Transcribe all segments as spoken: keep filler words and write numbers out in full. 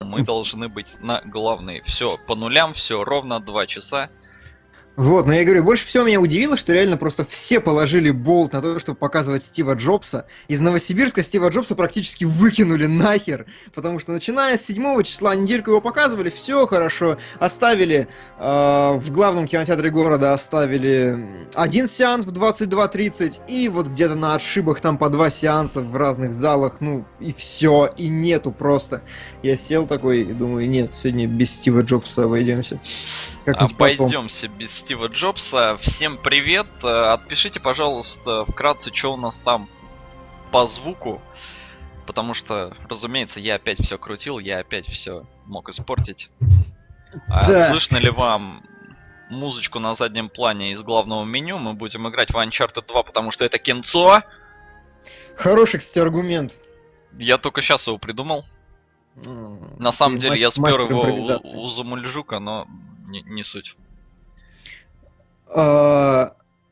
Мы должны быть на главной. Все по нулям, все ровно два часа. Вот, но я говорю, больше всего меня удивило, что реально просто все положили болт на то, чтобы показывать Стива Джобса. Из Новосибирска Стива Джобса практически выкинули нахер, потому что начиная с седьмого числа недельку его показывали, все хорошо, оставили э, в главном кинотеатре города оставили один сеанс в двадцать два тридцать, и вот где-то на отшибах там по два сеанса в разных залах, ну и все, и нету просто. Я сел такой и думаю, нет, сегодня без Стива Джобса обойдемся. Обойдемся без Стива Джобса. Всем привет. Отпишите, пожалуйста, вкратце, что у нас там по звуку. Потому что, разумеется, я опять все крутил, я опять все мог испортить. Да. А слышно ли вам музычку на заднем плане из главного меню? Мы будем играть в Uncharted два, потому что это кинцо. Хороший, кстати, аргумент. Я только сейчас его придумал. Mm, на самом деле, я спер его у, у Замульжука, но не, не суть. Uh...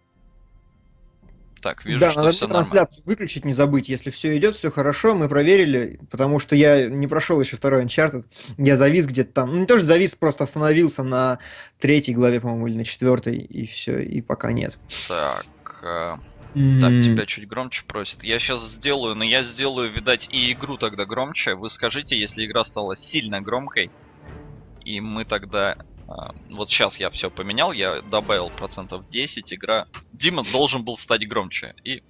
Так, вижу, да, что надо все трансляцию нормально. Выключить, не забыть. Если все идет, все хорошо, мы проверили, потому что я не прошел еще второй Uncharted. Я завис где-то там. Ну, не тоже завис, просто остановился на третьей главе, по-моему, или на четвертой, и все, и пока нет. Так. Uh... Mm-hmm. Так, тебя чуть громче просят. Я сейчас сделаю, но я сделаю, видать, и игру тогда громче. Вы скажите, если игра стала сильно громкой, и мы тогда... А, вот сейчас я все поменял, я добавил процентов десять, игра... Дима должен был стать громче, и...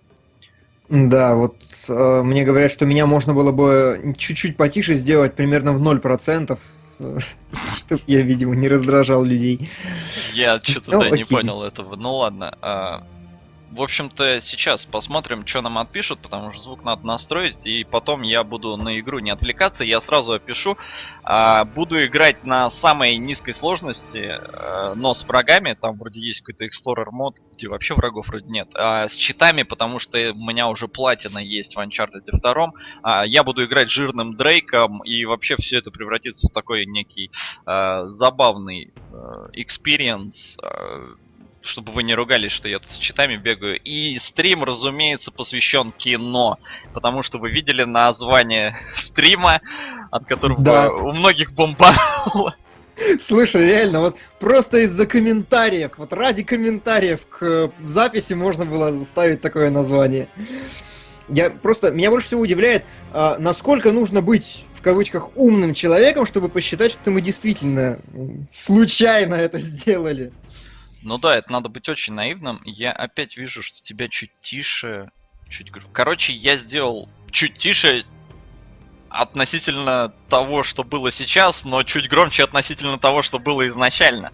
Да, вот э, мне говорят, что меня можно было бы чуть-чуть потише сделать, примерно в ноль процентов, чтобы я, видимо, не раздражал людей. Я что-то да не понял этого. Ну ладно. В общем-то, сейчас посмотрим, что нам отпишут, потому что звук надо настроить, и потом я буду на игру не отвлекаться, я сразу опишу. А, буду играть на самой низкой сложности, а, но с врагами, там вроде есть какой-то Explorer мод, где вообще врагов вроде нет, а с читами, потому что у меня уже платина есть в Uncharted два. А, я буду играть жирным Дрейком, и вообще все это превратится в такой некий а, забавный а, experience, а, чтобы вы не ругались, что я тут с читами бегаю. И стрим, разумеется, посвящен кино. Потому что вы видели название стрима, от которого да. у многих бомбануло. Слушай, реально, вот просто из-за комментариев, вот ради комментариев к записи можно было заставить такое название. Я просто, меня больше всего удивляет, а, насколько нужно быть, в кавычках, умным человеком, чтобы посчитать, что мы действительно случайно это сделали. Ну да, это надо быть очень наивным. Я опять вижу, что тебя чуть тише. Чуть... Короче, я сделал чуть тише относительно того, что было сейчас, но чуть громче относительно того, что было изначально.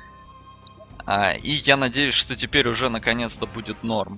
А, и я надеюсь, что теперь уже наконец-то будет норм.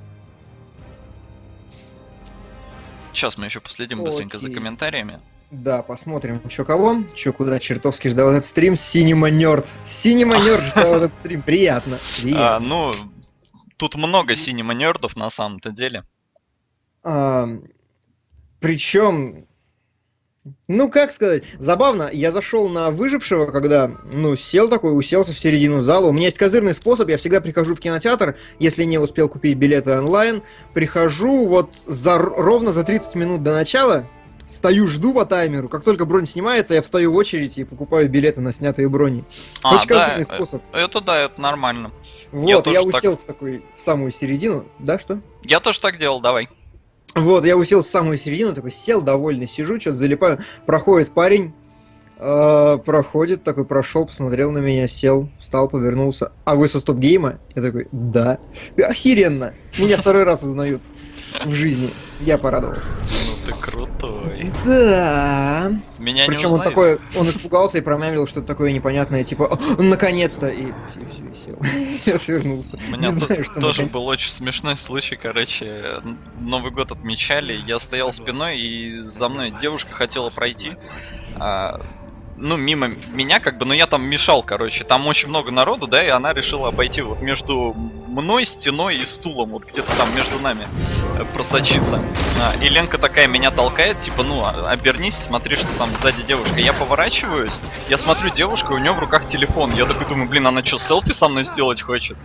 Сейчас мы еще последим быстренько за комментариями. Да, посмотрим, чё кого, чё куда, чертовски ждал этот стрим. Синема Нёрд. Синема Нёрд ждал этот стрим. Приятно. приятно. А, ну, тут много Синема Нёрдов на самом-то деле. А, причем, ну как сказать, забавно, я зашел на выжившего, когда, ну, сел такой, уселся в середину зала. У меня есть козырный способ, я всегда прихожу в кинотеатр, если не успел купить билеты онлайн, прихожу вот за, ровно за тридцать минут до начала. Стою, жду по таймеру. Как только бронь снимается, я встаю в очередь и покупаю билеты на снятые брони. А, очень да, козырный способ. Это да, это нормально. Вот, я, я уселся так... такой в самую середину. Да, что? Я тоже так делал, давай. Вот, я уселся в самую середину, такой сел, довольный, сижу, что-то залипаю. Проходит парень, э, проходит, такой прошел, посмотрел на меня, сел, встал, повернулся. А вы со стоп-гейма? Я такой, да. Охеренно. Меня второй раз узнают в жизни. Я порадовался. Ну ты крутой. Да. Меня Причем не он такой, он испугался и промямлил что-то такое непонятное, типа, наконец-то, и все, все, и сел. И отвернулся. У меня тоже был очень смешной случай, короче, Новый год отмечали, я стоял спиной, и за мной девушка хотела пройти. Ну, мимо меня, как бы, но я там мешал, короче. Там очень много народу, да, и она решила обойти вот между мной, стеной и стулом, вот где-то там между нами просочиться. И Ленка такая меня толкает, типа, ну, обернись, смотри, что там сзади девушка. Я поворачиваюсь, я смотрю, девушка, у нее в руках телефон. Я такой думаю, блин, она что, селфи со мной сделать хочет?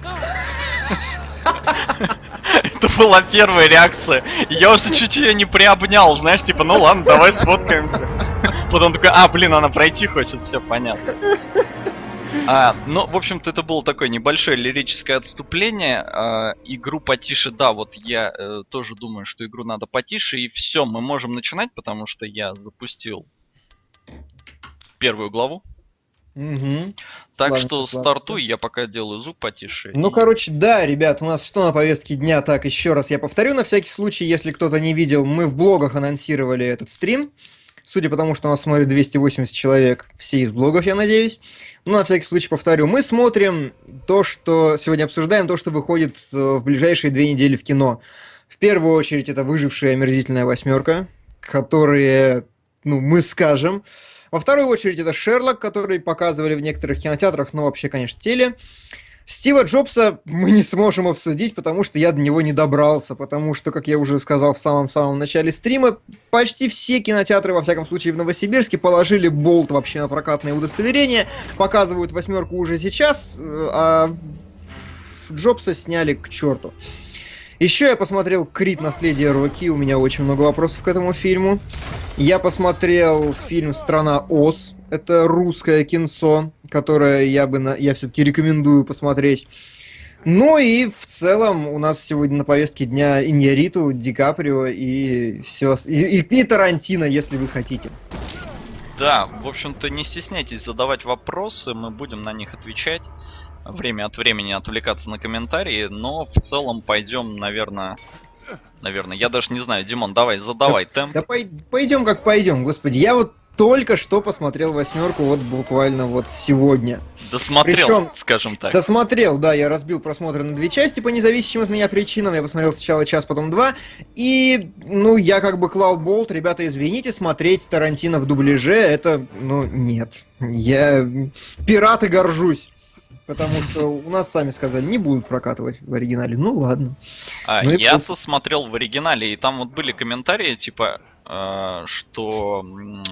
Это была первая реакция. Я уже чуть-чуть ее не приобнял, знаешь, типа, ну ладно, давай сфоткаемся. Потом такой, а, блин, она пройти хочет, все понятно. А, ну, в общем-то, это было такое небольшое лирическое отступление. А, игру потише, да, вот я э, тоже думаю, что игру надо потише, и все, мы можем начинать, потому что я запустил первую главу. Угу. Так славненько, что стартуй, я пока делаю звук потише. Ну, и... короче, да, ребят, у нас что на повестке дня? Так, еще раз я повторю на всякий случай, если кто-то не видел, мы в блогах анонсировали этот стрим. Судя по тому, что нас смотрит двести восемьдесят человек, все из блогов, я надеюсь. Ну, на всякий случай повторю, мы смотрим то, что... Сегодня обсуждаем то, что выходит в ближайшие две недели в кино. В первую очередь, это «Выжившая омерзительная восьмерка», которые, ну, мы скажем. Во вторую очередь, это «Шерлок», который показывали в некоторых кинотеатрах, но вообще, конечно, теле. Стива Джобса мы не сможем обсудить, потому что я до него не добрался, потому что, как я уже сказал в самом-самом начале стрима, почти все кинотеатры, во всяком случае в Новосибирске, положили болт вообще на прокатное удостоверение, показывают «Восьмерку» уже сейчас, а Джобса сняли к черту. Еще я посмотрел «Крид. Наследие Рокки», у меня очень много вопросов к этому фильму. Я посмотрел фильм «Страна Оз», это русское кинцо, которое я бы на... я все-таки рекомендую посмотреть. Ну и в целом у нас сегодня на повестке дня Иньярриту, Ди Каприо и все, и, и, и Тарантино, если вы хотите. Да, в общем-то, не стесняйтесь задавать вопросы, мы будем на них отвечать. Время от времени отвлекаться на комментарии, но в целом пойдем, наверное... Наверное, я даже не знаю. Димон, давай, задавай да, темп. Да пой- пойдем как пойдем, господи. Я вот только что посмотрел «Восьмерку», вот буквально вот сегодня. Досмотрел, Причем, скажем так. Досмотрел, да, я разбил просмотры на две части по независимым от меня причинам. Я посмотрел сначала час, потом два. И, ну, я как бы клал болт. Ребята, извините, смотреть Тарантино в дубляже, это, ну, нет. Я пират и горжусь. Потому что у нас, сами сказали, не будут прокатывать в оригинале. Ну ладно. А, ну, я-то просто... смотрел в оригинале, и там вот были комментарии, типа, э, что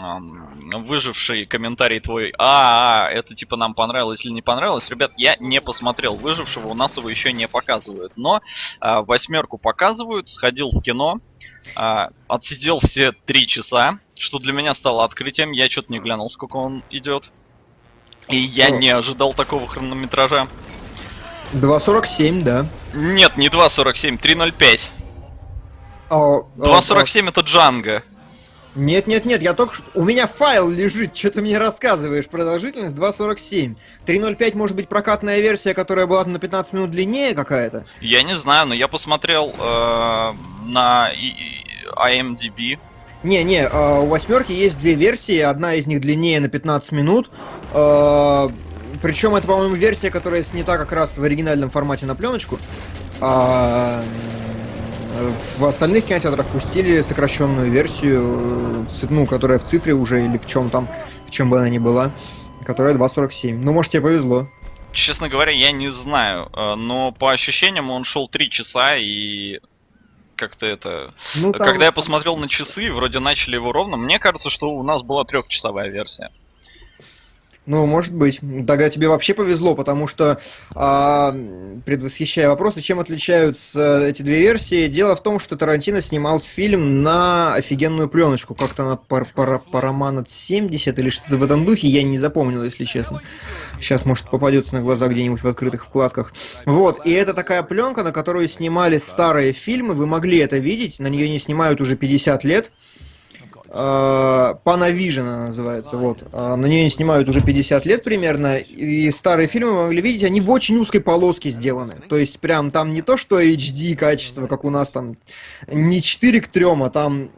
э, выживший комментарий твой, а, а, это типа нам понравилось или не понравилось. Ребят, я не посмотрел выжившего, у нас его еще не показывают. Но э, «Восьмерку» показывают, сходил в кино, э, отсидел все три часа, что для меня стало открытием. Я что-то не глянул, сколько он идет. И я не ожидал такого хронометража. два сорок семь, да. Нет, не два сорок семь, три ноль пять. Oh, oh, два сорок семь oh. это Джанго. Нет, нет, нет, я только что... У меня файл лежит, что ты мне рассказываешь. Продолжительность два сорок семь. три ноль пять может быть прокатная версия, которая была на пятнадцать минут длиннее какая-то? Я не знаю, но я посмотрел э, на ай эм ди би. Не-не, у «Восьмерки» есть две версии, одна из них длиннее на пятнадцать минут. Причем это, по-моему, версия, которая снята как раз в оригинальном формате на пленочку. А в остальных кинотеатрах пустили сокращенную версию, ну, которая в цифре уже или в чем там, в чем бы она ни была, которая два сорок семь. Ну, может, тебе повезло. Честно говоря, я не знаю, но по ощущениям он шел три часа и... Как-то это... Ну, там... Когда я посмотрел на часы, вроде начали его ровно, мне кажется, что у нас была трехчасовая версия. Ну, может быть. Тогда тебе вообще повезло, потому что, а, предвосхищая вопросы, чем отличаются эти две версии, дело в том, что Тарантино снимал фильм на офигенную пленочку, как-то на пар пар Paramount семьдесят или что-то в этом духе, я не запомнил, если честно. Сейчас, может, попадется на глаза где-нибудь в открытых вкладках. Вот, и это такая пленка, на которую снимали старые фильмы, вы могли это видеть, на нее не снимают уже пятьдесят лет. Panavision она называется, вот. На нее не снимают уже пятьдесят лет примерно, и старые фильмы вы могли видеть, они в очень узкой полоске сделаны. То есть прям там не то, что эйч ди качество, как у нас там, не четыре к трем, а там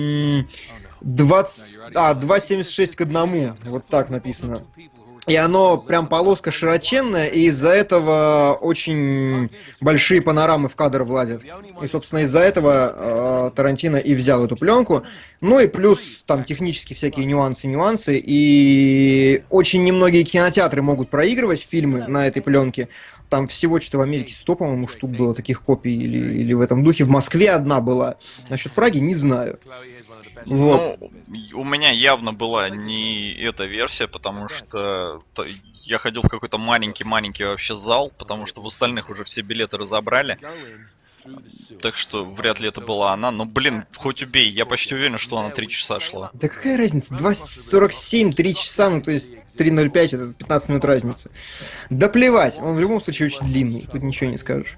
двадцать, а, два семьдесят шесть к одному, вот так написано. И оно прям полоска широченная, и из-за этого очень большие панорамы в кадр влазят. И, собственно, из-за этого э, Тарантино и взял эту пленку. Ну и плюс там технически всякие нюансы, нюансы. И очень немногие кинотеатры могут проигрывать фильмы на этой пленке. Там всего что-то в Америке сто, по-моему, штук было таких копий, или, или в этом духе. В Москве одна была. Насчет Праги не знаю. Вот. Ну, у меня явно была не эта версия, потому что то- я ходил в какой-то маленький-маленький вообще зал, потому что в остальных уже все билеты разобрали. Так что вряд ли это была она. Но, блин, хоть убей, я почти уверен, что она три часа шла. Да какая разница? два сорок семь, три часа, ну то есть три ноль пять, это пятнадцать минут разницы. Да плевать, он в любом случае очень длинный, тут ничего не скажешь.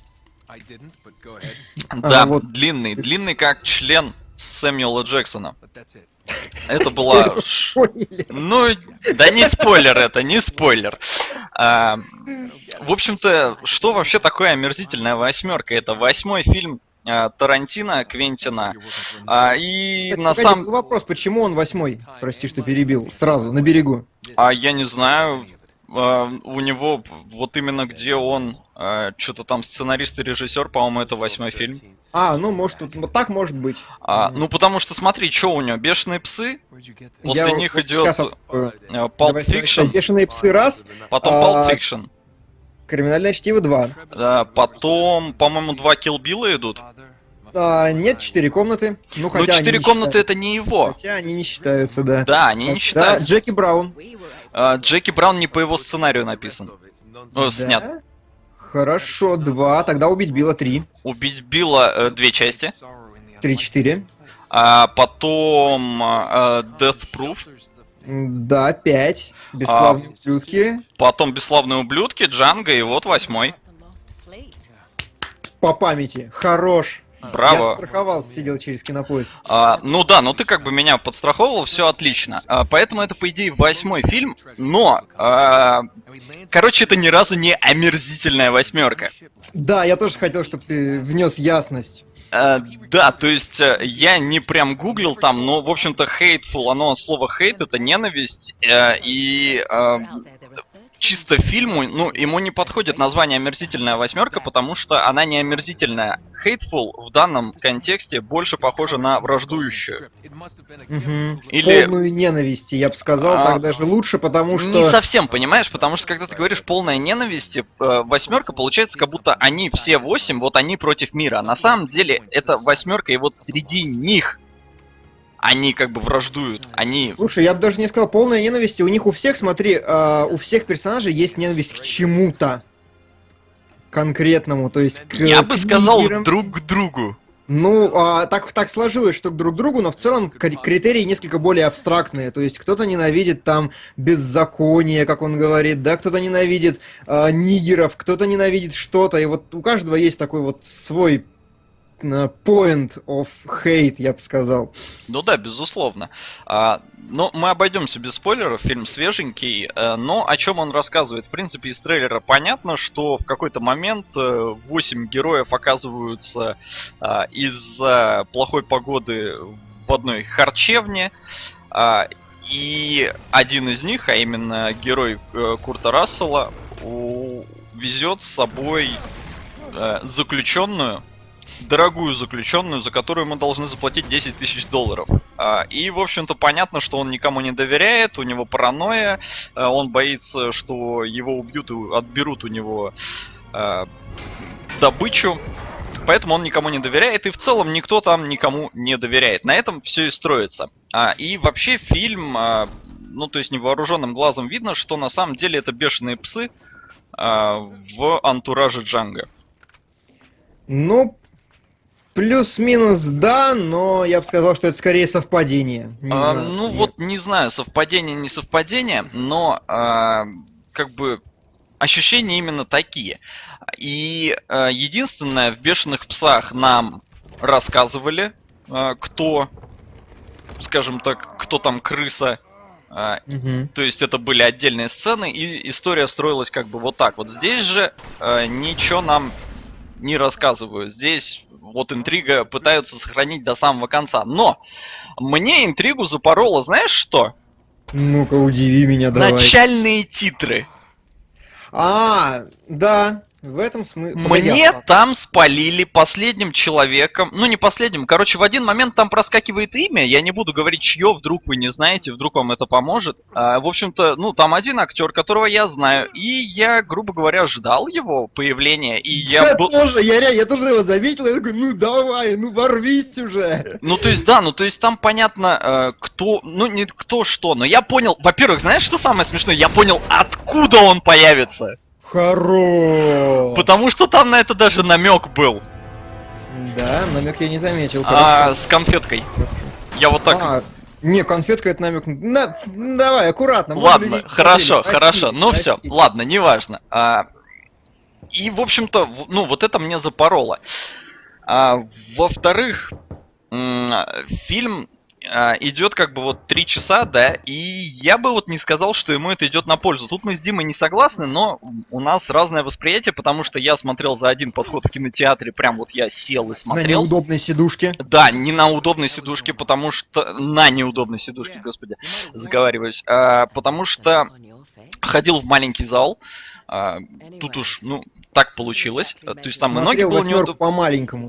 Да, А, вот. длинный, длинный как член Сэмюэла Джексона. Это была... Это ш- спойлер. Ну, да не спойлер это, не спойлер. А, в общем-то, что вообще такое омерзительная восьмерка? Это восьмой фильм а, Тарантино, Квентина. А, и Кстати, на погоди, самом... был вопрос, почему он восьмой? Прости, что перебил. Сразу, на берегу. А я не знаю, а, у него вот именно где он, что-то там сценарист и режиссер, по-моему, это восьмой фильм. А, ну может, тут- вот так может быть. А, ну потому что смотри, что у него, Бешеные псы, после Я них вот идет щас открою. э, Pulp Давай ставить Fiction, Бешеные псы раз, потом а, Pulp Fiction, Криминальное чтиво два. а, потом, по-моему, два Kill Билла идут. А, нет, четыре комнаты. Ну, Ну, хотя они четыре не комнаты считаются. это не его. Хотя они не считаются, да. Да, они не Да, считаются. Джеки Браун. А, Джеки Браун не по его сценарию написан. Ну, Да? снят. Хорошо, два. Тогда убить Билла три. Убить Билла э, две части. Три-четыре. А потом э, Death Proof. Да, пять. Бесславные А. ублюдки. Потом Бесславные ублюдки, Джанго и вот восьмой. По памяти. Хорош. Я Браво. страховался, сидел через Кинопоиск. А, ну да, ну ты как бы меня подстраховывал, все отлично. А, поэтому это, по идее, восьмой фильм, но... а, короче, это ни разу не омерзительная восьмерка. Да, я тоже хотел, чтобы ты внес ясность. А, да, то есть э, я не прям гуглил там, но, в общем-то, hateful, оно, слово hate это ненависть, э, и э, чисто фильму, ну, ему не подходит название «Омерзительная восьмерка», потому что она не омерзительная. Hateful в данном контексте больше похожа на враждующую. Мгм. Или- Полную ненависти, я бы сказал, А, так даже лучше, потому что... Не совсем, понимаешь, потому что когда ты говоришь полная ненависть, э, восьмерка получается, как будто они все восемь, вот они против мира. А на самом деле это восьмерка, и вот среди них они как бы враждуют. Они. Слушай, я бы даже не сказал полная ненависть. У них у всех, смотри, а, у всех персонажей есть ненависть к чему-то конкретному, то есть к Я бы сказал книгам. друг к другу. Ну, а, так, так сложилось, что к друг другу, но в целом кри- критерии несколько более абстрактные. То есть кто-то ненавидит там беззаконие, как он говорит, да, кто-то ненавидит а, нигеров, кто-то ненавидит что-то. И вот у каждого есть такой вот свой а, point of hate, я бы сказал. Ну да, безусловно. А, но мы обойдемся без спойлеров, фильм свеженький, э, но о чем он рассказывает? В принципе, из трейлера понятно, что в какой-то момент восемь героев оказываются а, из-за плохой погоды в одной харчевне, а, и один из них, а именно герой э, Курта Рассела, у- везет с собой э, заключенную, дорогую заключенную, за которую мы должны заплатить десять тысяч долларов. А, И, в общем-то, понятно, что он никому не доверяет, у него паранойя, а, он боится, что его убьют и отберут у него а, добычу, поэтому он никому не доверяет, и в целом никто там никому не доверяет. На этом все и строится. А, И вообще фильм, а, ну, то есть невооруженным глазом видно, что на самом деле это бешеные псы а, в антураже Джанго. Ну, плюс-минус да, но я бы сказал, что это скорее совпадение. Не А, знаю, ну нет. вот не знаю, совпадение, не совпадение, но а, как бы ощущения именно такие. И а, единственное, в «Бешеных псах» нам рассказывали, а, кто, скажем так, кто там крыса. А, Мгм. то есть это были отдельные сцены, и история строилась как бы вот так. Вот здесь же а, ничего нам не рассказывают. Здесь вот интрига пытаются сохранить до самого конца. Но мне интригу запороло, знаешь что? Ну-ка, удиви меня, давай. Начальные титры. А, да. В этом смысле... Мне там спалили последним человеком, ну не последним, короче, в один момент там проскакивает имя, я не буду говорить чье, вдруг вы не знаете, вдруг вам это поможет. А, в общем-то, ну там один актер, которого я знаю, и я, грубо говоря, ждал его появления, и я... Я был... тоже, я, я тоже его заметил, я такой, ну давай, ну ворвись уже. Ну то есть, да, ну то есть там понятно, кто, ну не кто что, но я понял, во-первых, знаешь, что самое смешное? Я понял, откуда он появится. Хорош! Потому что там на это даже намек был. Да, намек я не заметил. А, с конфеткой. Я вот так... А, не, конфетка это намек. На, давай, аккуратно. Ладно, хорошо, хорошо. Ну все, ладно, неважно. А, и, в общем-то, ну вот это мне запороло. А, во-вторых, фильм... идет как бы вот три часа, да, и я бы вот не сказал, что ему это идет на пользу. Тут мы с Димой не согласны, но у нас разное восприятие, потому что я смотрел за один подход в кинотеатре, прям вот я сел и смотрел. На неудобной сидушке. Да, не на удобной сидушке, потому что... На неудобной сидушке, господи, заговариваюсь. А, потому что ходил в маленький зал, а, тут уж, ну, так получилось. То есть там и ноги было неудобно. По-маленькому.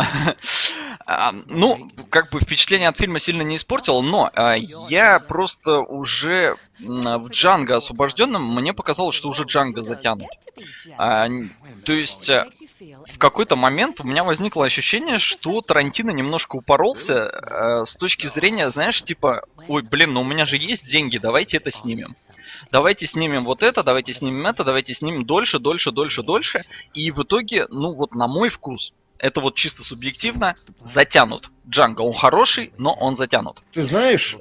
Ну, как бы впечатление от фильма сильно не испортило, но я просто уже в Джанго освобожденном, мне показалось, что уже Джанго затянут. То есть в какой-то момент у меня возникло ощущение, что Тарантино немножко упоролся с точки зрения, знаешь, типа, ой, блин, ну у меня же есть деньги, давайте это снимем. Давайте снимем вот это, давайте снимем это, давайте снимем дольше, дольше, дольше, дольше. И в итоге, ну вот на мой вкус, это вот чисто субъективно, затянут. Джанго, он хороший, но он затянут. Ты знаешь,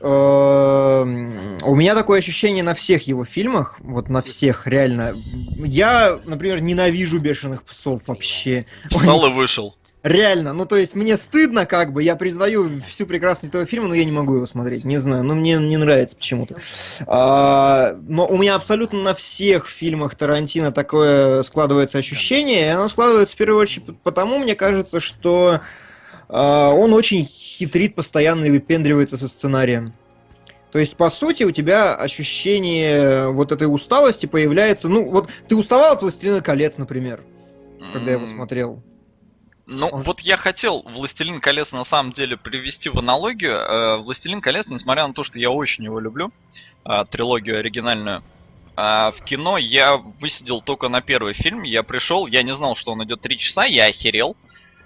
у меня такое ощущение на всех его фильмах, вот на всех, реально. Я, например, ненавижу «Бешеных псов» вообще. Встал и вышел. Реально, ну то есть мне стыдно, как бы, я признаю всю прекрасность этого фильма, но я не могу его смотреть, не знаю, но мне не нравится почему-то. А, но у меня абсолютно на всех фильмах Тарантино такое складывается ощущение, и оно складывается в первую очередь потому, мне кажется, что а, он очень хитрит постоянно и выпендривается со сценарием. То есть, по сути, у тебя ощущение вот этой усталости появляется, ну вот ты уставал от «Властелина колец», например, когда я его смотрел. Ну, Он... вот я хотел «Властелин колец» на самом деле привести в аналогию. «Властелин колец», несмотря на то, что я очень его люблю, трилогию оригинальную, в кино я высидел только на первый фильм. Я пришел, я не знал, что он идет три часа, я охерел.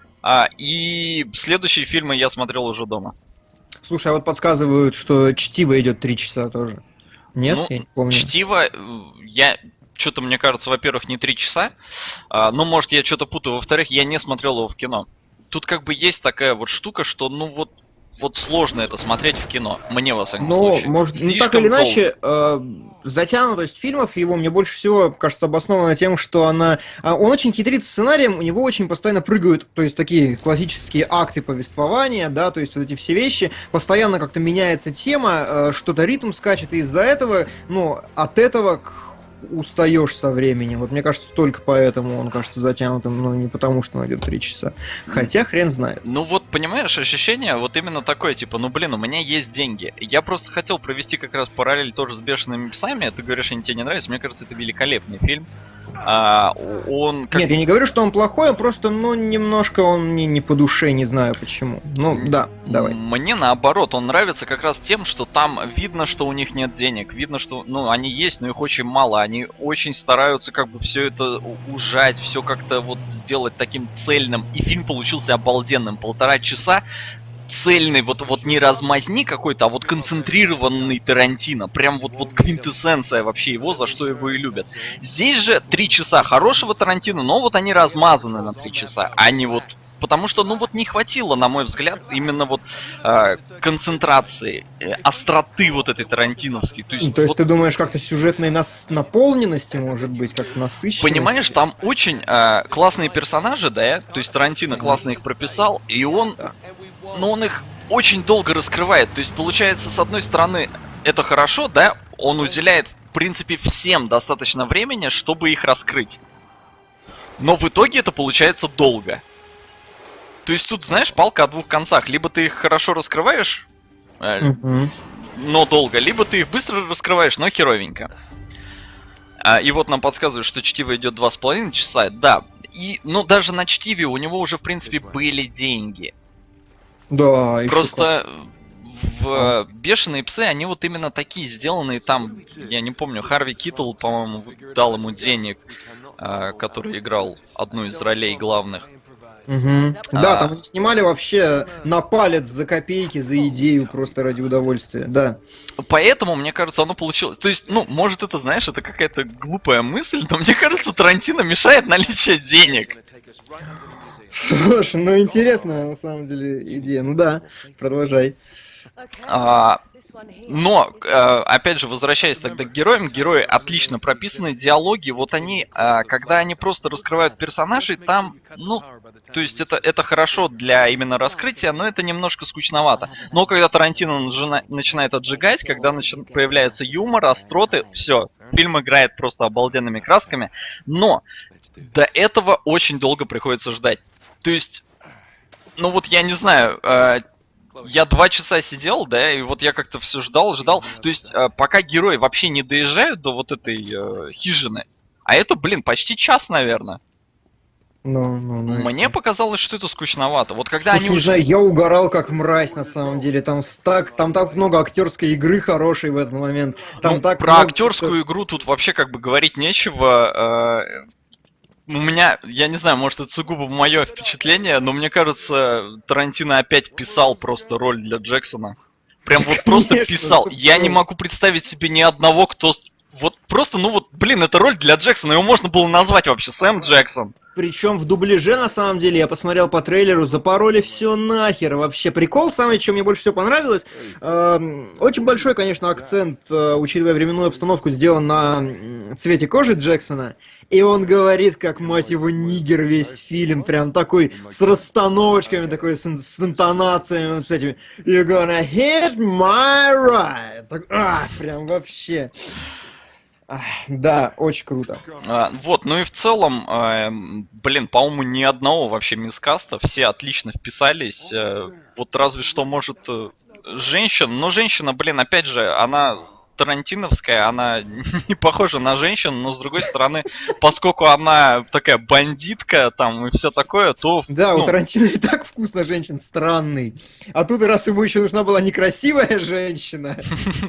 И следующие фильмы я смотрел уже дома. Слушай, а вот подсказывают, что «Чтиво» идет три часа тоже. Нет? Ну, я не помню. «Чтиво», я... Что-то, мне кажется, во-первых, не три часа. А, ну, может, я что-то путаю. Во-вторых, я не смотрел его в кино. Тут как бы есть такая вот штука, что, ну, вот, вот сложно это смотреть в кино. Мне, во всяком Но, случае. может, ну, так или иначе, э, затянутость фильмов его мне больше всего, кажется, обоснована тем, что она... Он очень хитрит сценарием, у него очень постоянно прыгают, то есть, такие классические акты повествования, да, то есть, вот эти все вещи. Постоянно как-то меняется тема, э, что-то ритм скачет, и из-за этого, ну, от этого... устаешь со временем. Вот мне кажется, только поэтому он кажется затянутым, но не потому, что он идет три часа. Хотя хрен знает. Ну вот, понимаешь, ощущение вот именно такое, типа, ну блин, у меня есть деньги. Я просто хотел провести как раз параллель тоже с «Бешеными псами». Ты говоришь, они тебе не нравятся. Мне кажется, это великолепный фильм. А, он как... Нет, я не говорю, что он плохой, просто, ну, немножко он мне не по душе, не знаю почему. Ну, да, давай. Мне наоборот, он нравится как раз тем, что там видно, что у них нет денег, видно, что, ну, они есть, но их очень мало, они очень стараются как бы все это ужать, все как-то вот сделать таким цельным, и фильм получился обалденным, полтора часа, цельный, вот, вот не размазни какой-то, а вот концентрированный Тарантино. Прям вот, вот квинтэссенция вообще его, за что его и любят. Здесь же три часа хорошего Тарантино, но вот они размазаны на три часа, а не вот... Потому что, ну вот не хватило, на мой взгляд, именно вот э, концентрации, э, остроты вот этой тарантиновской. То есть, То есть вот, ты думаешь, как-то сюжетной нас... наполненности, может быть, как-то насыщенности? Понимаешь, там очень э, классные персонажи, да, то есть Тарантино классно их прописал, и он, да. ну он их очень долго раскрывает. То есть получается, с одной стороны, это хорошо, да, он уделяет, в принципе, всем достаточно времени, чтобы их раскрыть. Но в итоге это получается долго. То есть тут, знаешь, палка о двух концах. Либо ты их хорошо раскрываешь, э, mm-hmm. но долго, либо ты их быстро раскрываешь, но херовенько. А, и вот нам подсказывают, что чтиво идет два с половиной часа. Да. И, ну, даже на чтиве у него уже, в принципе, были деньги. Да, и Просто в «Бешеные псы», они вот именно такие сделанные. Там, я не помню, Харви Киттл, по-моему, дал ему денег, а, который играл одну из ролей главных. Угу. А, Да, там они снимали вообще на палец за копейки, за идею, просто ради удовольствия, да. Поэтому, мне кажется, оно получилось... То есть, ну, может, это, знаешь, это какая-то глупая мысль, но мне кажется, Тарантино мешает наличие денег. Слушай, ну интересная на самом деле идея. Ну да, продолжай. А, но, а, опять же, возвращаясь тогда к героям, герои отлично прописаны, диалоги, вот они, а, когда они просто раскрывают персонажей, там, ну, то есть это, это хорошо для именно раскрытия, но это немножко скучновато. Но когда Тарантино нажина- начинает отжигать, когда начи- появляется юмор, остроты, все, фильм играет просто обалденными красками, но до этого очень долго приходится ждать. То есть, ну вот я не знаю, а, я два часа сидел, да, и вот я как-то все ждал, ждал. То есть, э, пока герои вообще не доезжают до вот этой э, хижины, а это, блин, почти час, наверное. Ну, ну, ну. Мне показалось, что это скучновато. Вот когда Слушай, они не уже... знаю, я угорал как мразь на самом деле. Там так, там так много актерской игры хорошей в этот момент. Там Ну, так про много... актерскую игру тут вообще как бы говорить нечего. Э, у меня, я не знаю, может это сугубо мое впечатление, но мне кажется, Тарантино опять писал просто роль для Джексона. Прям вот просто Конечно, писал. Я не ну. могу представить себе ни одного, кто... Вот просто, ну вот, блин, это роль для Джексона, его можно было назвать вообще Сэм Джексон. Причем в дубляже, на самом деле, я посмотрел по трейлеру, запороли все нахер вообще. Прикол, самое, что мне больше всего понравилось, э, очень большой, конечно, акцент, э, учитывая временную обстановку, сделан на м, цвете кожи Джексона. И он говорит, как, мать его, нигер весь фильм, прям такой, с расстановочками, такой, с, ин- с интонациями, вот с этими. You're gonna hit my ride. Так, а, прям вообще. Ах, да, очень круто. А, вот, ну и в целом, э, блин, по-моему, ни одного вообще мискаста, все отлично вписались. Э, вот разве что, может, э, женщина, но женщина, блин, опять же, она тарантиновская, она не похожа на женщину, но с другой стороны, поскольку она такая бандитка там и все такое, то... Да, у ну, Тарантино и так вкусно женщин странный. А тут, раз ему еще нужна была некрасивая женщина.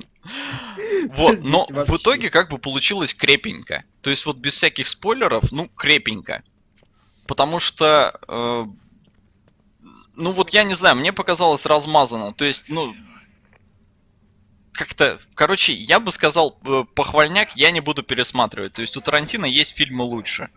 Вот, здесь но в вообще. итоге как бы получилось крепенько. То есть вот без всяких спойлеров, ну, крепенько. Потому что, э, ну вот я не знаю, мне показалось размазано. То есть, ну, как-то, короче, я бы сказал, э, похвальняк я не буду пересматривать. То есть у Тарантино есть фильмы лучше.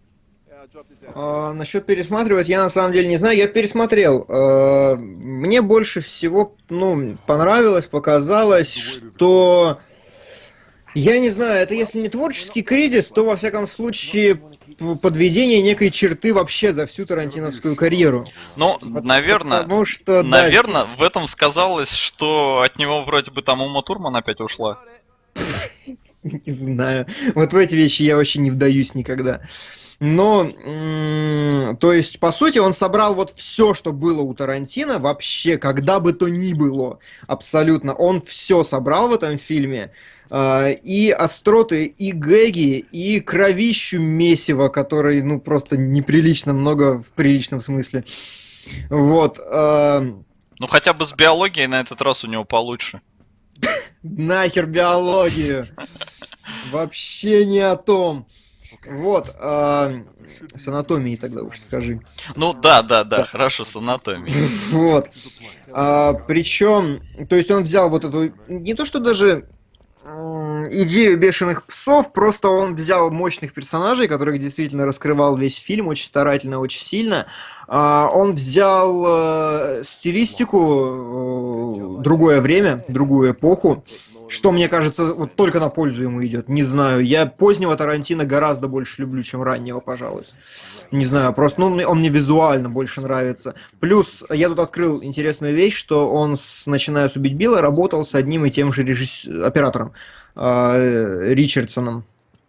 А, насчет пересматривать, я на самом деле не знаю, я пересмотрел. А, мне больше всего, ну, понравилось, показалось, что... Я не знаю, это если не творческий кризис, то, во всяком случае, п- подведение некой черты вообще за всю тарантиновскую карьеру. Ну, Пот- наверное, Потому что, да, наверное, здесь- в этом сказалось, что от него вроде бы там Ума Турман опять ушла. Не знаю. Вот в эти вещи я вообще не вдаюсь никогда. Но, м, то есть, по сути, он собрал вот все, что было у Тарантино, вообще, когда бы то ни было, абсолютно. Он все собрал в этом фильме. А, И остроты, и гэги, и кровищу месиво, который, ну, просто неприлично много в приличном смысле. Вот. а, Ну, хотя бы с биологией на этот раз у него получше. Нахер биологию. Вообще не о том. Вот, а, с анатомией тогда уж скажи. Ну, да, да, да, хорошо, с анатомией. Вот. А, причем, то есть он взял вот эту, не то что даже м, идею бешеных псов, просто он взял мощных персонажей, которых действительно раскрывал весь фильм очень старательно, очень сильно. А, он взял э, стилистику, э, другое время, другую эпоху. Что, мне кажется, вот только на пользу ему идет. Не знаю. Я позднего Тарантино гораздо больше люблю, чем раннего, пожалуй. Не знаю, просто ну, он мне визуально больше нравится. Плюс я тут открыл интересную вещь, что он, с, начиная с «Убить Билла», работал с одним и тем же режисс... оператором, э, Ричардсоном.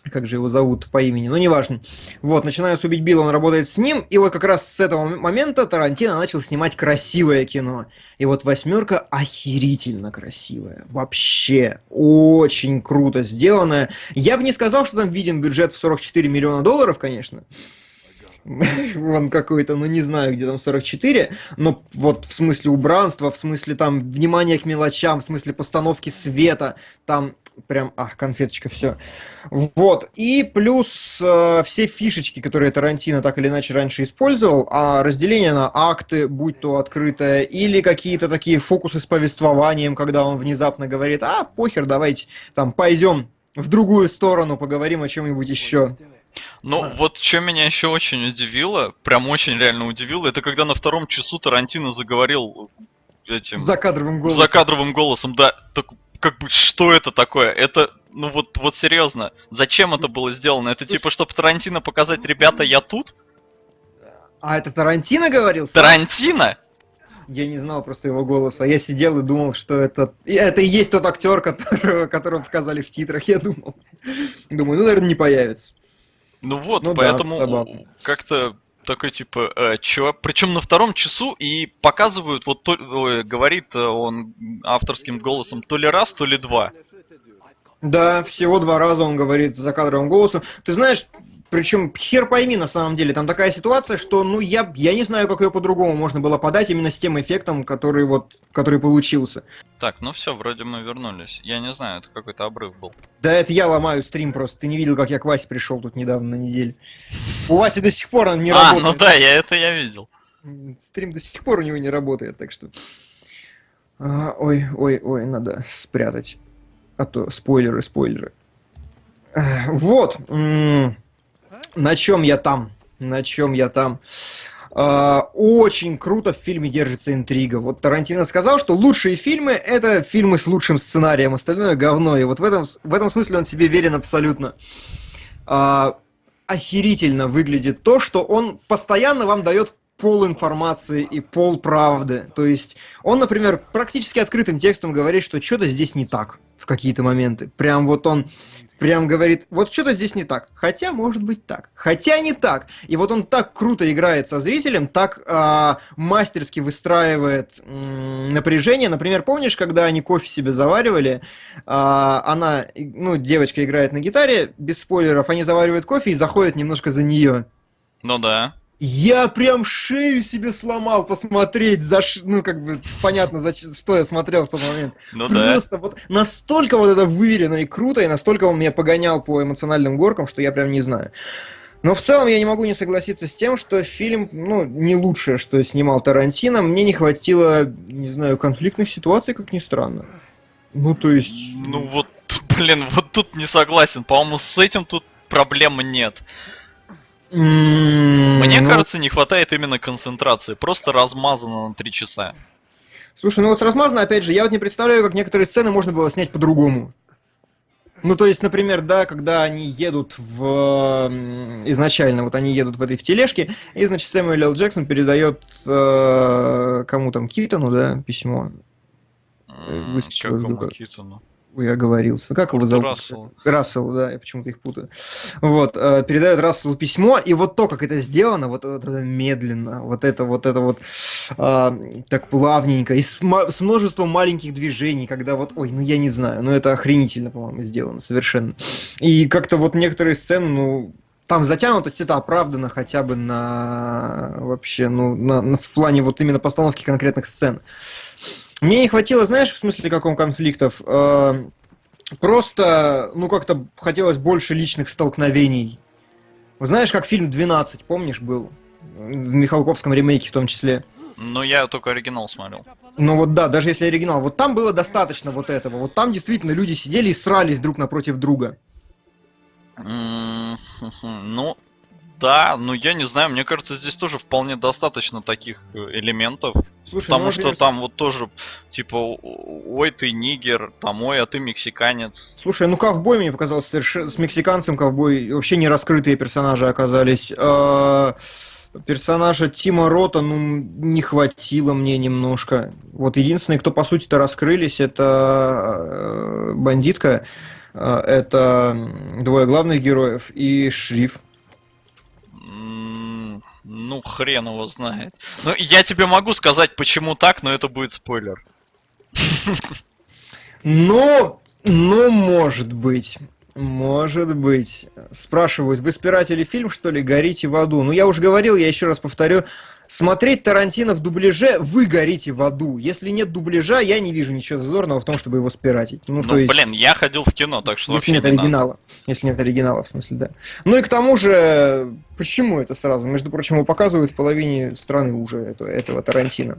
как же его зовут по имени, ну неважно. Вот, начиная с «Убить Билла», он работает с ним, и вот как раз с этого момента Тарантино начал снимать красивое кино. И вот «Восьмерка» охерительно красивая. Вообще, очень круто сделанная. Я бы не сказал, что там виден бюджет в сорок четыре миллиона долларов, конечно. Вон какой-то, ну не знаю, где там сорок четыре, но вот в смысле убранства, в смысле там внимания к мелочам, в смысле постановки света, там прям, ах, конфеточка, все. Вот, и плюс э, все фишечки, которые Тарантино так или иначе раньше использовал, а разделение на акты, будь то открытое, или какие-то такие фокусы с повествованием, когда он внезапно говорит, а, похер, давайте там пойдем в другую сторону, поговорим о чем-нибудь еще. Ну, а. вот что меня еще очень удивило, прям очень реально удивило, это когда на втором часу Тарантино заговорил этим... Закадровым голосом. Закадровым голосом, да. Так, как бы, что это такое? Это, ну вот, вот серьезно, зачем это было сделано? Это Слушай, типа, чтобы Тарантино показать, ребята, я тут? А это Тарантино говорил? Тарантино? Я не знал просто его голоса. Я сидел и думал, что это... Это и есть тот актер, которого, которого показали в титрах, я думал. Думаю, ну, наверное, не появится. Ну вот, ну, поэтому да, как-то такой типа, э, чё? Причем на втором часу и показывают, вот то, э, говорит он авторским голосом то ли раз, то ли два. Да, всего два раза он говорит закадровым голосом. Ты знаешь, причем хер пойми на самом деле, там такая ситуация, что ну я, я не знаю, как ее по-другому можно было подать именно с тем эффектом, который вот, который получился. Так, ну все, вроде мы вернулись. Я не знаю, это какой-то обрыв был. Да это я ломаю стрим просто. Ты не видел, как я к Васе пришел тут недавно на неделю. У Васи до сих пор он не а, работает. А, ну да, я это я видел. Стрим до сих пор у него не работает, так что... А, ой, ой, ой, надо спрятать. А то спойлеры, спойлеры. Вот. На чем я там? На чем я там? Uh, очень круто в фильме держится интрига. Вот Тарантино сказал, что лучшие фильмы — это фильмы с лучшим сценарием, остальное говно. И вот в этом, в этом смысле он себе верен абсолютно. Uh, охерительно выглядит то, что он постоянно вам дает пол информации и пол правды. То есть он, например, практически открытым текстом говорит, что что-то здесь не так в какие-то моменты. Прям вот он... Прям говорит, вот что-то здесь не так. Хотя, может быть, так. Хотя не так. И вот он так круто играет со зрителем, так э, мастерски выстраивает э, напряжение. Например, помнишь, когда они кофе себе заваривали, э, она, ну, девочка играет на гитаре, без спойлеров, они заваривают кофе и заходят немножко за нее. Ну да. Я прям шею себе сломал посмотреть, за ш... ну, как бы, понятно, за что я смотрел в тот момент. Ну Просто да. вот настолько вот это выверено и круто, и настолько он меня погонял по эмоциональным горкам, что я прям не знаю. Но в целом я не могу не согласиться с тем, что фильм, ну, не лучшее, что снимал Тарантино. Мне не хватило, не знаю, конфликтных ситуаций, как ни странно. Ну, то есть... Ну, вот, блин, вот тут не согласен. По-моему, с этим тут проблемы нет. Мне ну... кажется, не хватает именно концентрации. Просто размазано на три часа. Слушай, ну вот с размазано, опять же, я вот не представляю, как некоторые сцены можно было снять по-другому. Ну, то есть, например, да, когда они едут в... Изначально, вот они едут в этой в тележке, и, значит, Сэмюэл Л. Джексон передает э, кому там, Китону, да, письмо. Выскочил из духа. Китону? Я оговорился. Как его зовут? Рассел. Рассел, да, я почему-то их путаю. Вот, э, передает Расселу письмо, и вот то, как это сделано, вот, вот это медленно, вот это вот это вот э, так плавненько, и с, с множеством маленьких движений, когда вот, ой, ну я не знаю, ну это охренительно, по-моему, сделано совершенно. И как-то вот некоторые сцены, ну, там затянутость это оправдано хотя бы на вообще, ну, на, на, в плане вот именно постановки конкретных сцен. Мне не хватило, знаешь, в смысле каком конфликтов? Э, просто, ну, как-то хотелось больше личных столкновений. Знаешь, как фильм «двенадцать», помнишь, был? В Михалковском ремейке в том числе. Ну, я только оригинал смотрел. Ну вот да, даже если оригинал. Вот там было достаточно вот этого. Вот там действительно люди сидели и срались друг напротив друга. Ну, да, ну я не знаю, мне кажется, здесь тоже вполне достаточно таких элементов. Слушай, потому ну, что например... там вот тоже, типа, ой, ты нигер, там, ой, а ты мексиканец. Слушай, ну ковбой мне показался совершенно... С мексиканцем ковбой вообще не раскрытые персонажи оказались. Персонажа Тима Рота, ну, не хватило мне немножко. Вот единственный, кто, по сути-то, раскрылись, это бандитка. Это двое главных героев и Шриф. Ну, хрен его знает. Ну, я тебе могу сказать, почему так, но это будет спойлер. Ну, ну, может быть. Может быть. Спрашивают, вы спиратели фильм, что ли, горите в аду? Ну, я уже говорил, я еще раз повторю. Смотреть Тарантино в дубляже, вы горите в аду. Если нет дубляжа, я не вижу ничего зазорного в том, чтобы его спиратить. Ну, ну то есть, блин, я ходил в кино, так что если вообще нет не оригинала. надо. Если нет оригинала, в смысле, да. Ну и к тому же, почему это сразу? Между прочим, его показывают в половине страны уже, этого, этого Тарантино.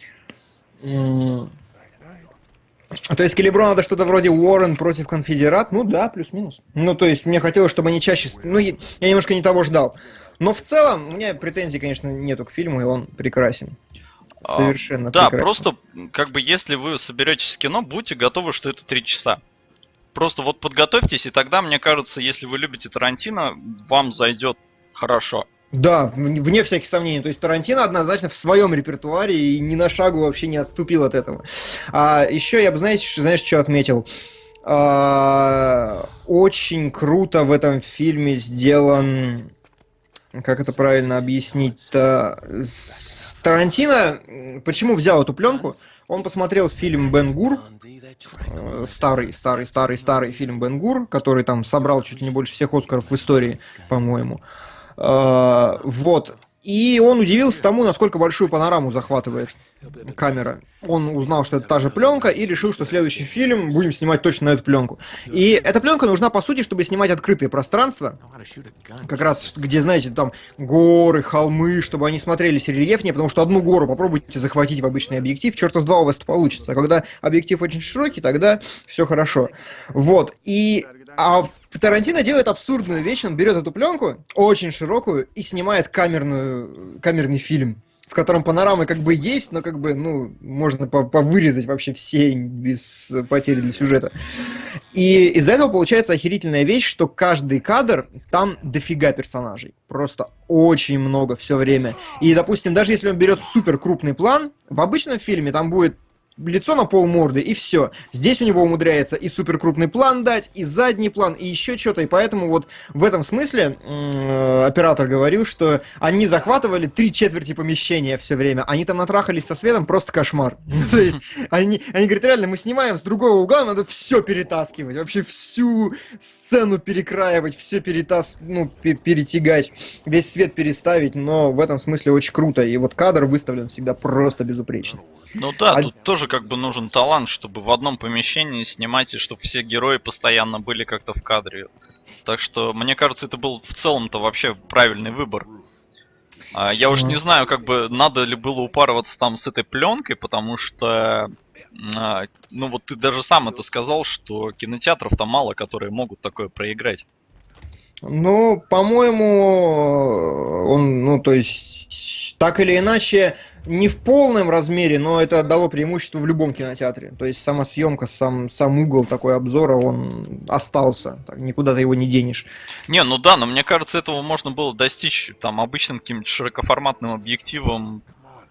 То есть Келебро надо что-то вроде Уоррен против Конфедерат? Ну да, плюс-минус. Ну то есть мне хотелось, чтобы они чаще... Ну я немножко не того ждал. Но в целом у меня претензий, конечно, нету к фильму, и он прекрасен. Совершенно а, да, прекрасен. просто, как бы, если вы соберетесь в кино, будьте готовы, что это три часа. Просто вот подготовьтесь, и тогда, мне кажется, если вы любите Тарантино, вам зайдет хорошо. Да, вне всяких сомнений. То есть Тарантино однозначно в своем репертуаре и ни на шагу вообще не отступил от этого. А еще я бы, знаете, знаешь, что отметил? А, очень круто в этом фильме сделан... Как это правильно объяснить-то? Тарантино почему взял эту пленку? Он посмотрел фильм «Бен-Гур», старый, старый, старый, старый фильм «Бен-Гур», который там собрал чуть ли не больше всех Оскаров в истории, по-моему. Вот. И он удивился тому, насколько большую панораму захватывает камера. Он узнал, что это та же пленка, и решил, что следующий фильм будем снимать точно на эту пленку. И эта пленка нужна, по сути, чтобы снимать открытые пространства. Как раз, где, знаете, там горы, холмы, чтобы они смотрелись рельефнее, потому что одну гору попробуйте захватить в обычный объектив, черта с два у вас это получится. А когда объектив очень широкий, тогда все хорошо. Вот. И... А Тарантино делает абсурдную вещь, он берет эту пленку, очень широкую, и снимает камерную, камерный фильм, в котором панорамы как бы есть, но как бы, ну, можно повырезать вообще все без потери для сюжета. И из-за этого получается охерительная вещь, что каждый кадр, там дофига персонажей. Просто очень много все время. И, допустим, даже если он берет супер крупный план, в обычном фильме там будет лицо на полморды, и все. Здесь у него умудряется и супер крупный план дать, и задний план, и еще что-то. И поэтому вот в этом смысле м- оператор говорил, что они захватывали три четверти помещения все время. Они там натрахались со светом, просто кошмар. То есть они, они говорят, реально, мы снимаем с другого угла, надо все перетаскивать. Вообще всю сцену перекраивать, все перетас... ну, перетягать, весь свет переставить. Но в этом смысле очень круто. И вот кадр выставлен всегда просто безупречно. Ну да, а... тут тоже как бы нужен талант, чтобы в одном помещении снимать, и чтобы все герои постоянно были как-то в кадре. Так что, мне кажется, это был в целом-то вообще правильный выбор. А, я уж не знаю, как бы надо ли было упарываться там с этой пленкой, потому что, а, ну вот ты даже сам это сказал, что кинотеатров-то мало, которые могут такое проиграть. Ну, по-моему, он, ну, то есть, так или иначе, не в полном размере, но это дало преимущество в любом кинотеатре. То есть, сама съемка, сам, сам угол такой обзора, он остался. Так, никуда ты его не денешь. Не, ну да, но мне кажется, этого можно было достичь там обычным каким-то широкоформатным объективом.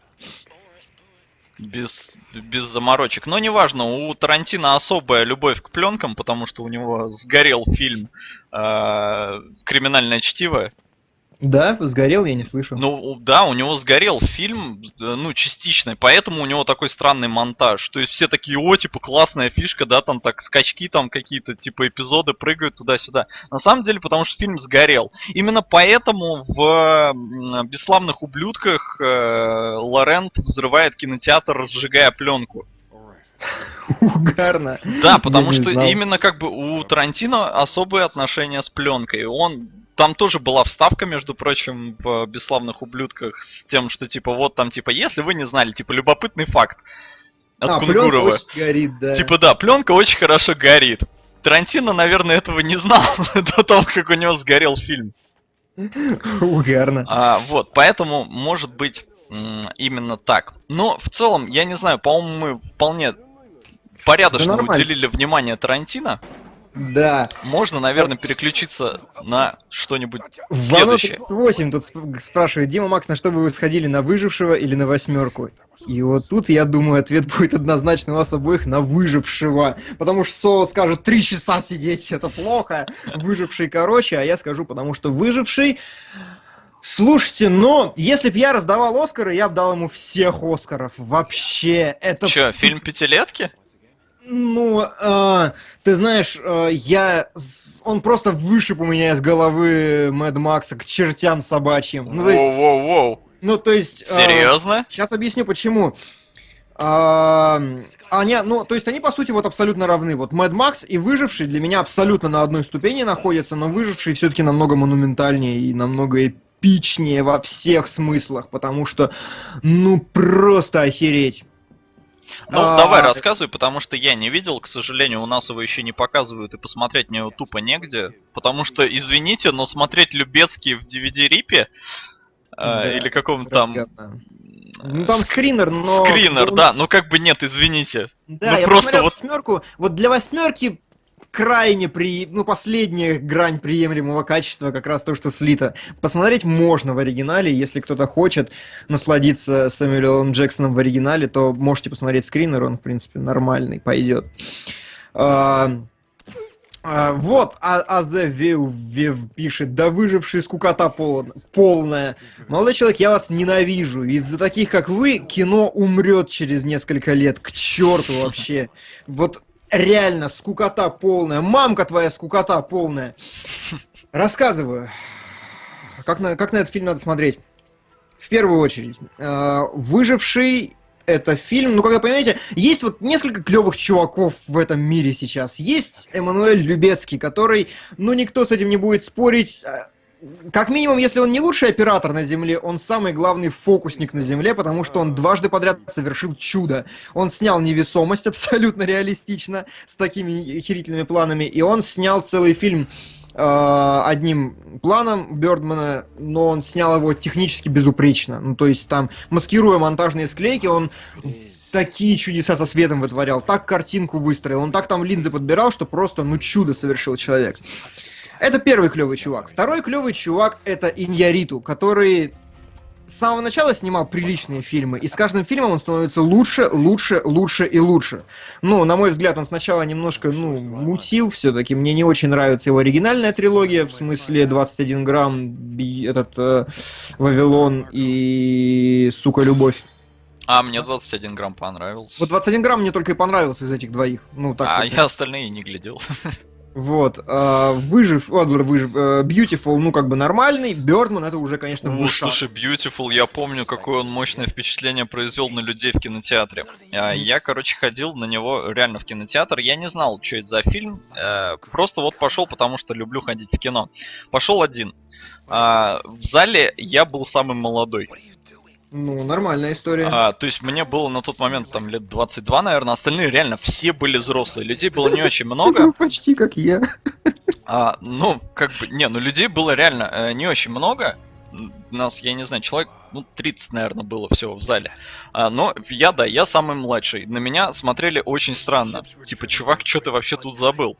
Без, без заморочек. Но неважно, у Тарантино особая любовь к пленкам, потому что у него сгорел фильм э, «Криминальное чтиво». Да, сгорел, я не слышал. Ну, да, у него сгорел фильм, ну, частично, поэтому у него такой странный монтаж. То есть все такие, о, типа, классная фишка, да, там так скачки там какие-то, типа, эпизоды прыгают туда-сюда. На самом деле, потому что фильм сгорел. Именно поэтому в «Бесславных ублюдках» э, Лорент взрывает кинотеатр, сжигая пленку. Угарно. Да, потому что именно как бы у Тарантино особые отношения с пленкой. Он... Там тоже была вставка, между прочим, в «Бесславных ублюдках» с тем, что, типа, вот там, типа, если вы не знали, типа, любопытный факт от а, Кунгурова. Пленка очень горит, да. Типа, да, пленка очень хорошо горит. Тарантино, наверное, этого не знал до того, как у него сгорел фильм. Угарно. А, вот, поэтому, может быть, именно так. Но, в целом, я не знаю, по-моему, мы вполне порядочно да уделили внимание Тарантино. Да. Можно, наверное, переключиться на что-нибудь Вано следующее. тридцать восемь тут спрашивает: Дима, Макс, на что бы вы сходили, на выжившего или на восьмерку? И вот тут, я думаю, ответ будет однозначно у вас обоих на выжившего. Потому что Соло скажет: три часа сидеть, это плохо. Выживший короче, а я скажу, потому что выживший... Слушайте, но если бы я раздавал Оскары, я бы дал ему всех Оскаров. Вообще, это... Че, фильм «Пятилетки»? Ну, э, ты знаешь, э, я... Он просто вышиб у меня из головы Мэд Макса к чертям собачьим. Ну, то есть... Воу-воу-воу. Ну, то есть... э, Серьезно? Сейчас объясню, почему. А, они, ну, то есть они, по сути, вот абсолютно равны. Вот Мэд Макс и Выживший для меня абсолютно на одной ступени находятся, но Выживший все-таки намного монументальнее и намного эпичнее во всех смыслах, потому что, ну, просто охереть. Ну, А, давай рассказывай, потому что я не видел, к сожалению, у нас его еще не показывают, и посмотреть мне его тупо негде. Потому что, извините, но смотреть Любецкий в ди ви ди-рипе, да, э, или каком-то там... Ну, там скринер, но... Скринер, да, ну как бы нет, извините. Да, ну, я просто посмотрел вот... восьмерку. Вот для восьмерки крайне при... Ну, последняя грань приемлемого качества, как раз то, что слито. Посмотреть можно в оригинале, если кто-то хочет насладиться Сэмюэлем Джексоном в оригинале, то можете посмотреть скринер, он, в принципе, нормальный, пойдет. А... А, вот, а, Азе Вев, Вев пишет: да выживший скукота пол, полная. Молодой человек, я вас ненавижу. Из-за таких, как вы, кино умрет через несколько лет. К черту вообще. Вот реально, скукота полная. Мамка твоя скукота полная. Рассказываю. Как на, как на этот фильм надо смотреть? В первую очередь, э, «Выживший» — это фильм, ну, когда, понимаете, есть вот несколько клевых чуваков в этом мире сейчас. Есть Эммануэль Любецкий, который, ну, никто с этим не будет спорить. Как минимум, если он не лучший оператор на Земле, он самый главный фокусник на Земле, потому что он дважды подряд совершил чудо. Он снял «Невесомость» абсолютно реалистично, с такими охерительными планами, и он снял целый фильм одним планом Бёрдмана, но он снял его технически безупречно. Ну, то есть там, маскируя монтажные склейки, он такие чудеса со светом вытворял, так картинку выстроил, он так там линзы подбирал, что просто, ну, чудо совершил человек. Это первый клевый чувак. Второй клевый чувак — это Иньярриту, который с самого начала снимал приличные фильмы, и с каждым фильмом он становится лучше, лучше, лучше и лучше. Ну, на мой взгляд, он сначала немножко, ну, мутил все-таки. Мне не очень нравится его оригинальная трилогия, в смысле двадцать один грамм, би, этот, э, Вавилон и, сука, Любовь. А, мне двадцать один грамм понравился. Вот двадцать один грамм мне только и понравился из этих двоих. Ну, так а вот. Я остальные не глядел. Вот, э, выжив, о, выжив, э, Beautiful, ну, как бы нормальный, Бёрдман — это уже, конечно, Ну, высший. слушай, Beautiful, я помню, какое он мощное впечатление произвел на людей в кинотеатре. Я, короче, ходил на него реально в кинотеатр, я не знал, что это за фильм, просто вот пошел, потому что люблю ходить в кино. Пошел один. В зале я был самый молодой. Ну, нормальная история. А, то есть мне было на тот момент там лет двадцать два, наверное, остальные реально все были взрослые. Людей было не очень много. Был почти как я. А, ну, как бы, не, ну людей было реально э, не очень много. Нас, я не знаю, человек, ну, тридцать, наверное, было всего в зале. А, но я, да, я самый младший. На меня смотрели очень странно. Типа, чувак, что ты вообще тут забыл?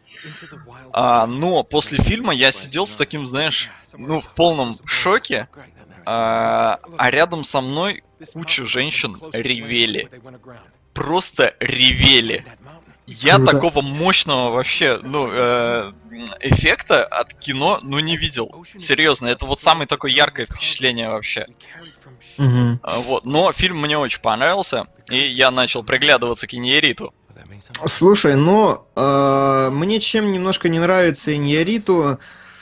А, но после фильма я сидел с таким, знаешь, ну, в полном шоке. А, а рядом со мной куча женщин ревели. Просто ревели. Я Круто. такого мощного вообще, ну, э, эффекта от кино, ну, не видел. Серьезно, это вот самое такое яркое впечатление вообще. Угу. А, вот. Но фильм мне очень понравился, и я начал приглядываться к Иньярриту. Слушай, ну, э, мне чем немножко не нравится Иньярриту,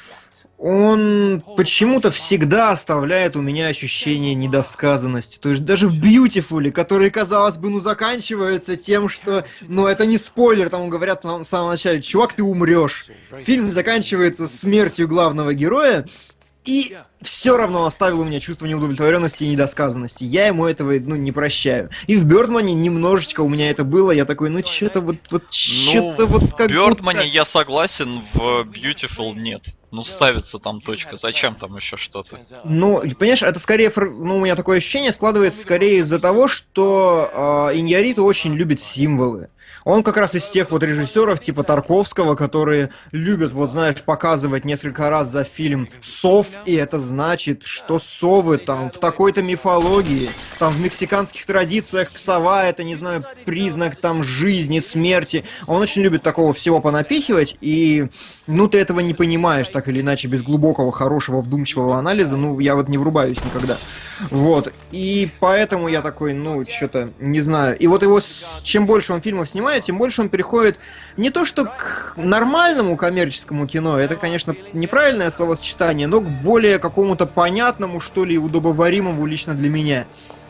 он почему-то всегда оставляет у меня ощущение недосказанности. То есть даже в Beautiful, который, казалось бы, ну, заканчивается тем, что, ну, это не спойлер, там говорят в самом начале: чувак, ты умрешь. Фильм заканчивается смертью главного героя, и все равно оставил у меня чувство неудовлетворенности и недосказанности. Я ему этого, ну, не прощаю. И в Бёрдмане немножечко у меня это было. Я такой, ну, что-то вот, вот что-то Ну, вот как в Бёрдмане будто... я согласен, в Beautiful нет. Ну, ставится там точка, зачем там еще что-то? Ну, понимаешь, это скорее, фр- ну, у меня такое ощущение складывается скорее из-за того, что э, Иньярриту очень любит символы. Он как раз из тех вот режиссеров типа Тарковского, которые любят, вот знаешь, показывать несколько раз за фильм сов, и это значит, что совы там в такой-то мифологии, там в мексиканских традициях сова это, не знаю, признак там жизни, смерти. Он очень любит такого всего понапихивать, и ну ты этого не понимаешь, так или иначе, без глубокого, хорошего, вдумчивого анализа, ну я вот не врубаюсь никогда. Вот, и поэтому я такой, ну, что-то, не знаю. И вот его, чем больше он фильмов снимает, тем больше он переходит не то что к нормальному коммерческому кино, это, конечно, неправильное словосочетание, но к более какому-то понятному, что ли, удобоваримому лично для меня.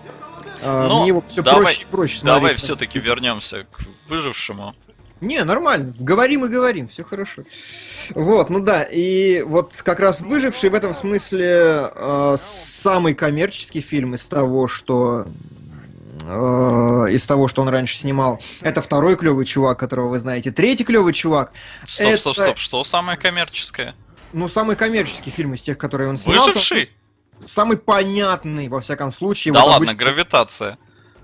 Но мне его все давай, проще и проще смотреть. Давай все-таки вернемся к выжившему. Не, нормально. Говорим и говорим, все хорошо. Вот, ну да, и вот как раз «Выживший» в этом смысле э, самый коммерческий фильм из того, что э, из того, что он раньше снимал. Это второй клевый чувак, которого вы знаете. Третий клевый чувак. Стоп, это... стоп, стоп, что самое коммерческое? Ну, самый коммерческий фильм из тех, которые он снимал. «Выживший»? Самый понятный, во всяком случае. Да вот ладно, обычно... «Гравитация».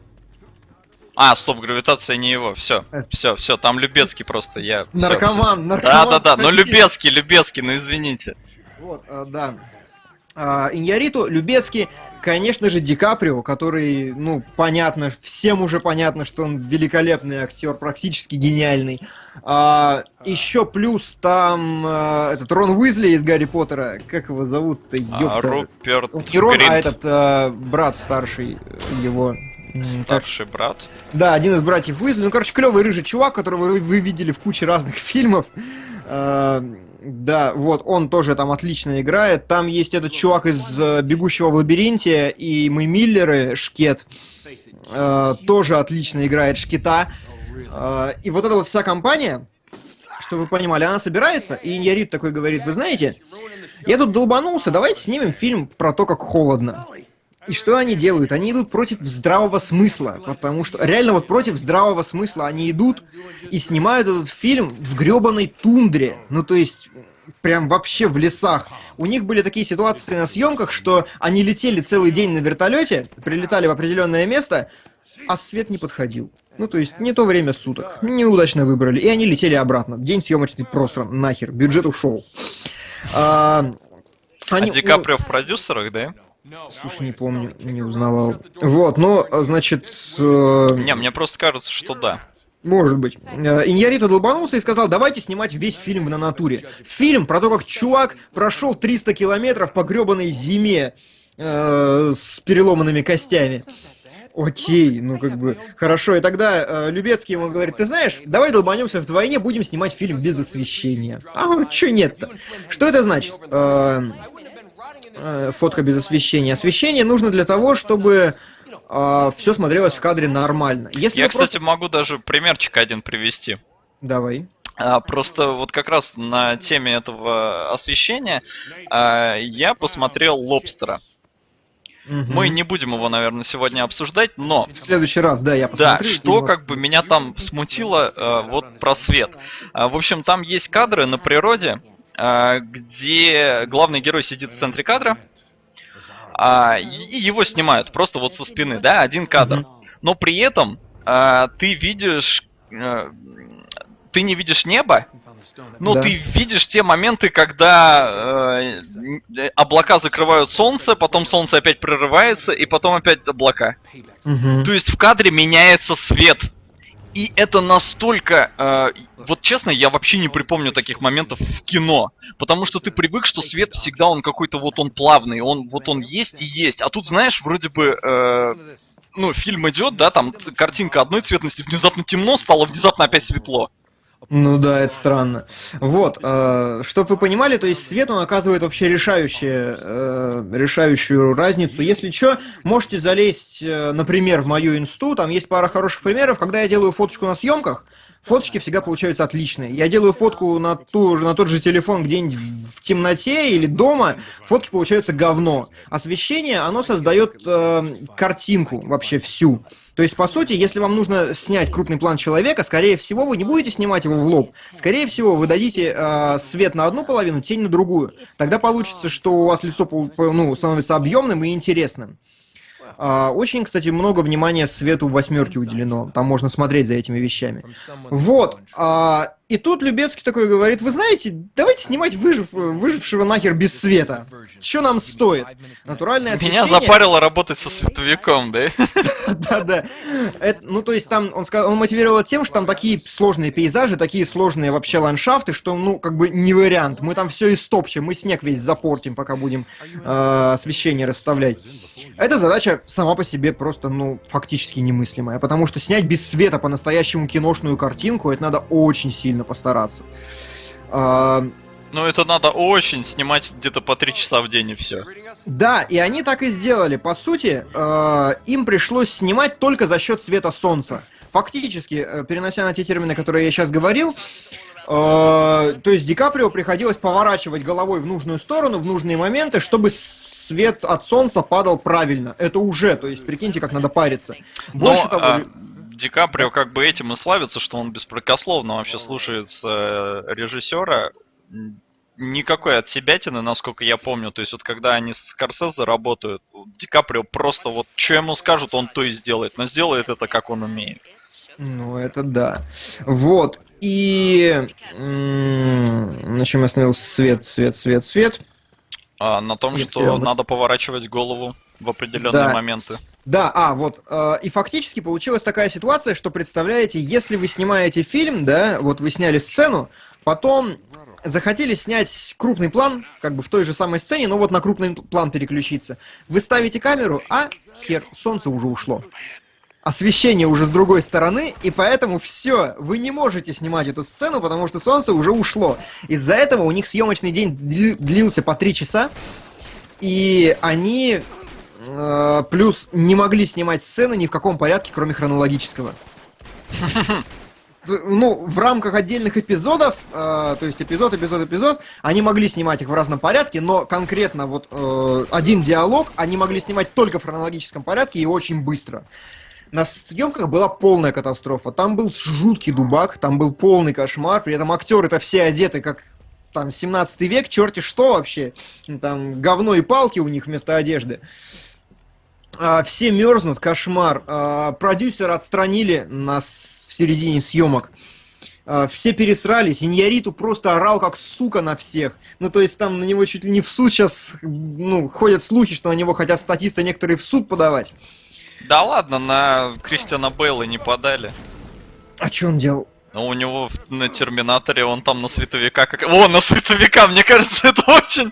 А, стоп, «Гравитация» не его, все, все, все, там Любецкий просто, я... Наркоман, всё, наркоман. Да-да-да, но Любецкий, Любецкий, ну извините. Вот, а, да. А, Иньярриту, Любецкий, конечно же, Ди Каприо, который, ну, понятно, всем уже понятно, что он великолепный актер, практически гениальный. А, еще плюс там а, этот Рон Уизли из Гарри Поттера, как его зовут-то, ёпта. А, Руперт Он не Рон, Гринт. а этот а, брат старший его... Старший брат? Да, один из братьев Уизли. Ну, короче, клевый рыжий чувак, которого вы, вы видели в куче разных фильмов. А, да, вот, он тоже там отлично играет. Там есть этот чувак из «Бегущего в лабиринте» и «Мы Миллеры», Шкет. А, тоже отлично играет Шкета. А, и вот эта вот вся компания, чтобы вы понимали, она собирается, и Иньярриту такой говорит: вы знаете, я тут долбанулся, давайте снимем фильм про то, как холодно. И что они делают? Они идут против здравого смысла, потому что реально вот против здравого смысла они идут и снимают этот фильм в гребаной тундре, ну то есть прям вообще в лесах. У них были такие ситуации на съемках, что они летели целый день на вертолете, прилетали в определенное место, а свет не подходил. Ну, то есть, не то время суток. Неудачно выбрали. И они летели обратно. День съемочный просран. Нахер. Бюджет ушел. А, они, а Ди Каприо ну... в продюсерах, да? Слушай, не помню, не узнавал. Вот, но, значит... Э... Не, мне просто кажется, что да. Может быть. Иньярриту долбанулся и сказал: давайте снимать весь фильм на натуре. Фильм про то, как чувак прошел триста километров по гребаной зиме э, с переломанными костями. Окей, ну как бы, хорошо. И тогда э, Любецкий ему говорит: ты знаешь, давай долбанемся вдвойне, будем снимать фильм без освещения. А чё нет-то? Что это значит? Э, э, фотка без освещения. Освещение нужно для того, чтобы э, все смотрелось в кадре нормально. Если Я, просто... кстати, могу даже примерчик один привести. Давай. А, просто вот как раз на теме этого освещения а, я посмотрел «Лобстера». Угу. Мы не будем его, наверное, сегодня обсуждать, но... В следующий раз, да, я посмотрю. Да, что как бы меня там смутило, э, вот про свет. А, в общем, там есть кадры на природе, э, где главный герой сидит в центре кадра, а, и его снимают просто вот со спины, да, один кадр. Угу. Но при этом э, ты видишь... Э, ты не видишь небо, но да. Ты видишь те моменты, когда э, облака закрывают солнце, потом солнце опять прерывается, и потом опять облака. Угу. То есть в кадре меняется свет. И это настолько... Э, вот честно, я вообще не припомню таких моментов в кино. Потому что ты привык, что свет всегда он какой-то вот он плавный, он вот он есть и есть. А тут, знаешь, вроде бы... Э, ну, фильм идет, да, там картинка одной цветности, внезапно темно стало, внезапно опять светло. Ну да, это странно. Вот, э, чтобы вы понимали, то есть свет, он оказывает вообще решающую, э, решающую разницу. Если что, можете залезть, э, например, в мою инсту, там есть пара хороших примеров, когда я делаю фоточку на съемках, фоточки всегда получаются отличные. Я делаю фотку на, ту, на тот же телефон где-нибудь в темноте или дома, фотки получаются говно. Освещение, оно создает э, картинку вообще всю. То есть, по сути, если вам нужно снять крупный план человека, скорее всего, вы не будете снимать его в лоб. Скорее всего, вы дадите э, свет на одну половину, тень на другую. Тогда получится, что у вас лицо ну, становится объемным и интересным. А, очень, кстати, много внимания свету восьмерки уделено. Там можно смотреть за этими вещами. Вот. А, и тут Любецкий такой говорит: вы знаете, давайте снимать выжив, выжившего нахер без света. Что нам стоит? Натуральное освещение... Меня запарило работать со световиком, да? Да-да. Ну, то есть там он, он мотивировал тем, что там такие сложные пейзажи, такие сложные вообще ландшафты, что, ну, как бы не вариант. Мы там все истопчем, мы снег весь запортим, пока будем э, освещение расставлять. Эта задача сама по себе просто, ну, фактически немыслимая, потому что снять без света по-настоящему киношную картинку, это надо очень сильно постараться. А... Ну, это надо очень снимать где-то по три часа в день и все. Да, и они так и сделали. По сути, э, им пришлось снимать только за счет света солнца. Фактически, э, перенося на те термины, которые я сейчас говорил, э, то есть Ди Каприо приходилось поворачивать головой в нужную сторону, в нужные моменты, чтобы свет от солнца падал правильно. Это уже, то есть, прикиньте, как надо париться. Больше Но, того... А... Ди Каприо как бы этим и славится, что он беспрекословно вообще слушается режиссера. Никакой отсебятины, насколько я помню. То есть вот когда они с Скорсезе работают, Ди Каприо просто вот что ему скажут, он то и сделает. Но сделает это, как он умеет. Ну, это да. Вот. И... М- на чем я остановился? Свет, свет, свет, свет. А, на том, Я что потерял надо поворачивать голову в определенные да. моменты. Да, а, вот, э, и фактически получилась такая ситуация, что, представляете, если вы снимаете фильм, да, вот вы сняли сцену, потом захотели снять крупный план, как бы в той же самой сцене, но вот на крупный план переключиться. Вы ставите камеру, а хер, солнце уже ушло. Освещение уже с другой стороны, и поэтому все, вы не можете снимать эту сцену, потому что солнце уже ушло. Из-за этого у них съемочный день длился по три часа, и они... Плюс не могли снимать сцены ни в каком порядке, кроме хронологического. Ну, в рамках отдельных эпизодов, э, то есть эпизод, эпизод, эпизод, они могли снимать их в разном порядке, но конкретно вот э, один диалог они могли снимать только в хронологическом порядке и очень быстро. На съемках была полная катастрофа. Там был жуткий дубак, там был полный кошмар, при этом актеры-то все одеты как... Там семнадцатый век, черти что вообще. Там говно и палки у них вместо одежды. А, все мерзнут, кошмар. А, продюсера отстранили нас в середине съемок. А, все пересрались. Иньяриту просто орал как сука на всех. Ну, то есть там на него чуть ли не в суд сейчас, ну, ходят слухи, что на него хотят статисты некоторые в суд подавать. Да ладно, на Кристиана Бейла не подали. А что он делал? Ну, у него на Терминаторе, он там на световика как... О, на световика, мне кажется, это очень...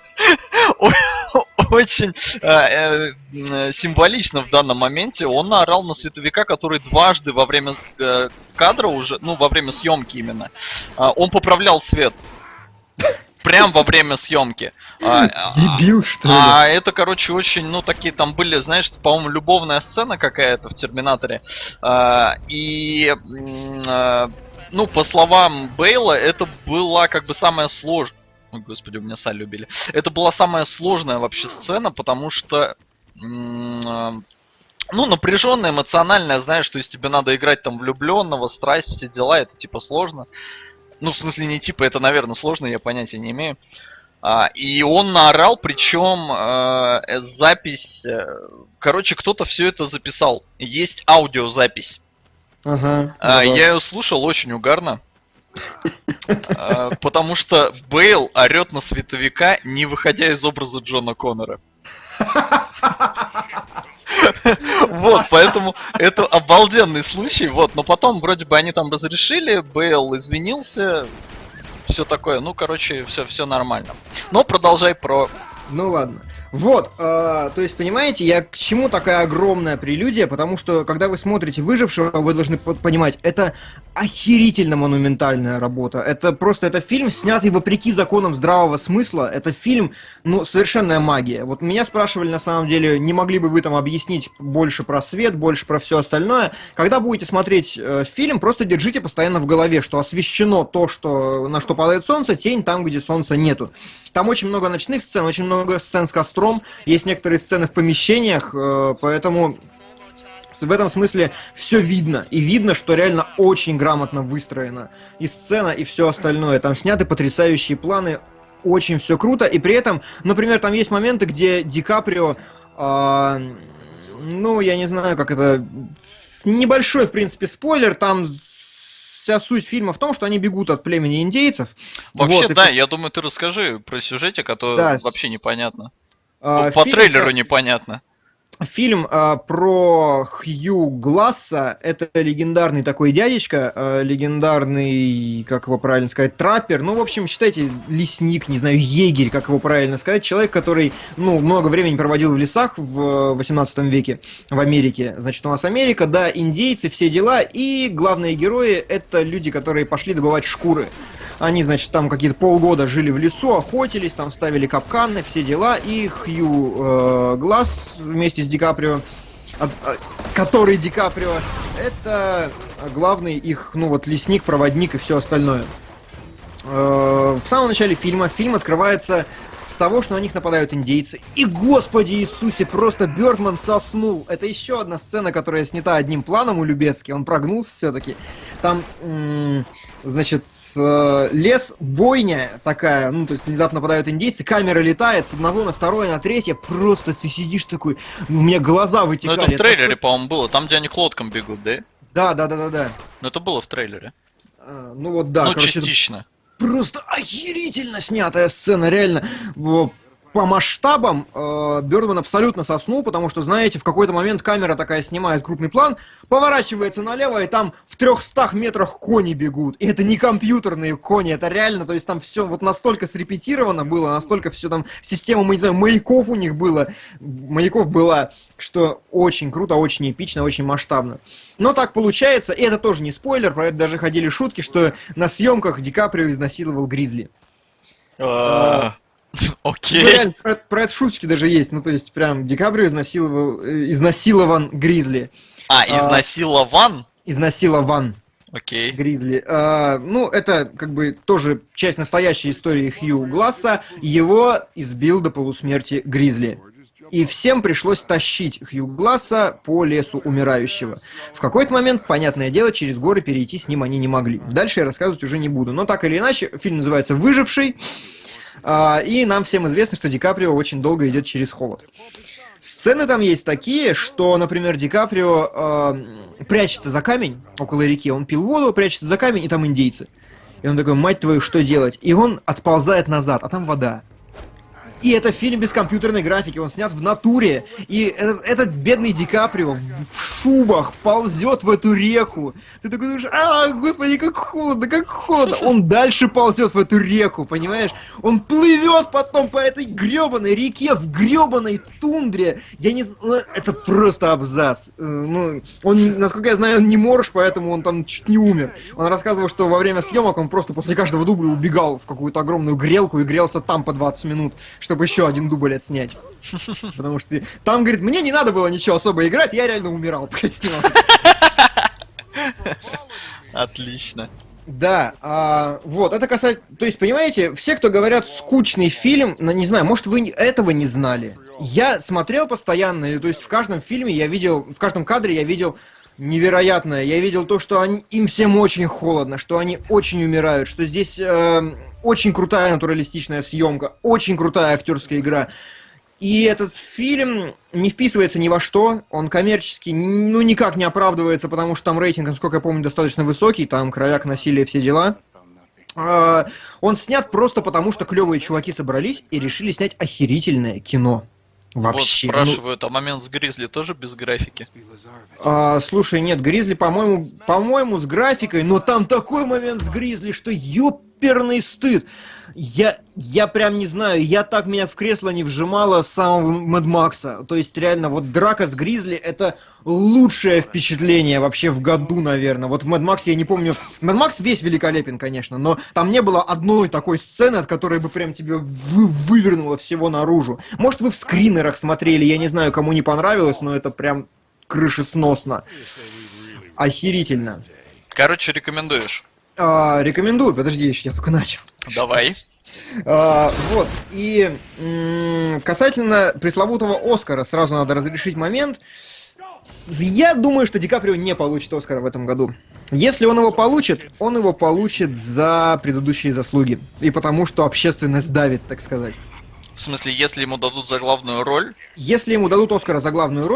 Очень э, э, символично в данном моменте. Он наорал на световика, который дважды во время э, кадра уже, ну, во время съемки именно, э, он поправлял свет. Прям во время съемки. Дебил, что ли? А это, короче, очень, ну, такие там были, знаешь, по-моему, любовная сцена какая-то в Терминаторе. А, и, а, ну, по словам Бейла, это была как бы самая сложная... Ой, господи, у меня саль убили. Это была самая сложная вообще сцена, потому что... М- ну, напряженная, эмоциональная, знаешь, то есть тебе надо играть там влюбленного, страсть, все дела, это типа сложно. Ну, в смысле, не типа, это, наверное, сложно, я понятия не имею. А, и он наорал, причем э, запись... Э, короче, кто-то все это записал. Есть аудиозапись. Ага. А, я ее слушал очень угарно. А, потому что Бейл орет на световика, не выходя из образа Джона Коннора. Вот, поэтому это обалденный случай, вот, но потом вроде бы они там разрешили, Бейл извинился, все такое, ну, короче, все, все нормально. Но продолжай про... Ну ладно. Вот, э, то есть, понимаете, я к чему такая огромная прелюдия, потому что, когда вы смотрите «Выжившего», вы должны понимать, это охерительно монументальная работа. Это просто, это фильм, снятый вопреки законам здравого смысла. Это фильм, ну, совершенная магия. Вот меня спрашивали, на самом деле, не могли бы вы там объяснить больше про свет, больше про все остальное. Когда будете смотреть э, фильм, просто держите постоянно в голове, что освещено то, что, на что падает солнце, тень там, где солнца нету. Там очень много ночных сцен, очень много сцен с костром, есть некоторые сцены в помещениях, э, поэтому в этом смысле все видно. И видно, что реально очень грамотно выстроено и сцена, и все остальное. Там сняты потрясающие планы, очень все круто. И при этом, например, там есть моменты, где Ди Каприо... Э, Ну, я не знаю, как это... Небольшой, в принципе, спойлер, там вся суть фильма в том, что они бегут от племени индейцев. Вообще, вот, да, и... я думаю, ты расскажи про сюжетик, а то да, вообще непонятно. А, по фильм, трейлеру непонятно. Фильм а, про Хью Гласса. Это легендарный такой дядечка, а, легендарный, как его правильно сказать, траппер. Ну, в общем, считайте, лесник, не знаю, егерь, как его правильно сказать. Человек, который, ну, много времени проводил в лесах в восемнадцатом веке в Америке. Значит, у нас Америка, да, индейцы, все дела. И главные герои — это люди, которые пошли добывать шкуры. Они, значит, там какие-то полгода жили в лесу, охотились, там ставили капканы, все дела. И Хью э, Гласс вместе с Ди Каприо, от, от, который Ди Каприо, это главный их, ну вот, лесник, проводник и все остальное. Э, в самом начале фильма фильм открывается с того, что на них нападают индейцы. И, Господи Иисусе, просто Бёрдман соснул. Это еще одна сцена, которая снята одним планом у Любецки. Он прогнулся все-таки. Там, м- значит, лес, бойня такая, ну, то есть внезапно нападают индейцы, камера летает с одного на второе, на третье. Просто ты сидишь такой, у меня глаза вытекали. Ну, это в трейлере, это... по-моему, было. Там, где они к лодкам бегут, да? Да, да, да, да, да. Но это было в трейлере. А, ну вот да. Ну, короче, частично. Просто охерительно снятая сцена, реально. По масштабам э, Бёрдман абсолютно соснул, потому что, знаете, в какой-то момент камера такая снимает крупный план, поворачивается налево, и там в трехстах метрах кони бегут. И это не компьютерные кони, это реально, то есть там все вот настолько срепетировано было, настолько все там, система, мы не знаю, маяков у них было, маяков была, что очень круто, очень эпично, очень масштабно. Но так получается, и это тоже не спойлер, про это даже ходили шутки, что на съемках Ди Каприо изнасиловал Гризли. Окей. Ну, реально, про, про это шуточки даже есть. Ну, то есть, прям Ди Каприо изнасиловал, э, изнасилован Гризли. А, изнасилован? А, изнасилован. Окей. Гризли. А, ну, это, как бы, тоже часть настоящей истории Хью Гласса. Его избил до полусмерти Гризли. И всем пришлось тащить Хью Гласса по лесу умирающего. В какой-то момент, понятное дело, через горы перейти с ним они не могли. Дальше я рассказывать уже не буду. Но так или иначе, фильм называется «Выживший». Uh, и нам всем известно, что Ди Каприо очень долго идет через холод. Сцены там есть такие, что, например, Ди Каприо uh, прячется за камень около реки, он пил воду, прячется за камень, и там индейцы. И он такой, мать твою, что делать? И он отползает назад, а там вода. И это фильм без компьютерной графики, он снят в натуре. И этот, этот бедный Ди Каприо в шубах ползет в эту реку. Ты такой думаешь, а, господи, как холодно, как холодно. Он дальше ползет в эту реку, понимаешь? Он плывет потом по этой гребаной реке в гребаной тундре. Я не знаю, это просто абзац. Ну, он, насколько я знаю, он не морж, поэтому он там чуть не умер. Он рассказывал, что во время съемок он просто после каждого дубля убегал в какую-то огромную грелку и грелся там по двадцать минут, чтобы еще один дубль отснять. Потому что там, говорит, мне не надо было ничего особо играть, я реально умирал, пока снимал. Отлично. Да, а, вот, это касается... То есть, понимаете, все, кто говорят скучный фильм, ну, не знаю, может, вы этого не знали. Я смотрел постоянно, и, то есть в каждом фильме я видел, в каждом кадре я видел невероятное. Я видел то, что они, им всем очень холодно, что они очень умирают, что здесь э, очень крутая натуралистичная съемка, очень крутая актерская игра. И этот фильм не вписывается ни во что, он коммерчески, ну, никак не оправдывается, потому что там рейтинг, насколько я помню, достаточно высокий, там кровяк, насилие, все дела. Э, он снят просто потому, что клевые чуваки собрались и решили снять охерительное кино. Вообще. Вот спрашивают, ну... а момент с Гризли тоже без графики? А, слушай, нет, Гризли, по-моему, по-моему, с графикой, но там такой момент с Гризли, что ёперный стыд. Я, я прям не знаю, я так меня в кресло не вжимала с самого Мэд Макса. То есть, реально, вот драка с Гризли — это лучшее впечатление вообще в году, наверное. Вот в Мэд Максе я не помню... Мэд Макс весь великолепен, конечно, но там не было одной такой сцены, от которой бы прям тебе вы, вывернуло всего наружу. Может, вы в скринерах смотрели, я не знаю, кому не понравилось, но это прям крышесносно. Охерительно. Короче, рекомендуешь? А, рекомендую, подожди, еще я только начал. Давай. А, вот, и м- касательно пресловутого Оскара, сразу надо разрешить момент. Я думаю, что Ди Каприо не получит Оскара в этом году. Если он его получит, он его получит за предыдущие заслуги. И потому, что общественность давит, так сказать. В смысле, если ему дадут за главную роль? Если ему дадут Оскара за главную роль,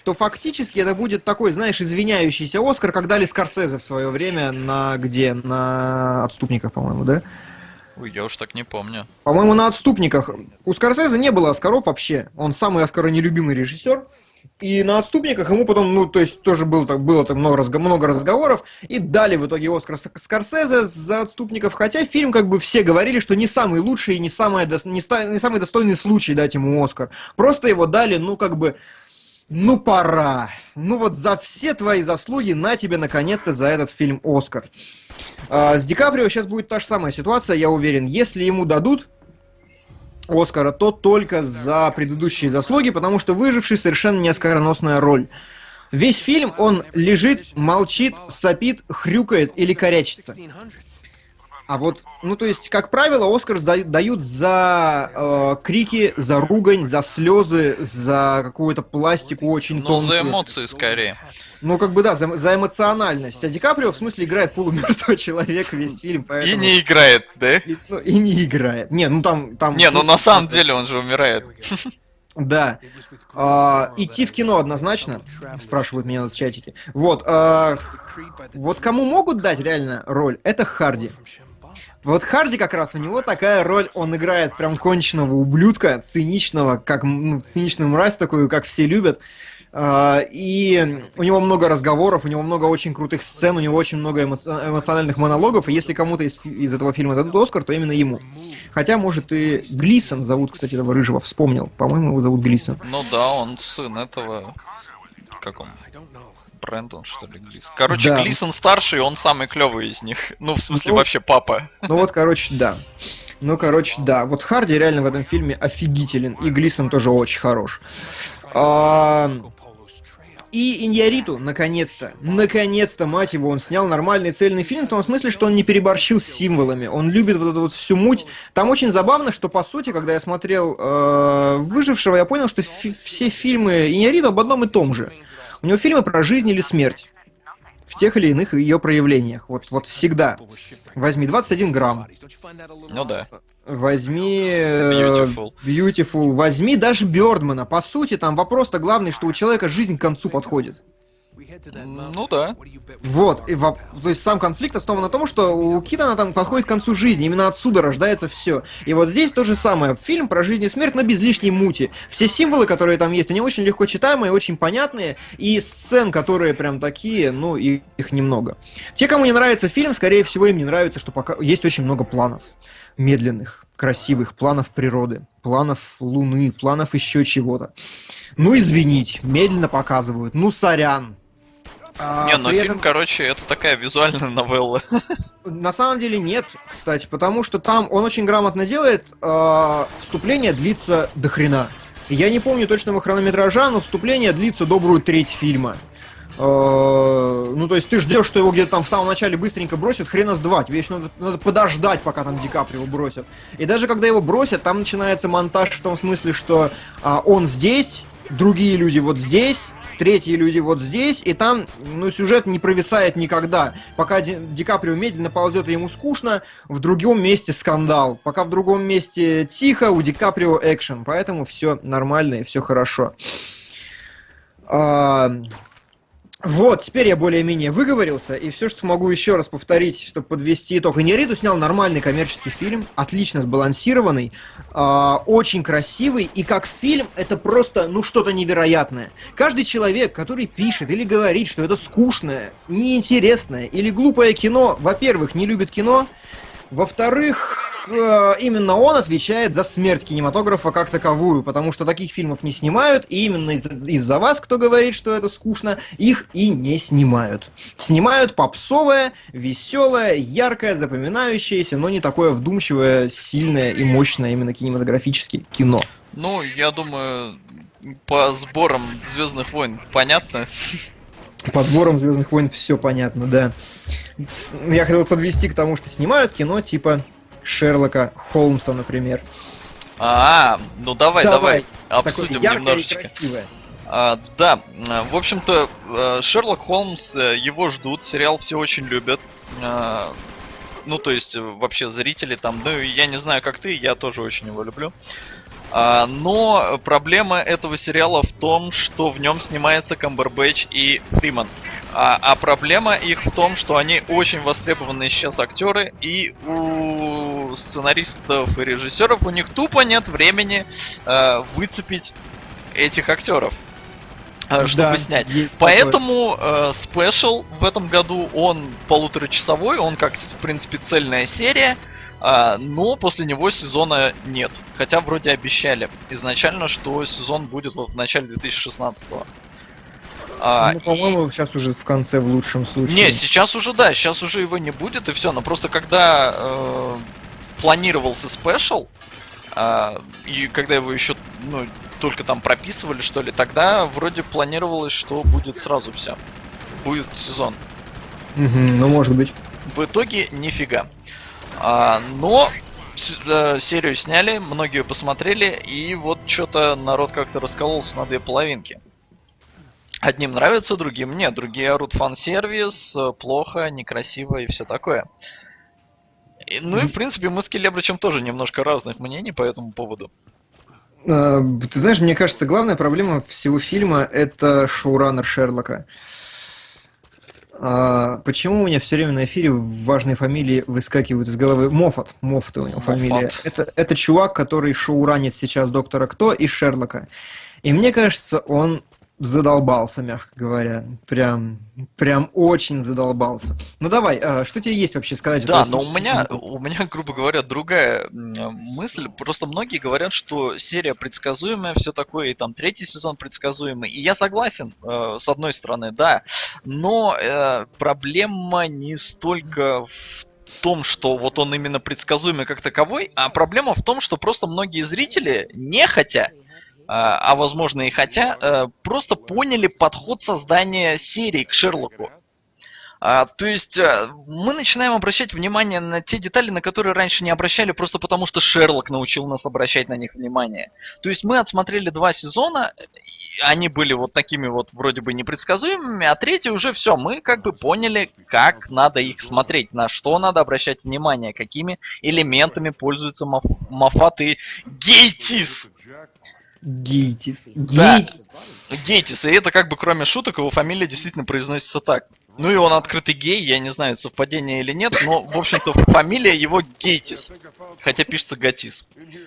то фактически это будет такой, знаешь, извиняющийся Оскар, как дали Скорсезе в свое время на где? На «Отступниках», по-моему, да? Ой, я уж так не помню. По-моему, на «Отступниках». У Скорсезе не было Оскаров вообще. Он самый оскаронелюбимый режиссер. И на «Отступниках» ему потом, ну, то есть тоже было так, было так много, разго- много разговоров, и дали в итоге Оскар Скорсезе за «Отступников», хотя фильм, как бы, все говорили, что не самый лучший и не, самое, не, ста- не самый достойный случай дать ему Оскар. Просто его дали, ну, как бы, ну, пора. Ну, вот за все твои заслуги на тебе, наконец-то, за этот фильм Оскар. А, с Ди Каприо сейчас будет та же самая ситуация, я уверен. Если ему дадут Оскара, то только за предыдущие заслуги, потому что «Выживший» совершенно не оскароносная роль. Весь фильм он лежит, молчит, сопит, хрюкает или корячится. А вот, ну то есть, как правило, Оскар дают за э, крики, за ругань, за слезы, за какую-то пластику очень тонкую. Ну, за эмоции скорее. Ну, как бы да, за, за эмоциональность. А Ди Каприо, в смысле, играет полумертвого человека весь фильм, поэтому... И не играет, да? И, ну, и не играет. Не, ну там... там не, ну на самом деле он же умирает. Да. А, идти в кино однозначно, спрашивают меня в чатике. Вот. А, вот кому могут дать реально роль, это Харди. Вот Харди как раз, у него такая роль, он играет прям конченого ублюдка, циничного, как ну, циничную мразь такую, как все любят. Uh, и у него много разговоров, у него много очень крутых сцен, у него очень много эмо- эмоциональных монологов, и если кому-то из, из этого фильма дадут Оскар, то именно ему. Хотя, может, и Глисон зовут, кстати, этого рыжего, вспомнил. По-моему, его зовут Глисон. Ну да, он сын этого... Как он? Брэндон, что ли, Глисон? Короче, да. Глисон старший, он самый клевый из них. Ну, в смысле, ну, вообще папа. Ну вот, короче, да. Ну, короче, да. Вот Харди реально в этом фильме офигителен, и Глисон тоже очень хорош. А... И Иньярриту, наконец-то, наконец-то, мать его, он снял нормальный цельный фильм, в том смысле, что он не переборщил с символами, он любит вот эту вот всю муть. Там очень забавно, что, по сути, когда я смотрел э, «Выжившего», я понял, что фи- все фильмы Иньярриту об одном и том же. У него фильмы про жизнь или смерть. В тех или иных ее проявлениях. Вот, вот всегда. Возьми двадцать один грамм. Ну да. Возьми Beautiful. Beautiful. Возьми даже Бёрдмана. По сути, там вопрос-то главный, что у человека жизнь к концу подходит. Ну да. Вот. И во... То есть сам конфликт основан на том, что у Китона там подходит к концу жизни. Именно отсюда рождается все. И вот здесь то же самое. Фильм про жизнь и смерть, но без лишней мути. Все символы, которые там есть, они очень легко читаемые, очень понятные. И сцен, которые прям такие, ну, их немного. Те, кому не нравится фильм, скорее всего, им не нравится, что пока есть очень много планов. Медленных, красивых, планов природы, планов Луны, планов еще чего-то. Ну, извините, медленно показывают. Ну, сорян. А, не, ну фильм, этом... короче, это такая визуальная новелла. На самом деле нет, кстати, потому что там он очень грамотно делает, э, вступление длится до хрена. Я не помню точного хронометража, но вступление длится добрую треть фильма. Э, ну, то есть ты ждешь, что его где-то там в самом начале быстренько бросят, хрена с два. Тебе еще надо, надо подождать, пока там Ди Каприо бросят. И даже когда его бросят, там начинается монтаж в том смысле, что э, он здесь, другие люди вот здесь, третьи люди вот здесь, и там, ну, сюжет не провисает никогда. Пока Ди, Ди Каприо медленно ползет, и ему скучно, в другом месте скандал. Пока в другом месте тихо, у Ди Каприо экшен. Поэтому все нормально и все хорошо. А... Вот, теперь я более-менее выговорился, и все, что могу еще раз повторить, чтобы подвести итог. Иньярриту снял нормальный коммерческий фильм, отлично сбалансированный, э, очень красивый, и как фильм это просто, ну, что-то невероятное. Каждый человек, который пишет или говорит, что это скучное, неинтересное или глупое кино, во-первых, не любит кино, во-вторых, э, именно он отвечает за смерть кинематографа как таковую, потому что таких фильмов не снимают, и именно из- из-за вас, кто говорит, что это скучно, их и не снимают. Снимают попсовое, веселое, яркое, запоминающееся, но не такое вдумчивое, сильное и мощное именно кинематографически кино. Ну, я думаю, по сборам «Звездных войн» понятно. По сборам «Звездных войн» все понятно, да. Я хотел подвести к тому, что снимают кино типа Шерлока Холмса, например. А, ну давай, давай, давай обсудим яркое немножечко. И красивое. А, да, в общем-то, Шерлок Холмс, его ждут, сериал все очень любят. А, ну, то есть, вообще, зрители там, ну, я не знаю, как ты, я тоже очень его люблю. А, но проблема этого сериала в том, что в нем снимается Камбербэтч и Фриман. А, а проблема их в том, что они очень востребованные сейчас актеры, и у сценаристов и режиссеров у них тупо нет времени э, выцепить этих актеров, э, чтобы Да, снять. есть Поэтому э, спешл в этом году, он полуторачасовой, он как, в принципе, цельная серия. А, но после него сезона нет. Хотя вроде обещали изначально, что сезон будет в начале две тысячи шестнадцатого. А, Ну, по-моему, и... сейчас уже в конце, в лучшем случае. Не, сейчас уже да, сейчас уже его не будет и все. Но просто когда э, планировался спешл, э, и когда его еще ну, только там прописывали, что ли, тогда вроде планировалось, что будет сразу все. Будет сезон. Угу, ну, может быть. В итоге нифига. А, но с, э, серию сняли, многие посмотрели, и вот что-то народ как-то раскололся на две половинки. Одним нравится, другим нет. Другие орут фан-сервис, плохо, некрасиво и все такое. И, ну и в принципе мы с Келебричем тоже немножко разных мнений по этому поводу. А, ты знаешь, мне кажется, главная проблема всего фильма — это шоураннер Шерлока. А, почему у меня все время на эфире важные фамилии выскакивают из головы? Моффат. Моффат у него Моффат. фамилия. Это, это чувак, который шоуранит сейчас Доктора Кто и Шерлока. И мне кажется, он задолбался, мягко говоря. Прям, прям очень задолбался. Ну давай, а, что тебе есть вообще сказать? Да, но у меня, у меня, грубо говоря, другая мысль. Просто многие говорят, что серия предсказуемая, все такое, и там третий сезон предсказуемый. И я согласен, э, с одной стороны, да. Но э, проблема не столько в том, что вот он именно предсказуемый как таковой, а проблема в том, что просто многие зрители, не хотя, а возможно и хотя, просто поняли подход создания серии к Шерлоку. А, то есть мы начинаем обращать внимание на те детали, на которые раньше не обращали, просто потому что Шерлок научил нас обращать на них внимание. То есть мы отсмотрели два сезона, они были вот такими вот вроде бы непредсказуемыми, а третий уже все, мы как бы поняли, как надо их смотреть, на что надо обращать внимание, какими элементами пользуются Моф... Моффат и Гейтис. Гейтис. Да, Гейтис, и это как бы кроме шуток, его фамилия действительно произносится так. Ну и он открытый гей, я не знаю, совпадение или нет, но, в общем-то, фамилия его Гейтис, хотя пишется Гатис.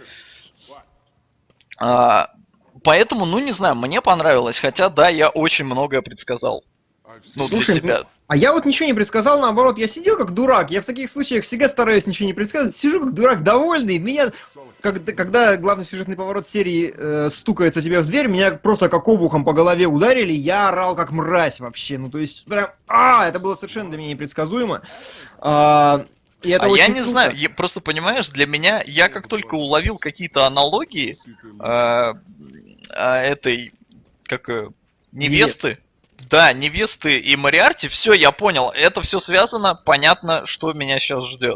А, поэтому, ну не знаю, мне понравилось, хотя да, я очень многое предсказал. Ну, Слушай, для себя. А я вот ничего не предсказал, наоборот, я сидел как дурак. Я в таких случаях всегда стараюсь ничего не предсказывать. Сижу как дурак, довольный. Меня, когда, когда главный сюжетный поворот серии э, стукается тебе в дверь, меня просто как обухом по голове ударили. Я орал как мразь вообще. Ну, то есть, прям, а, это было совершенно для меня непредсказуемо. А, и это а очень я не круто. знаю, я, просто понимаешь, для меня, я как только уловил какие-то аналогии э, э, этой, как э, невесты, да, невесты и Мориарти, все, я понял, это все связано, понятно, что меня сейчас ждет.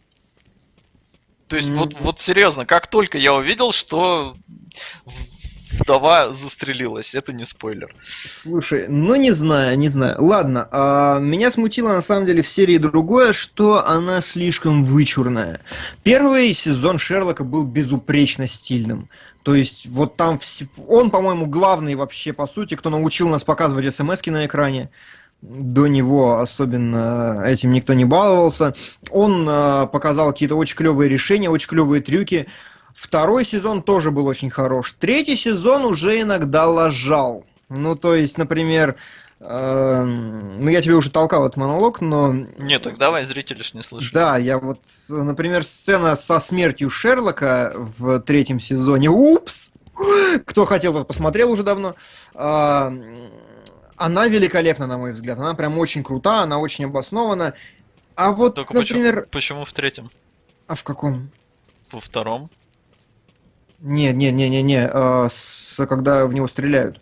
То есть, mm-hmm. вот, вот серьезно, как только я увидел, что вдова застрелилась, это не спойлер. Слушай, ну не знаю, не знаю. Ладно, а, меня смутило на самом деле в серии другое, что она слишком вычурная. Первый сезон Шерлока был безупречно стильным. То есть, вот там вс... он, по-моему, главный вообще, по сути, кто научил нас показывать смс-ки на экране. До него особенно этим никто не баловался. Он э, показал какие-то очень клевые решения, очень клевые трюки. Второй сезон тоже был очень хорош. Третий сезон уже иногда лажал. Ну, то есть, например... Э, ну, я тебе уже толкал этот монолог, но... Нет, так давай, зрители ж не слышали. Да, я вот, например, сцена со смертью Шерлока в третьем сезоне. Упс! Кто хотел, тот посмотрел уже давно. Э, она великолепна, на мой взгляд. Она прям очень крута, она очень обоснована. А вот, только например... Почему, почему в третьем? А в каком? Во втором. Не, не, не, не, не. А, с, когда в него стреляют.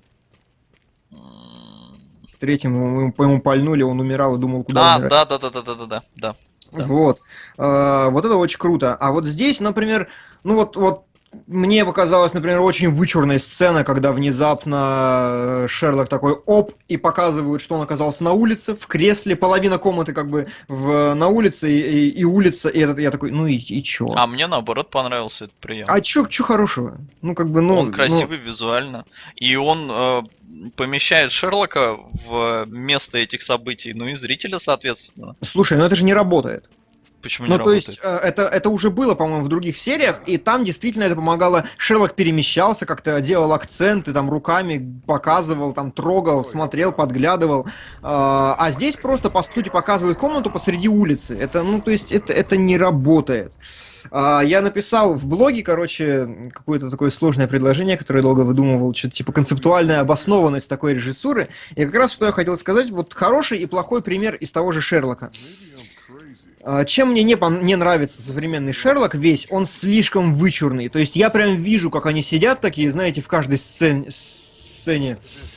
В третьем ему, по ему пальнули, он умирал и думал, куда а, умирать. Да, да, да, да, да, да, да, да. Вот. А, вот это очень круто. А вот здесь, например, ну вот, вот мне показалась, например, очень вычурная сцена, когда внезапно Шерлок такой оп, и показывают, что он оказался на улице, в кресле, половина комнаты как бы в, на улице, и, и, и улица, и этот, я такой, ну и, и чё? А мне наоборот понравился этот прием. А чё, чё хорошего? Ну как бы, ну... Он красивый ну... визуально, и он э, помещает Шерлока в место этих событий, ну и зрителя, соответственно. Слушай, ну это же не работает. Почему Ну, не то работает? есть, это, это уже было, по-моему, в других сериях, и там действительно это помогало. Шерлок перемещался, как-то делал акценты, там руками показывал, там трогал, смотрел, подглядывал. А, а здесь просто, по сути, показывают комнату посреди улицы. Это, ну, то есть, это, это не работает. А, я написал в блоге, короче, какое-то такое сложное предложение, которое я долго выдумывал, что-то типа концептуальная обоснованность такой режиссуры. И как раз что я хотел сказать, вот хороший и плохой пример из того же Шерлока. Чем мне не, не нравится современный Шерлок весь, он слишком вычурный. То есть я прям вижу, как они сидят такие, знаете, в каждой сцене. сцене.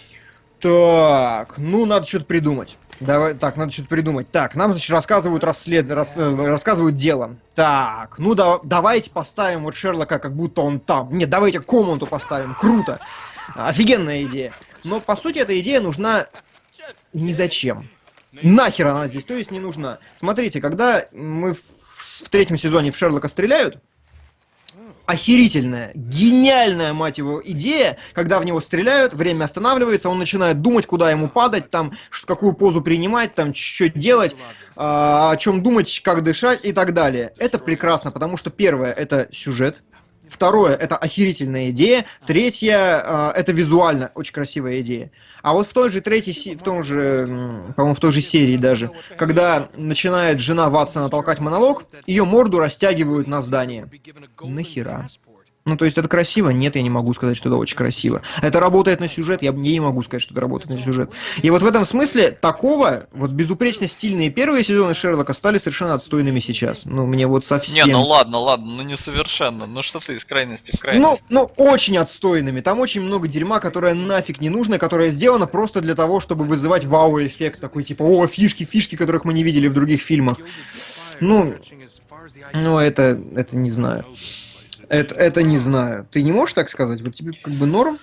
Так, ну надо что-то придумать. Давай, так, надо что-то придумать. Так, нам, значит, рассказывают расслед... рас... рассказывают дело. Так, ну да, давайте поставим вот Шерлока, как будто он там. Нет, давайте комнату поставим. Круто. Офигенная идея. Но, по сути, эта идея нужна ни зачем. Нахер она здесь, то есть не нужна. Смотрите, когда мы в, в третьем сезоне в Шерлока стреляют, охерительная, гениальная, мать его, идея, когда в него стреляют, время останавливается, он начинает думать, куда ему падать, там, какую позу принимать, там, что делать, а, о чем думать, как дышать и так далее. Это прекрасно, потому что первое, это сюжет. Второе, это охерительная идея. Третье, э, это визуально очень красивая идея. А вот в той же третьей, в том же, по-моему, в той же серии даже, когда начинает жена Ватсона толкать монолог, ее морду растягивают на здание. Нахера? Ну, то есть это красиво? Нет, я не могу сказать, что это очень красиво. Это работает на сюжет? Я не могу сказать, что это работает на сюжет. И вот в этом смысле такого, вот безупречно стильные первые сезоны Шерлока стали совершенно отстойными сейчас. Ну, мне вот совсем... Не, ну ладно, ладно, ну не совершенно. Ну что ты из крайности в крайность? Ну, ну, очень отстойными. Там очень много дерьма, которое нафиг не нужно, которое сделано просто для того, чтобы вызывать вау-эффект. Такой типа, о, фишки, фишки, которых мы не видели в других фильмах. Ну, ну это, это не знаю. Это, это не знаю. Ты не можешь так сказать? Вот тебе как бы норм?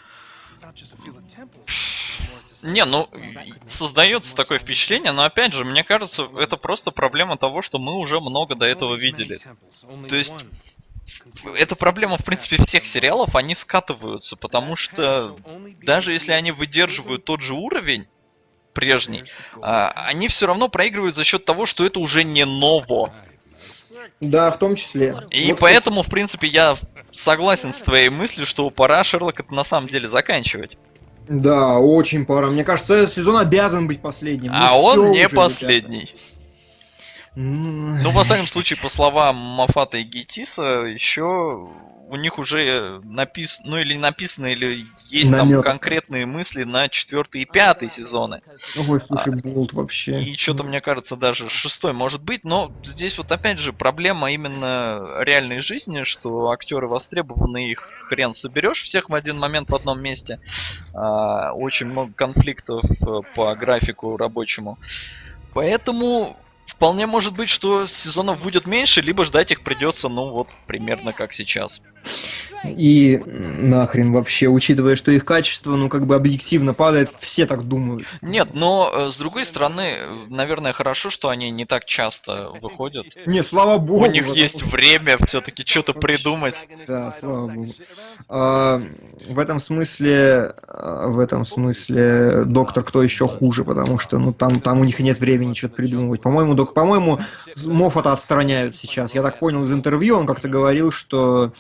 Не, ну, создается такое впечатление, но опять же, мне кажется, это просто проблема того, что мы уже много до этого видели. То есть, это проблема, в принципе, всех сериалов, они скатываются, потому что даже если они выдерживают тот же уровень, прежний, они все равно проигрывают за счет того, что это уже не ново. Да, в том числе. И вот поэтому, в принципе, я согласен с твоей мыслью, что пора Шерлока на самом деле заканчивать. Да, очень пора. Мне кажется, этот сезон обязан быть последним. А ну, он не уже, последний. Ребята. Ну, во всяком случае, по словам Моффата и Гейтиса, еще у них уже написано, ну или написано, или есть Намёк. Там конкретные мысли на четвертый и пятый сезоны. Ой, слушай, Болт вообще. И что-то, мне кажется, даже шестой может быть, но здесь вот опять же проблема именно реальной жизни, что актеры востребованы, их хрен соберешь всех в один момент в одном месте. А, очень много конфликтов по графику рабочему. Поэтому вполне может быть, что сезонов будет меньше, либо ждать их придется, ну вот, примерно как сейчас. И нахрен вообще, учитывая, что их качество, ну, как бы объективно падает, все так думают. Нет, но с другой стороны, наверное, хорошо, что они не так часто выходят. Не, слава богу. У них есть время все-таки что-то придумать. Да, слава богу. А, в этом смысле, в этом смысле, доктор кто еще хуже, потому что, ну, там, там у них нет времени что-то придумывать. По-моему, док, по-моему, Моффата отстраняют сейчас. Я так понял из интервью, он как-то говорил, что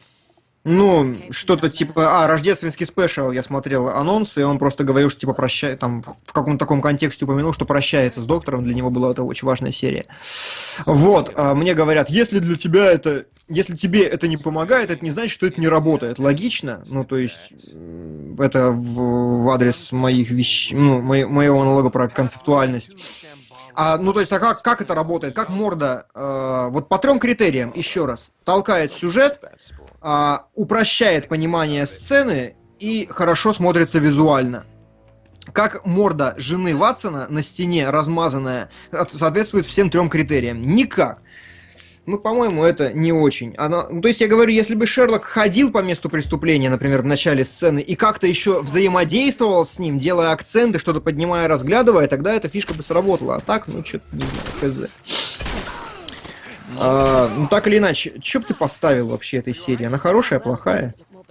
ну, что-то типа, а, рождественский спешл, я смотрел анонс, и он просто говорил, что типа прощает, там, в каком-то таком контексте упомянул, что прощается с доктором, для него была это очень важная серия. Вот, а мне говорят, если для тебя это, если тебе это не помогает, это не значит, что это не работает. Логично, ну, то есть, это в, в адрес моих вещей, ну, мо- моего монолога про концептуальность. А, ну, то есть, а как, как это работает? Как Морда, э, вот по трем критериям, еще раз, толкает сюжет, э, упрощает понимание сцены и хорошо смотрится визуально. Как морда жены Ватсона на стене размазанная соответствует всем трем критериям? Никак. Ну, по-моему, это не очень. Она... Ну, то есть, я говорю, если бы Шерлок ходил по месту преступления, например, в начале сцены, и как-то еще взаимодействовал с ним, делая акценты, что-то поднимая, разглядывая, тогда эта фишка бы сработала. А так, ну, что-то не знаю, хз. Ну, А, ну, так или иначе, что бы ты поставил вообще этой серии? Она хорошая, плохая?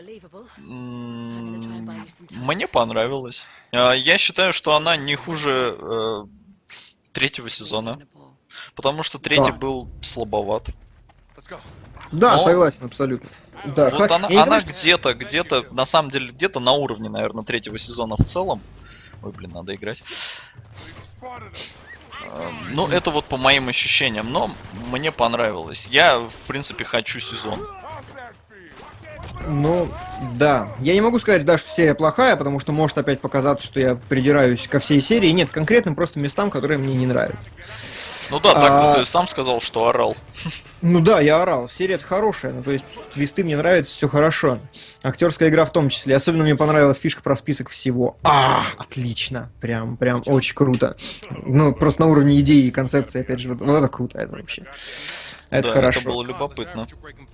м, мне понравилось. А, Я считаю, что она не хуже э, третьего сезона, потому что третий Да. был слабоват. Да, Но согласен, абсолютно. Да, вот ха- она, я не она говорю, что- где-то, где-то, на самом деле, где-то на уровне, наверное, третьего сезона в целом. Ой, блин, надо играть. Э, Ну, это вот по моим ощущениям, но мне понравилось. Я, в принципе, хочу сезон. Ну, да. Я не могу сказать, да, что серия плохая, потому что может опять показаться, что я придираюсь ко всей серии. Нет, конкретным просто местам, которые мне не нравятся. Ну да, так А, бы ты сам сказал, что орал. Ну да, я орал. Серия-то хорошая. Ну, то есть, твисты мне нравятся, все хорошо. Актерская игра в том числе. Особенно мне понравилась фишка про список всего. А, отлично. Прям, прям очень круто. Ну, просто на уровне идеи и концепции, опять же, вот, вот это круто, это вообще. Это Да, хорошо. это было любопытно.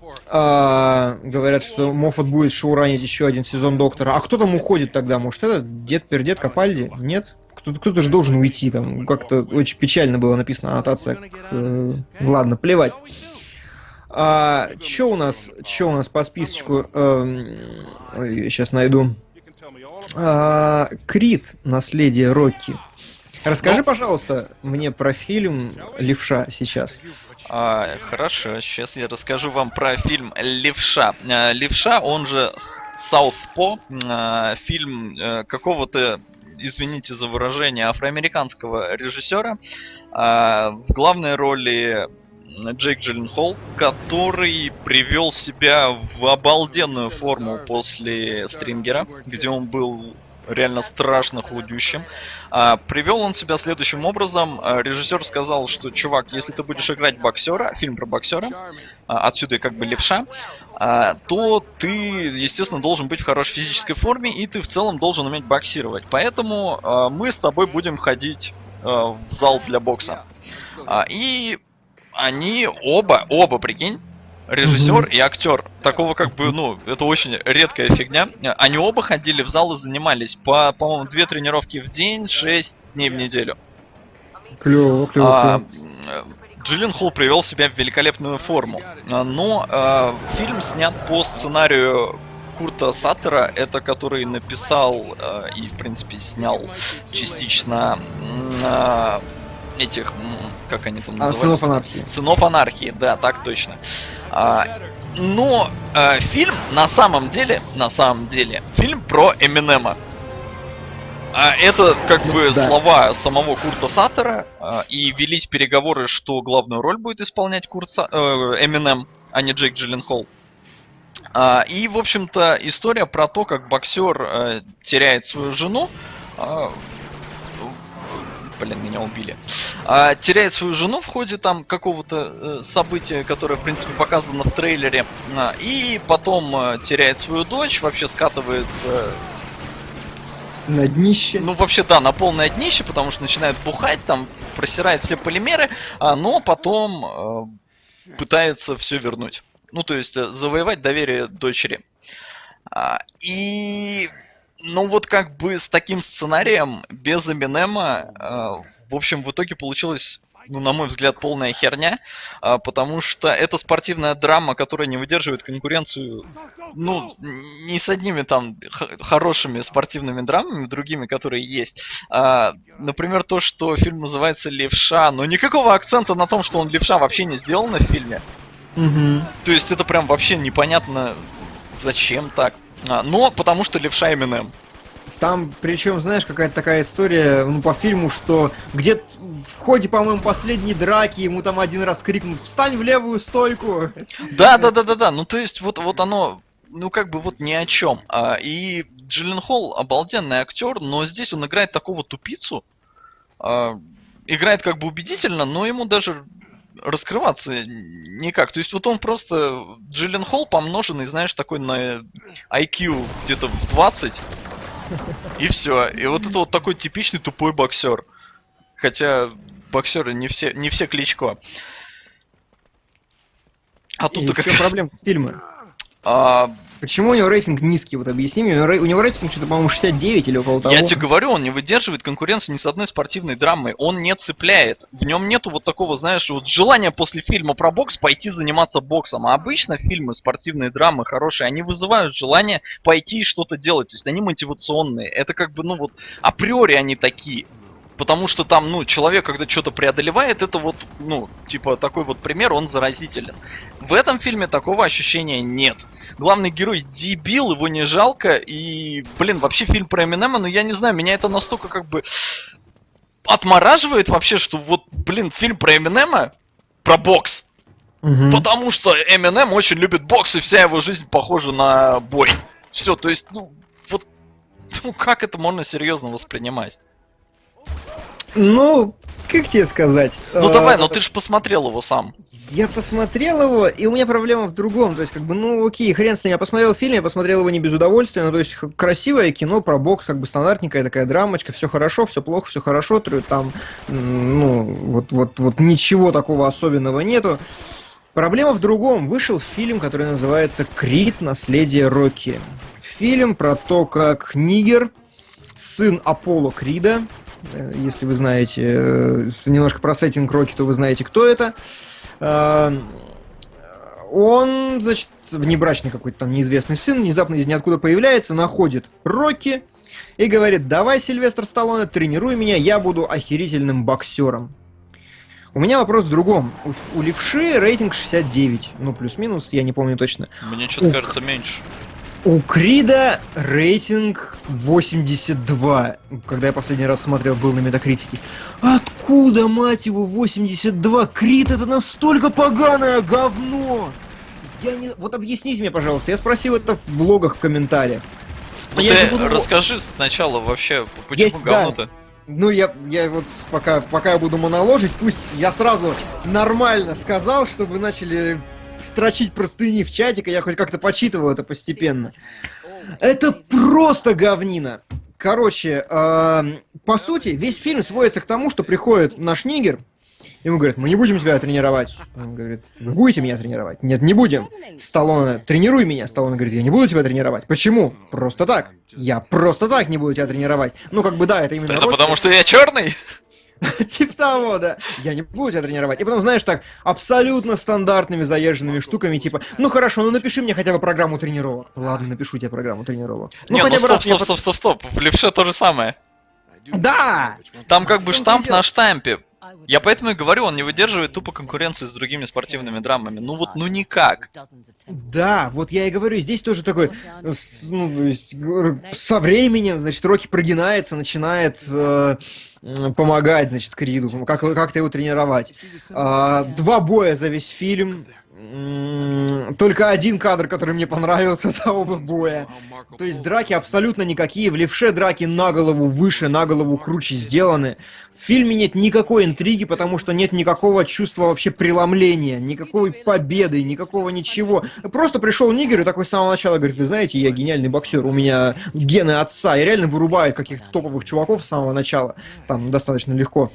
А, говорят, что Моффат будет шоуранить еще один сезон Доктора. А кто там уходит тогда? Может, это дед пердед Капальди? Нет? Кто-то, кто-то же должен уйти там. Как-то очень печально было написано аннотация. К, э, ладно, плевать. А, чё у нас? Чё у нас по списочку? Эм, ой, сейчас найду. А, Крид. Наследие Рокки. Расскажи, Ну, пожалуйста, мне про фильм Левша сейчас. а, хорошо, сейчас я расскажу вам про фильм «Левша». А, «Левша», он же «Саутпо», а, фильм э, какого-то, извините за выражение, афроамериканского режиссера. А, в главной роли Джейк Джилленхол, который привел себя в обалденную форму после «Стрингера», где он был реально страшно худющим. А, привел он себя следующим образом. А, режиссер сказал, что, чувак, если ты будешь играть боксера, фильм про боксера, а, отсюда и как бы левша, а, то ты, естественно, должен быть в хорошей физической форме, и ты в целом должен уметь боксировать. Поэтому а, мы с тобой будем ходить а, в зал для бокса. А, и они оба, оба, прикинь, режиссер и актер. Такого как бы, ну, это очень редкая фигня. Они оба ходили в зал и занимались по, по-моему, две тренировки в день, шесть дней в неделю. Клево, клево, А, клево. Джилленхол привел себя в великолепную форму. А, Но а, фильм снят по сценарию Курта Саттера, это который написал а, и, в принципе, снял частично м, а, этих, м, как они там А, называются? Сынов Анархии. Сынов Анархии, да, так точно. А, но а, фильм на самом деле, на самом деле, фильм про Эминема. А это как бы Да. слова самого Курта Саттера, а, и велись переговоры, что главную роль будет исполнять Курт Са- э, Эминем, а не Джейк Джилленхол. А, и, в общем-то, история про то, как боксер э, теряет свою жену. а, Блин, меня убили. А, теряет свою жену в ходе там какого-то э, события, которое, в принципе, показано в трейлере. А, и потом э, теряет свою дочь, вообще скатывается, На днище. ну, вообще, да, на полное днище, потому что начинает бухать, там, просирает все полимеры, а, но потом э, пытается все вернуть. Ну, то есть, э, завоевать доверие дочери. А, и... Ну вот как бы с таким сценарием, без Эминема, э, в общем, в итоге получилось, ну, на мой взгляд, полная херня, а, потому что это спортивная драма, которая не выдерживает конкуренцию, ну, не с одними там х- хорошими спортивными драмами, другими, которые есть. А, например, то, что фильм называется «Левша», но никакого акцента на том, что он левша, вообще не сделано в фильме. Угу. То есть это прям вообще непонятно, зачем так. А, но потому что левша Эминем. Там, причем, знаешь, какая-то такая история, ну, по фильму, что где-то в ходе, по-моему, последней драки ему там один раз крикнут: «Встань в левую стойку!» Да, да, да, да, да. Ну то есть вот, вот оно, ну как бы вот ни о чем. А, и Джилленхол обалденный актер, но здесь он играет такого тупицу. А, играет как бы убедительно, но ему даже раскрываться никак. То есть вот он просто Джилленхол помноженный, знаешь, такой на ай кью где-то в двадцать. И все. И вот это вот такой типичный тупой боксер. Хотя боксеры не все, не все Кличко. А тут-то в чем проблема фильма? А... Почему у него рейтинг низкий? Вот объясни мне. У него рейтинг что-то, по-моему, шестьдесят девять или около того. Я тебе говорю, он не выдерживает конкуренцию ни с одной спортивной драмой. Он не цепляет. В нем нету вот такого, знаешь, вот желания после фильма про бокс пойти заниматься боксом. А обычно фильмы, спортивные драмы хорошие, они вызывают желание пойти и что-то делать. То есть они мотивационные. Это как бы, ну вот, априори они такие. Потому что там, ну, человек, когда что-то преодолевает, это вот, ну, типа, такой вот пример, он заразителен. В этом фильме такого ощущения нет. Главный герой дебил, его не жалко, и, блин, вообще фильм про Эминема, ну, я не знаю, меня это настолько, как бы, отмораживает вообще, что вот, блин, фильм про Эминема, про бокс. Угу. Потому что Эминем очень любит бокс, и вся его жизнь похожа на бой. Все, то есть, ну, вот, ну, как это можно серьезно воспринимать? Ну, как тебе сказать? Ну давай, но ты же посмотрел его сам. Я посмотрел его, и у меня проблема в другом. То есть, как бы, ну окей, хрен с ним. Я посмотрел фильм, я посмотрел его не без удовольствия. Ну, то есть, красивое кино про бокс, как бы стандартненькая такая драмочка. Все хорошо, все плохо, все хорошо. Там, ну, вот, вот, вот ничего такого особенного нету. Проблема в другом. Вышел фильм, который называется «Крид. Наследие Рокки». Фильм про то, как нигер, сын Аполло Крида, если вы знаете немножко про сеттинг Рокки, то вы знаете, кто это. Он, значит, внебрачный какой-то там неизвестный сын, внезапно из ниоткуда появляется, находит Рокки и говорит: давай, Сильвестр Сталлоне, тренируй меня, я буду охерительным боксером. У меня вопрос в другом. У, у левши рейтинг шестьдесят девять, ну плюс-минус, я не помню точно. Мне что-то у... кажется меньше. У Крида рейтинг восемьдесят два. Когда я последний раз смотрел, был на Метакритике. Откуда, мать его, восемьдесят два? Крид — это настолько поганое говно! Я не... Вот объясните мне, пожалуйста. Я спросил это в влогах, в комментариях. Ну ты буду... расскажи сначала вообще, почему Есть, говно-то? Да. Ну, я, я вот пока, пока я буду моноложить, пусть я сразу нормально сказал, чтобы вы начали... строчить простыни в чатик, и я хоть как-то почитывал это постепенно. Это просто говнина. Короче, э, по сути, весь фильм сводится к тому, что приходит наш нигер, ему говорят: мы не будем тебя тренировать. Он говорит: вы будете меня тренировать? Нет, не будем. Сталлоне: тренируй меня. Сталлоне говорит: я не буду тебя тренировать. Почему? Просто так. Я просто так не буду тебя тренировать. Ну, как бы да, это именно... Это потому что я черный? Типа того, да. Я не буду тебя тренировать. И потом, знаешь, так, абсолютно стандартными заезженными штуками, типа: ну хорошо, ну напиши мне хотя бы программу тренировок. Ладно, напишу тебе программу тренировок. Ну, не, хотя ну, бы стоп, стоп, стоп, стоп, стоп, в левше то же самое. Да! Там как бы штамп на штампе. Я поэтому и говорю, он не выдерживает тупо конкуренции с другими спортивными драмами. Ну вот, ну никак. Да, вот я и говорю, здесь тоже такой, ну, со временем, значит, Рокки прогинается, начинает э, помогать, значит, Криду, как, как-то его тренировать. А, два боя за весь фильм. Только один кадр, который мне понравился, за оба боя. То есть драки абсолютно никакие. В левше драки на голову выше, на голову круче сделаны. В фильме нет никакой интриги, потому что нет никакого чувства вообще преломления, никакой победы, никакого ничего. Просто пришел нигер и такой с самого начала говорит: вы знаете, я гениальный боксер, у меня гены отца. И реально вырубает каких-то топовых чуваков с самого начала. Там достаточно легко.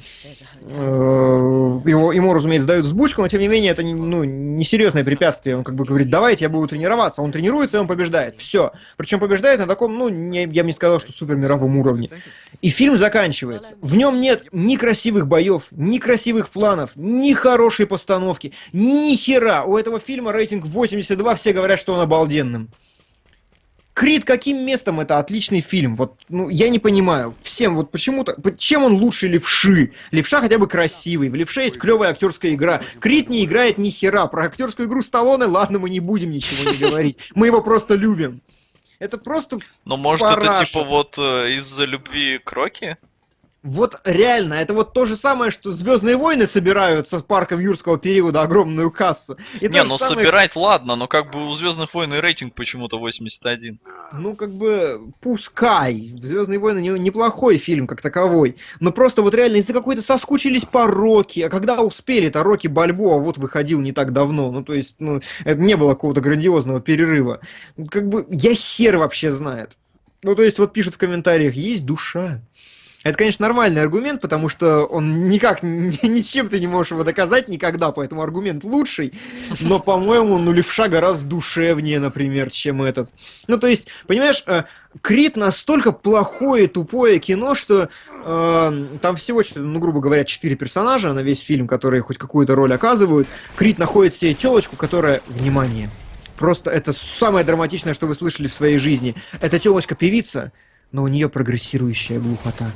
Его, ему, разумеется, дают взбучку, но тем не менее это, ну, несерьезное препятствие. Он как бы говорит: давайте, я буду тренироваться. Он тренируется, и он побеждает. Все. Причем побеждает на таком, ну, не, я бы не сказал, что супер мировом уровне. И фильм заканчивается. В нем нет ни красивых боев, ни красивых планов, ни хорошей постановки, ни хера. У этого фильма рейтинг восемьдесят два, все говорят, что он обалденным. Крид каким местом это отличный фильм? Вот, ну, я не понимаю. Всем вот почему-то... Чем он лучше левши? Левша хотя бы красивый. В левше есть клевая актерская игра. Крид не играет ни хера. Про актерскую игру Сталлоне, ладно, мы не будем ничего не говорить. Мы его просто любим. Это просто... Ну, может, параша. Это типа вот э, из-за любви к Рокки? Вот реально, это вот то же самое, что «Звездные войны» собирают со парком юрского периода огромную кассу. И не, ну самое... собирать ладно, но как бы у «Звездных войн» и рейтинг почему-то восемьдесят один. Ну, как бы, пускай. «Звездные войны» не, неплохой фильм как таковой. Но просто вот реально из-за какой-то соскучились по Рокки. А когда успели-то, Рокки Бальбоа вот выходил не так давно. Ну, то есть, ну, это не было какого-то грандиозного перерыва. Как бы, я хер вообще знает. Ну, то есть, вот пишут в комментариях: есть душа. Это, конечно, нормальный аргумент, потому что он никак, ничем ты не можешь его доказать никогда, поэтому аргумент лучший. Но, по-моему, ну, Левша гораздо душевнее, например, чем этот. Ну, то есть, понимаешь, Крид настолько плохое, тупое кино, что э, там всего, ну, грубо говоря, четыре персонажа на весь фильм, которые хоть какую-то роль оказывают. Крид находит себе телочку, которая, внимание, просто это самое драматичное, что вы слышали в своей жизни. Эта телочка певица, но у нее прогрессирующая глухота.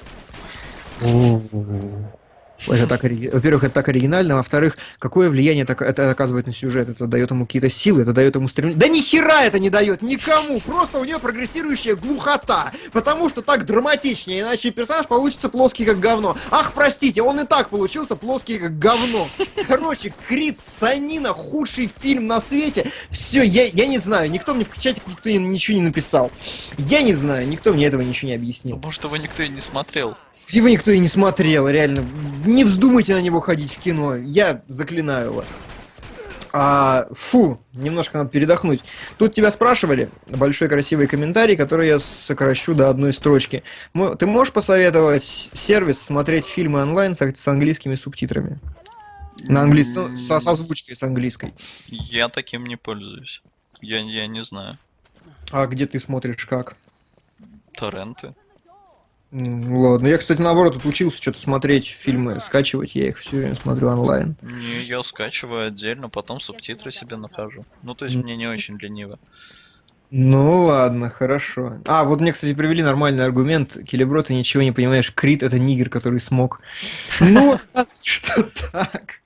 Это так, во-первых, это так оригинально, а во-вторых, какое влияние это оказывает на сюжет? Это дает ему какие-то силы, это дает ему стремление. Да ни хера это не дает никому! Просто у нее прогрессирующая глухота, потому что так драматичнее, иначе персонаж получится плоский как говно. Ах, простите, он и так получился плоский как говно. Короче, Крид Санина, худший фильм на свете. Все, я, я не знаю, никто мне в чате никто ничего не написал. Я не знаю, никто мне этого ничего не объяснил. Потому что его никто и не смотрел. Его никто и не смотрел, реально. Не вздумайте на него ходить в кино. Я заклинаю вас. А, фу, немножко надо передохнуть. Тут тебя спрашивали, большой красивый комментарий, который я сокращу до одной строчки. Ты можешь посоветовать сервис смотреть фильмы онлайн с, с английскими субтитрами? На английском, со, со озвучкой с английской. Я таким не пользуюсь. Я, я не знаю. А где ты смотришь как? Торренты. Ну, ладно. Я, кстати, наоборот, тут учился что-то смотреть фильмы, скачивать, я их все время смотрю онлайн. Не, я скачиваю отдельно, потом субтитры себе нахожу. Ну, то есть mm. мне не очень лениво. Ну, ладно, хорошо. А, вот мне, кстати, привели нормальный аргумент. Келебро, ты ничего не понимаешь, Крид — это нигер, который смог. Ну, что так.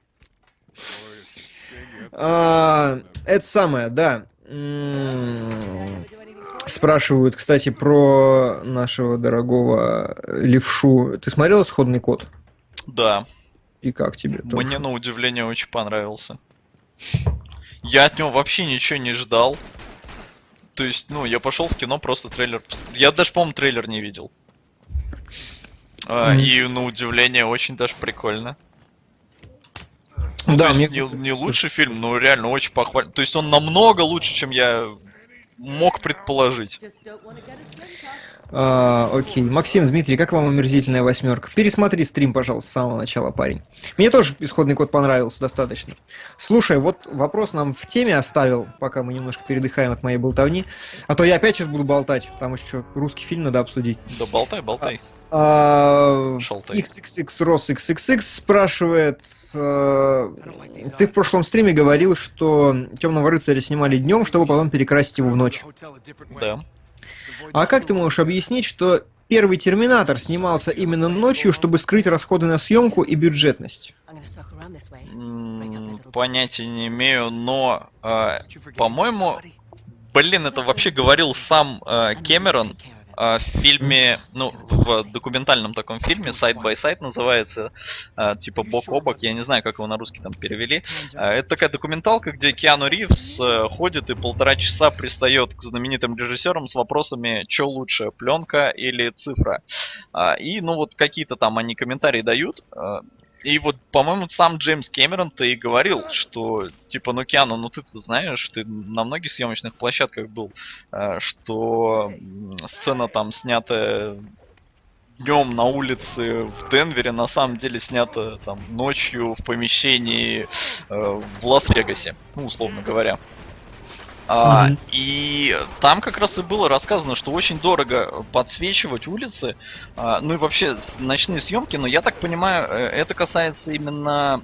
Это самое, да. Спрашивают, кстати, про нашего дорогого Левшу. Ты смотрел «Исходный код»? Да. И как тебе? Мне, тоже? на удивление, очень понравился. Я от него вообще ничего не ждал. То есть, ну, я пошел в кино, просто трейлер... Я даже, по-моему, трейлер не видел. Mm-hmm. а, и, на удивление, очень даже прикольно. Ну, да, то есть, мне... не, не лучший фильм, но реально очень похвален. То есть, он намного лучше, чем я... мог предположить. А, окей. Максим, Дмитрий, как вам омерзительная восьмерка? Пересмотри стрим, пожалуйста, с самого начала, парень. Мне тоже «Исходный код» понравился достаточно. Слушай, вот вопрос нам в теме оставил, пока мы немножко передыхаем от моей болтовни. А то я опять сейчас буду болтать, потому что русский фильм надо обсудить. Да болтай, болтай. А, икс икс икс Рос икс икс икс спрашивает, э, ты в прошлом стриме говорил, что «Темного рыцаря» снимали днем, чтобы потом перекрасить его в ночь. Да. А как ты можешь объяснить, что первый «Терминатор» снимался именно ночью, чтобы скрыть расходы на съемку и бюджетность? М-м, понятия не имею, но, э, по-моему, блин, это вообще говорил сам э, Кэмерон. В фильме, ну, в документальном таком фильме, Side by Side называется, типа бок о бок, я не знаю, как его на русский там перевели. Это такая документалка, где Киану Ривз ходит и полтора часа пристает к знаменитым режиссерам с вопросами, что лучше, пленка или цифра. И, ну, вот какие-то там они комментарии дают. И вот, по-моему, сам Джеймс Кэмерон-то и говорил, что, типа, ну, Киану, ну ты-то знаешь, ты на многих съемочных площадках был, что сцена там снята днем на улице в Денвере, на самом деле снята там ночью в помещении в Лас-Вегасе, ну, условно говоря. А, mm-hmm. И там как раз и было рассказано, что очень дорого подсвечивать улицы, а, ну и вообще ночные съемки, но я так понимаю, это касается именно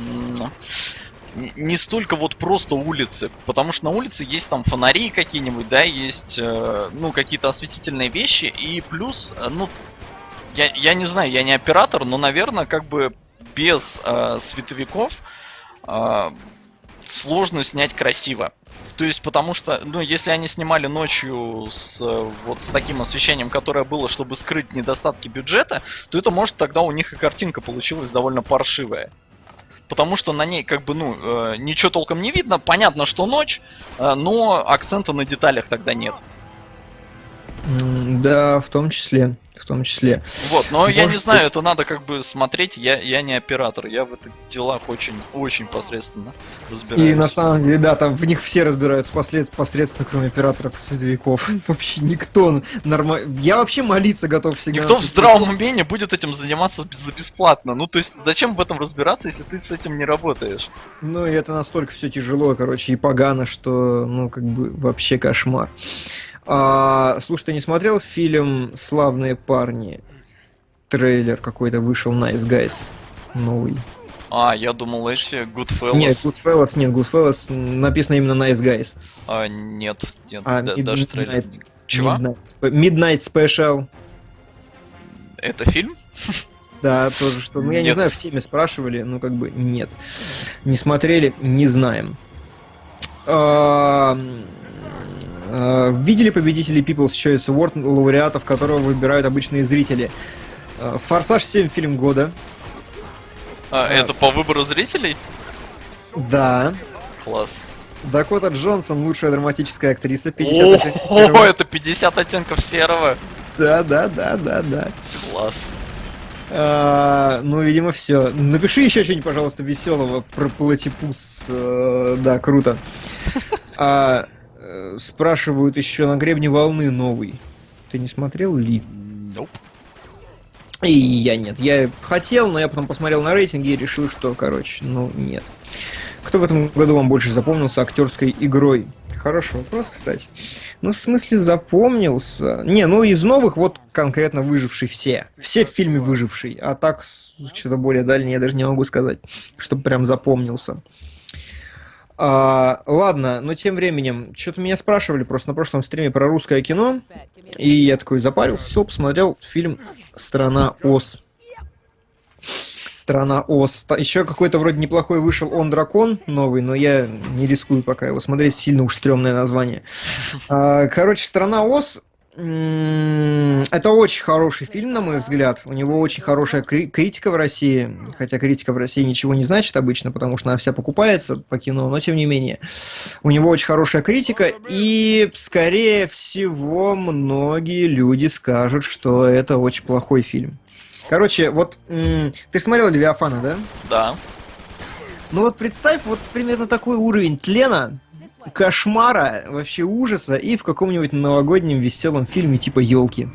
не столько вот просто улицы, потому что на улице есть там фонари какие-нибудь, да, есть ну какие-то осветительные вещи, и плюс, ну, я, я не знаю, я не оператор, но, наверное, как бы без э, световиков э, сложно снять красиво. То есть, потому что, ну, если они снимали ночью с вот с таким освещением, которое было, чтобы скрыть недостатки бюджета, то это, может, тогда у них и картинка получилась довольно паршивая. Потому что на ней, как бы, ну, э, ничего толком не видно. Понятно, что ночь, э, но акцента на деталях тогда нет. М, Да, в том числе. В том числе. Вот, но я не Может знаю, быть. это надо как бы смотреть. Я, я не оператор, я в этих делах очень, очень посредственно И на разбираюсь. самом деле, да, там в них все разбираются послед... посредственно, кроме операторов и световиков. Вообще никто нормально... Я вообще молиться готов всегда. Никто на в световиков. здравом уме не будет этим заниматься без- за бесплатно. Ну, то есть, зачем в этом разбираться, если ты с этим не работаешь? Ну, и это настолько все тяжело, короче, и погано, что, ну, как бы, вообще кошмар. А, слушай, ты не смотрел фильм «Славные парни»? Трейлер какой-то вышел, Nice Guys, новый. А, я думал, эти Нет, Goodfellas. Goodfellas, нет, Goodfellas написано именно Nice Guys. А, нет, нет, А да- Mid- даже трейлер Midnight, не... Чего? Midnight, Spe- Midnight Special, Это фильм? да, тоже что. Ну, я не Нет. знаю, в теме спрашивали, ну, как бы, нет. Не смотрели, не знаем. А, а, Видели победителей People's Choice Award, лауреатов которого выбирают обычные зрители? А, Форсаж семь фильм года. А, А. это по выбору зрителей? Да. Класс. Дакота Джонсон, лучшая драматическая актриса. пятьдесят оттенков О, серого. это пятьдесят оттенков серого. Да, да, да, да, да. Класс. А, ну, видимо, все. Напиши еще что-нибудь, пожалуйста, веселого про платипус. Э, да, круто. А, э, спрашивают еще на гребне волны новый. Ты не смотрел ли? Nope. И я нет. Я хотел, но я потом посмотрел на рейтинги и решил, что, короче, ну, нет. Кто в этом году вам больше запомнился актерской игрой? Хороший вопрос, кстати. Ну, в смысле, запомнился. Не, ну из новых вот конкретно выживший все. Все в фильме выживший. А так, с- что-то более дальнее я даже не могу сказать, чтобы прям запомнился. А, ладно, но тем временем, что-то меня спрашивали просто на прошлом стриме про русское кино, и я такой запарился, сел, посмотрел фильм «Страна Оз». «Страна Оз». Та- Еще какой-то вроде неплохой вышел «Он дракон» новый, но я не рискую пока его смотреть, сильно уж стрёмное название. А, Короче, «Страна Оз» м, это очень хороший фильм, на мой взгляд. У него очень хорошая кри- критика в России, хотя критика в России ничего не значит обычно, потому что она вся покупается по кино, но тем не менее. У него очень хорошая критика, и, скорее всего, многие люди скажут, что это очень плохой фильм. Короче, вот м, ты ж смотрел «Левиафана», да? Да. Ну вот представь, вот примерно такой уровень тлена, кошмара, вообще ужаса, и в каком-нибудь новогоднем веселом фильме типа «Елки».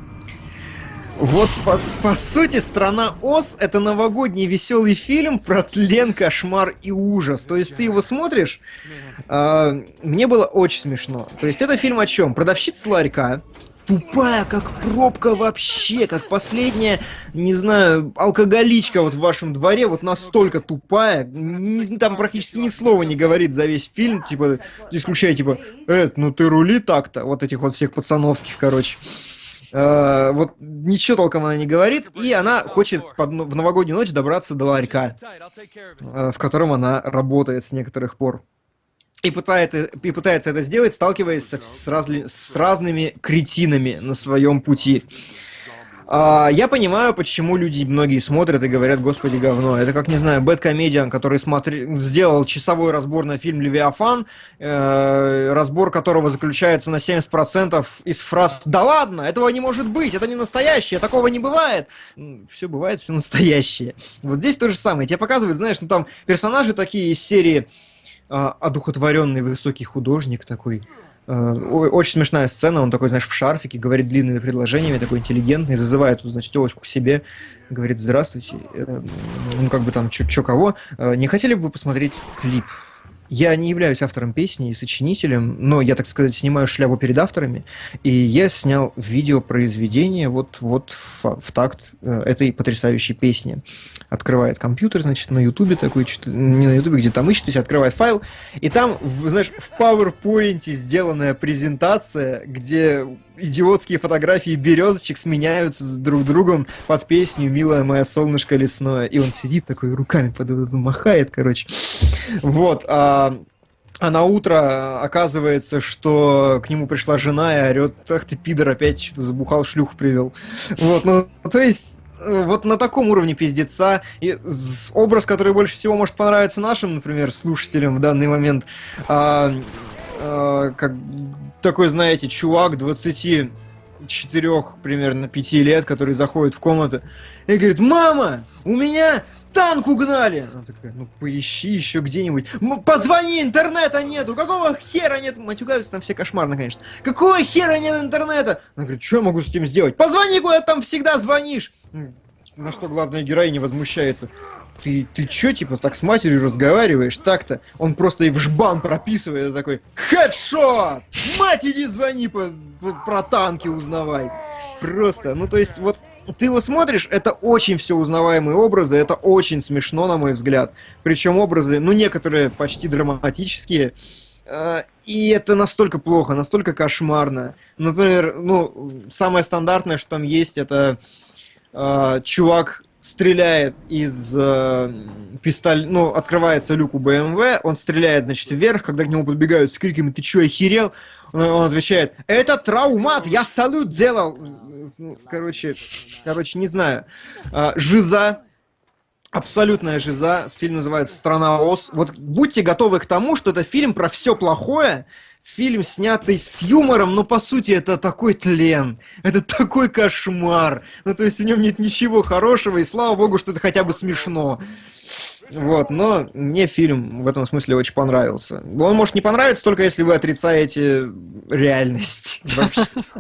Вот, по, по сути, «Страна Оз» — это новогодний веселый фильм про тлен, кошмар и ужас. То есть ты его смотришь, а, мне было очень смешно. То есть это фильм о чем? Продавщица ларька, тупая, как пробка вообще, как последняя, не знаю, алкоголичка вот в вашем дворе, вот настолько тупая, ни- там практически ни слова не говорит за весь фильм, типа, исключая, типа, Эд, ну ты рули так-то, вот этих вот всех пацановских, короче. Э, вот ничего толком она не говорит, и она хочет под но- в новогоднюю ночь добраться до ларька, э, в котором она работает с некоторых пор. И пытается, и пытается это сделать, сталкиваясь со- с, разли- с разными кретинами на своем пути. А, я понимаю, почему люди многие смотрят и говорят, господи, говно. Это как, не знаю, Бэдкомедиан, который смотри... сделал часовой разбор на фильм «Левиафан», э, разбор которого заключается на семьдесят процентов из фраз «Да ладно, этого не может быть, это не настоящее, такого не бывает». Все бывает, все настоящее. Вот здесь то же самое. Тебе показывают, знаешь, ну там персонажи такие из серии а, одухотворенный высокий художник такой. А, о- очень смешная сцена, он такой, знаешь, в шарфике, говорит длинными предложениями, такой интеллигентный, зазывает, тут, значит, телочку к себе, говорит, здравствуйте, э, ну, как бы там, чё кого, «Э, не хотели бы вы посмотреть клип? Я не являюсь автором песни и сочинителем, но я, так сказать, снимаю шляпу перед авторами, и я снял видеопроизведение вот, вот в, в такт э, этой потрясающей песни. Открывает компьютер, значит, на ютубе такой, что-то, не на ютубе, где там ищет, то есть открывает файл, и там, в- знаешь, в PowerPoint сделанная презентация, где идиотские фотографии березочек сменяются друг другом под песню «Милое мое солнышко лесное», и он сидит такой, руками под это махает, короче. Вот, а, а на утро оказывается, что к нему пришла жена и орет, ах ты пидор, опять что-то забухал, шлюху привел. Вот, ну, то есть, э, вот на таком уровне пиздеца, и с- образ, который больше всего может понравиться нашим, например, слушателям в данный момент, а, а, как такой, знаете, чувак двадцати четырех, примерно пяти лет, который заходит в комнату и говорит: «Мама, у меня танк угнали!» Она такая: «Ну поищи еще где-нибудь. Позвони, интернета нету! Какого хера нет?» Матюгаются там все кошмарно, конечно. «Какого хера нет интернета?» Она говорит: «Что я могу с этим сделать?» «Позвони, куда там всегда звонишь!» На что главная героиня возмущается: Ты, ты чё, типа, так с матерью разговариваешь так-то? Он просто и в жбан прописывает, такой: «Хедшот! Мать, иди звони, по, по, про танки узнавай!» Просто, ну то есть, вот, ты его смотришь, это очень все узнаваемые образы, это очень смешно, на мой взгляд. Причем образы, ну, некоторые почти драматические. Э, и это настолько плохо, настолько кошмарно. Например, ну, самое стандартное, что там есть, это э, чувак стреляет из э, пистолета, ну, открывается люк у бэ эм вэ, он стреляет, значит, вверх, когда к нему подбегают с криками: «Ты чё, охерел?» Он, он отвечает: «Это траумат, я салют делал!» Ну, короче, короче, не знаю. А, жиза, абсолютная жиза. Фильм называется «Страна Оз». Вот будьте готовы к тому, что это фильм про все плохое, фильм, снятый с юмором, но по сути это такой тлен, это такой кошмар. Ну, то есть в нем нет ничего хорошего, и слава богу, что это хотя бы смешно. Вот, но мне фильм в этом смысле очень понравился. Он может не понравиться, только если вы отрицаете реальность вообще.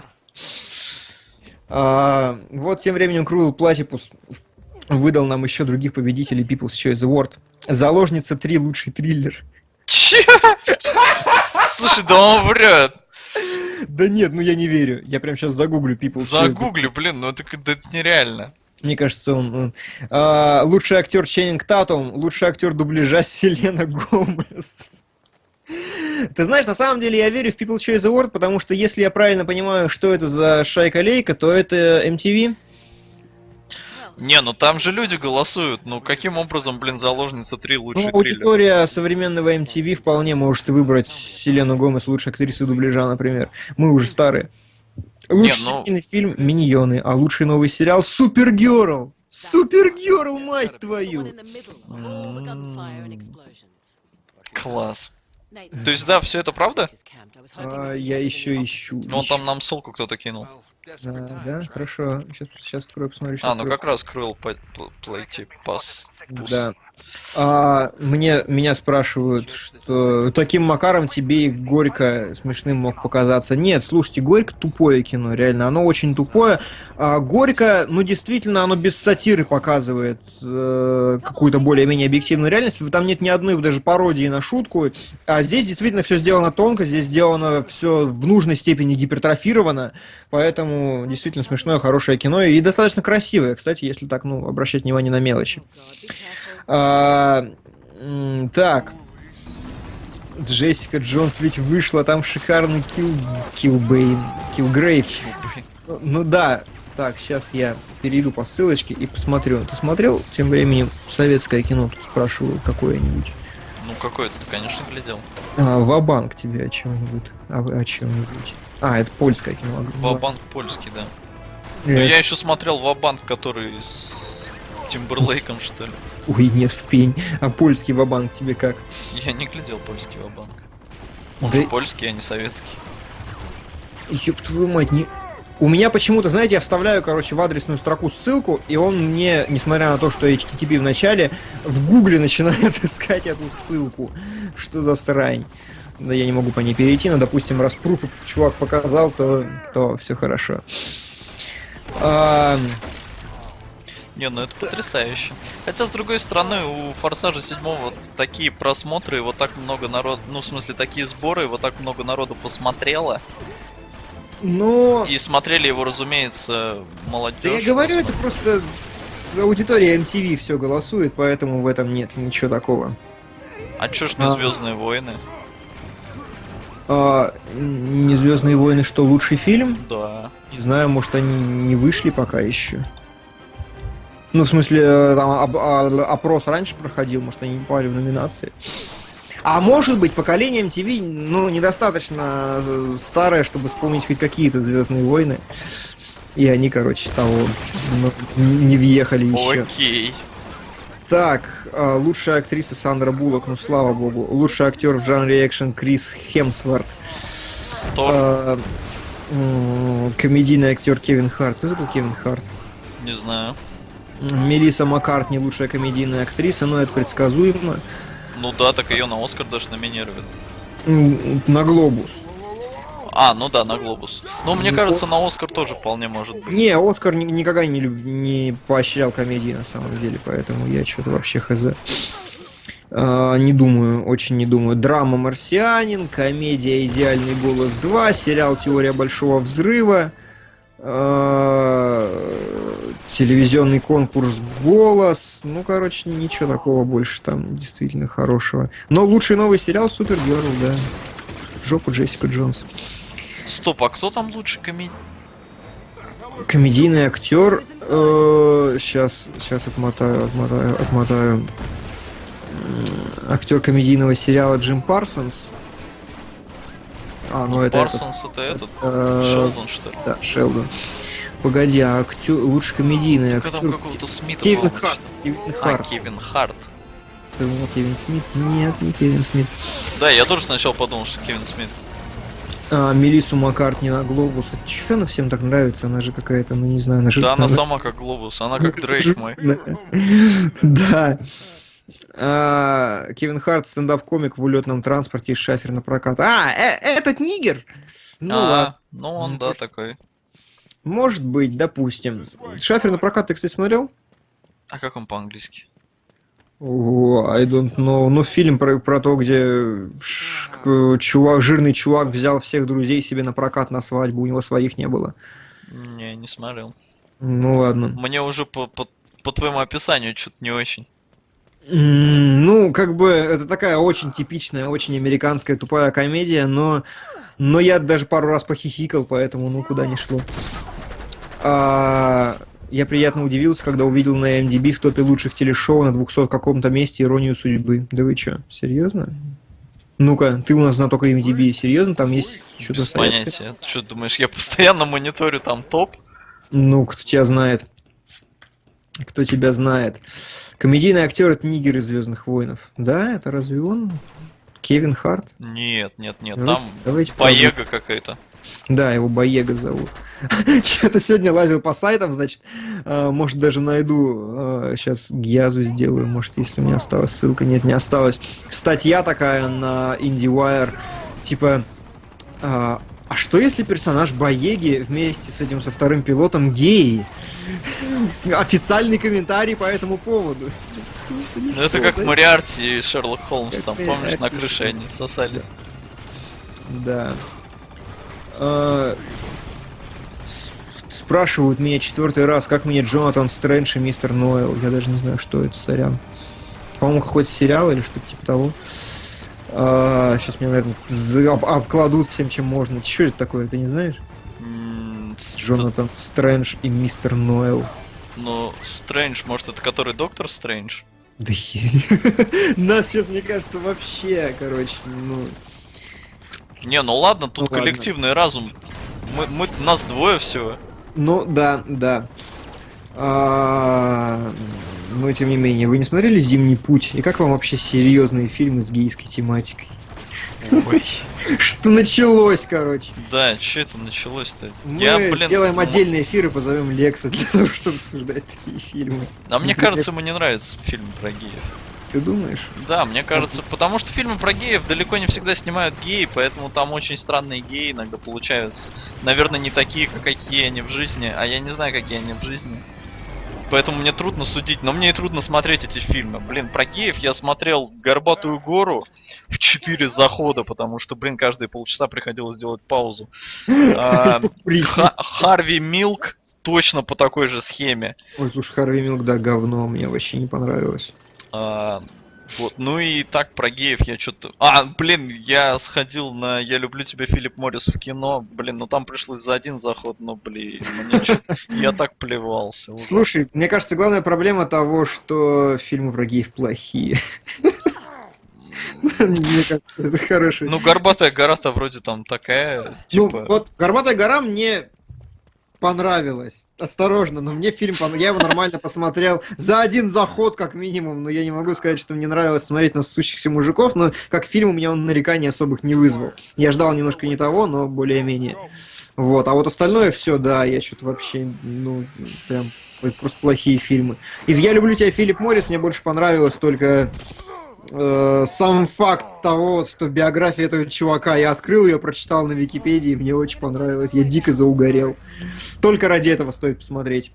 А, вот тем временем Cruel Platypus выдал нам еще других победителей People's Choice Award. «Заложница три» — лучший триллер. Че? Слушай, да он врет. Да нет, ну я не верю. Я прям сейчас загуглю People's Choice. Загугли, блин, ну это, это нереально. Мне кажется, он... он а, лучший актер Ченнинг Татум, лучший актер дубляжа Селена Гомес. Ты знаешь, на самом деле я верю в People's Choice Award, потому что, если я правильно понимаю, что это за шайка-лейка, то это эм ти ви. Не, ну там же люди голосуют. Ну каким образом, блин, «Заложница три» лучший Ну, триллер? аудитория современного эм ти ви вполне может выбрать Селену Гомес лучшей актрисой дубляжа, например. Мы уже старые. Лучший ну- семейный фильм «Миньоны», а лучший новый сериал «Супергерл». Супергерл, мать твою! Класс. То есть, да, все это правда? А, я еще ищу. Ну, он ищу. там нам ссылку кто-то кинул. А, да, хорошо. Сейчас, сейчас открою, посмотрю. Сейчас А, ну открою. как раз Cruel Platypus. Пас. Да. А, мне, меня спрашивают, что таким макаром тебе и Горько смешным мог показаться. Нет, слушайте, Горько тупое кино, реально, оно очень тупое. А Горько, ну действительно, оно без сатиры показывает э, какую-то более-менее объективную реальность. Там нет ни одной даже пародии на шутку. А здесь действительно все сделано тонко, здесь сделано все в нужной степени гипертрофировано. Поэтому действительно смешное, хорошее кино и достаточно красивое, кстати, если так, ну, обращать внимание на мелочи. А, м, так. Джессика Джонс ведь вышла, там шикарный Килл... Киллбейн. Киллгрейв. Ну, ну да. Так, сейчас я перейду по ссылочке и посмотрю. Ты смотрел тем временем советское кино? Тут спрашиваю какое-нибудь. Ну какой-то, конечно, глядел. А, Ва-банк тебе о чем-нибудь? А вы о чем-нибудь? А, это польское кино. Ва-банк польский, да. Это... Но я еще смотрел Ва-банк, который с Тимберлейком, что ли. Ой, нет, в пень. А польский Ва-банк тебе как? Я не глядел польский Ва-банк. Он Да... же польский, а не советский. Ёб твою мать, не... У меня почему-то, знаете, я вставляю, короче, в адресную строку ссылку, и он мне, несмотря на то, что эйч ти ти пи в начале, в гугле начинает искать эту ссылку. Что за срань? Да я не могу по ней перейти, но, допустим, раз пруф чувак показал, то, то все хорошо. А... Не, ну это потрясающе. Хотя, с другой стороны, у Форсажа седьмого вот такие просмотры, вот так много народу, ну, в смысле, такие сборы, вот так много народу посмотрело. Но... И смотрели его, разумеется, молодежь. Да я говорю, это просто аудитория эм ти ви все голосует, поэтому в этом нет ничего такого. А чё ж не А. «Звездные войны»? А, не «Звездные войны» что, лучший фильм? Да. Не знаю, может они не вышли пока еще. Ну, в смысле, там об- а- опрос раньше проходил, может они не попали в номинации. А может быть, поколение эм ти ви, ну, недостаточно старое, чтобы вспомнить хоть какие-то «Звездные войны». И они, короче, того, ну, не въехали еще. Окей. Так, а, лучшая актриса Сандра Буллок, ну слава богу. Лучший актер в жанре экшен Крис Хемсворт. Тор. А, М, Комедийный актер Кевин Харт. Кто такой Кевин Харт? Не знаю. Мелисса Маккартни лучшая комедийная актриса, но это предсказуемо. Ну да, так ее на Оскар даже номинируют. М, На Глобус. А, ну да, на Глобус. Ну, мне Ну, кажется, на Оскар тоже вполне может быть. Не, Оскар ни- никогда не, люб- не поощрял комедии на самом деле, поэтому я что-то вообще хз. А, не думаю, очень не думаю. Драма «Марсианин», комедия «Идеальный голос два», сериал «Теория большого взрыва», а, телевизионный конкурс «Голос». Ну, короче, ничего такого больше там действительно хорошего. Но лучший новый сериал «Супергерл», да. В жопу Джессика Джонс. Стоп, а кто там лучше комедий? Комедийный актер. Сейчас, сейчас отмотаю, отмотаю, отмотаю. М, Актер комедийного сериала Джим Парсонс. А, ну это этот. Парсонс это этот? э, Шелдон, что ли? Да, Шелдон. Погоди, а актер, лучше комедийный Только там актер. какого-то Смита, Кевин по-моему, Харт. что-то. Кевин А, Харт. Кевин Харт. Ты думал, Кевин Смит? Нет, не Кевин Смит. Да, я тоже сначала подумал, что Кевин Смит. А, Мелиссу Маккартни на Глобус. А чё она всем так нравится? Она же какая-то, ну не знаю, она же... Да, она она- сама как Глобус, она как Дрейк мой. Да. А, Кевин Харт, стендап-комик в улетном транспорте из шафер на прокат. А, э- этот нигер? Ну ладно. А, ну он, да, такой. Может быть, допустим. Шафер на прокат ты, кстати, смотрел? А как он по-английски? О, I don't know. Ну, фильм про, про то, где ш- к- чувак, жирный чувак взял всех друзей себе на прокат на свадьбу, у него своих не было. Не, не смотрел. Ну ладно. Мне уже по, по, по твоему описанию что-то не очень. М, Ну, как бы, это такая очень типичная, очень американская тупая комедия, но, но я даже пару раз похихикал, поэтому, ну, куда ни шло. А, я приятно удивился, когда увидел на эм ди би в топе лучших телешоу на двухсотом каком-то месте «Иронию судьбы». Да вы чё, серьезно? Ну-ка, ты у нас знаток эм ди би, серьезно? Там есть что-то Без советское? понятия. Ты что думаешь, я постоянно мониторю там топ? Ну, кто тебя знает? Кто тебя знает? Комедийный актер — это нигер из «Звездных войнов». Да, это разве он? Кевин Харт? Нет, нет, нет, Давайте- там давайте Боега какая-то. Да, его Боега зовут. Что-то сегодня лазил по сайтам, значит, э, может, даже найду, сейчас Гьязу сделаю, может, если у меня осталась ссылка, нет, не осталась. Статья такая на IndieWire, типа, а а что если персонаж Боеги вместе с этим, со вторым пилотом геи? Официальный комментарий по этому поводу. Ну это как Мориарти и Шерлок Холмс, там, Как помнишь, на Мориарти. крыше они сосались. Да. А, с- Спрашивают меня четвертый раз, как мне Джонатан Стрэндж и Мистер Нойл. Я даже не знаю, что это, сорян. По-моему, какой-то сериал или что-то типа того. Сейчас меня, наверное, за- об- обкладут всем, чем можно. Что это такое, ты не знаешь? М, с- Джонатан Стрэндж и Мистер Нойл. Ну, Стрэндж, может это который Доктор Стрэндж? Да хе- Нас сейчас, мне кажется, вообще, короче, ну... Не, ну ладно, тут Ну ладно. коллективный разум. Мы, мы, нас двое всего. Ну, да, да. А, Но, тем не менее, вы не смотрели «Зимний путь»? И как вам вообще серьезные фильмы с гейской тематикой? Ой. Что началось, короче? Да, что это началось-то? Мы Я, блин, сделаем м- отдельный эфир и позовем Лекса для того, чтобы обсуждать такие фильмы. А мне кажется, ему не нравится фильм про геев. Ты думаешь? Да, мне кажется, потому что фильмы про геев далеко не всегда снимают геи, поэтому там очень странные геи иногда получаются. Наверное, не такие, как какие они в жизни, а я не знаю, какие они в жизни. Поэтому мне трудно судить, но мне и трудно смотреть эти фильмы. Блин, про геев я смотрел «Горбатую гору» в четыре захода, потому что, блин, каждые полчаса приходилось делать паузу. А, Ха- Харви Милк точно по такой же схеме. Ой, слушай, Харви Милк, да, говно, мне вообще не понравилось. А, вот, ну и так про геев я что-то... А, блин, я сходил на «Я люблю тебя, Филипп Моррис» в кино. Блин, ну там пришлось за один заход, но, блин, мне чё-то... Я так плевался. ужасно. Слушай, мне кажется, главная проблема того, что фильмы про геев плохие. Мне кажется, это хороший. Ну, «Горбатая гора»-то вроде там такая, Ну, типа... вот «Горбатая гора» мне понравилось. Осторожно, но мне фильм, пон- я его нормально посмотрел за один заход, как минимум, но я не могу сказать, что мне нравилось смотреть на ссущихся мужиков, но как фильм у меня он нареканий особых не вызвал. Я ждал немножко не того, но более-менее. Вот, а вот остальное все, да, я что-то вообще, ну, прям просто плохие фильмы. Из «Я люблю тебя», Филипп Моррис, мне больше понравилось только э, сам факт того, что биография этого чувака, я открыл ее, прочитал на Википедии, мне очень понравилось, я дико заугорел. Только ради этого стоит посмотреть.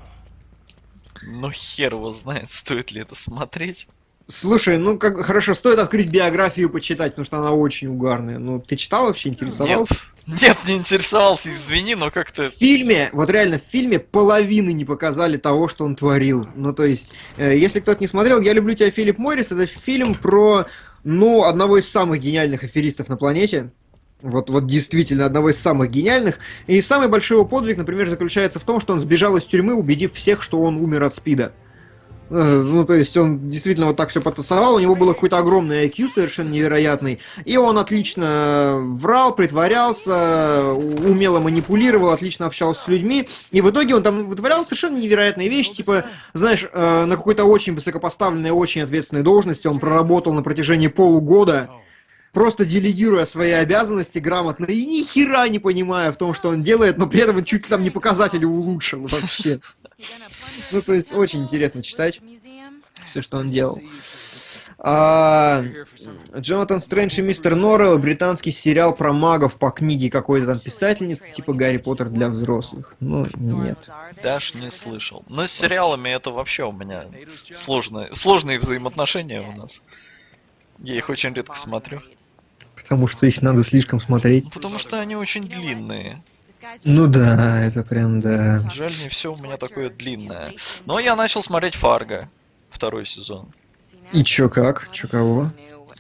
Ну хер его знает, стоит ли это смотреть. Слушай, ну как хорошо, стоит открыть биографию почитать, потому что она очень угарная. Ну, ты читал вообще, интересовался? Нет, нет, не интересовался, извини, но как-то... В фильме, вот реально в фильме половины не показали того, что он творил. Ну, то есть, э, если кто-то не смотрел, «Я люблю тебя», Филипп Моррис, это фильм про, ну, одного из самых гениальных аферистов на планете. Вот, вот действительно, одного из самых гениальных. И самый большой его подвиг, например, заключается в том, что он сбежал из тюрьмы, убедив всех, что он умер от СПИДа. Ну, то есть он действительно вот так все потасовал, у него было какой-то огромный ай кью совершенно невероятный, и он отлично врал, притворялся, умело манипулировал, отлично общался с людьми, и в итоге он там вытворял совершенно невероятные вещи, типа, знаешь, на какой-то очень высокопоставленной, очень ответственной должности он проработал на протяжении полугода, просто делегируя свои обязанности грамотно и ни хера не понимая в том, что он делает, но при этом он чуть ли там не показатели улучшил вообще. Ну, то есть, очень интересно читать все, что он делал. А, Джонатан Стрэндж и Мистер Норрелл, британский сериал про магов по книге какой-то там писательницы, типа Гарри Поттер для взрослых. Ну, нет. Даже не слышал. Но с сериалами это вообще у меня сложные, сложные взаимоотношения у нас. Я их очень редко смотрю. Потому что их надо слишком смотреть. Потому что они очень длинные. Ну да, это прям да. Жаль, не все у меня такое длинное. Но я начал смотреть Фарго, второй сезон. И чё как? Чё кого?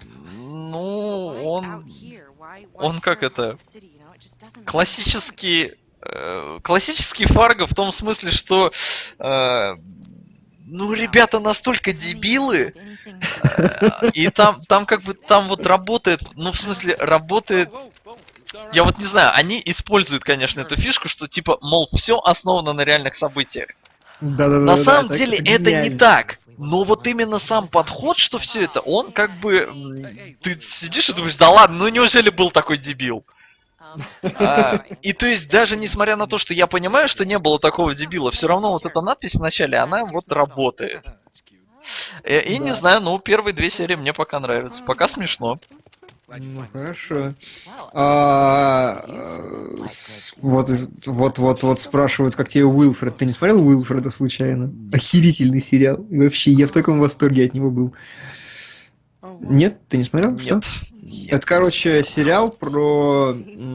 Ну, он... Он как это... Классический... Э, классический Фарго в том смысле, что... Э, ну, ребята настолько дебилы, э, и там, там как бы, там вот работает, ну, в смысле, работает... Я вот не знаю, они используют, конечно, эту фишку, что типа, мол, все основано на реальных событиях. Да-да-да. На да, самом да, деле это, это, это не так. Но вот именно сам подход, что все это, он как бы... Ты сидишь и думаешь, да ладно, ну неужели был такой дебил? А, и то есть даже несмотря на то, что я понимаю, что не было такого дебила, все равно вот эта надпись в начале, она вот работает. И, и да. Не знаю, ну первые две серии мне пока нравятся, пока смешно. Ну хорошо. А, вот, вот, вот, вот спрашивают, как тебе Уилфред. Ты не смотрел Уилфреда случайно? Охерительный сериал. И вообще, я в таком восторге от него был. Нет? Ты не смотрел? Нет. Что? Это, короче, сериал про...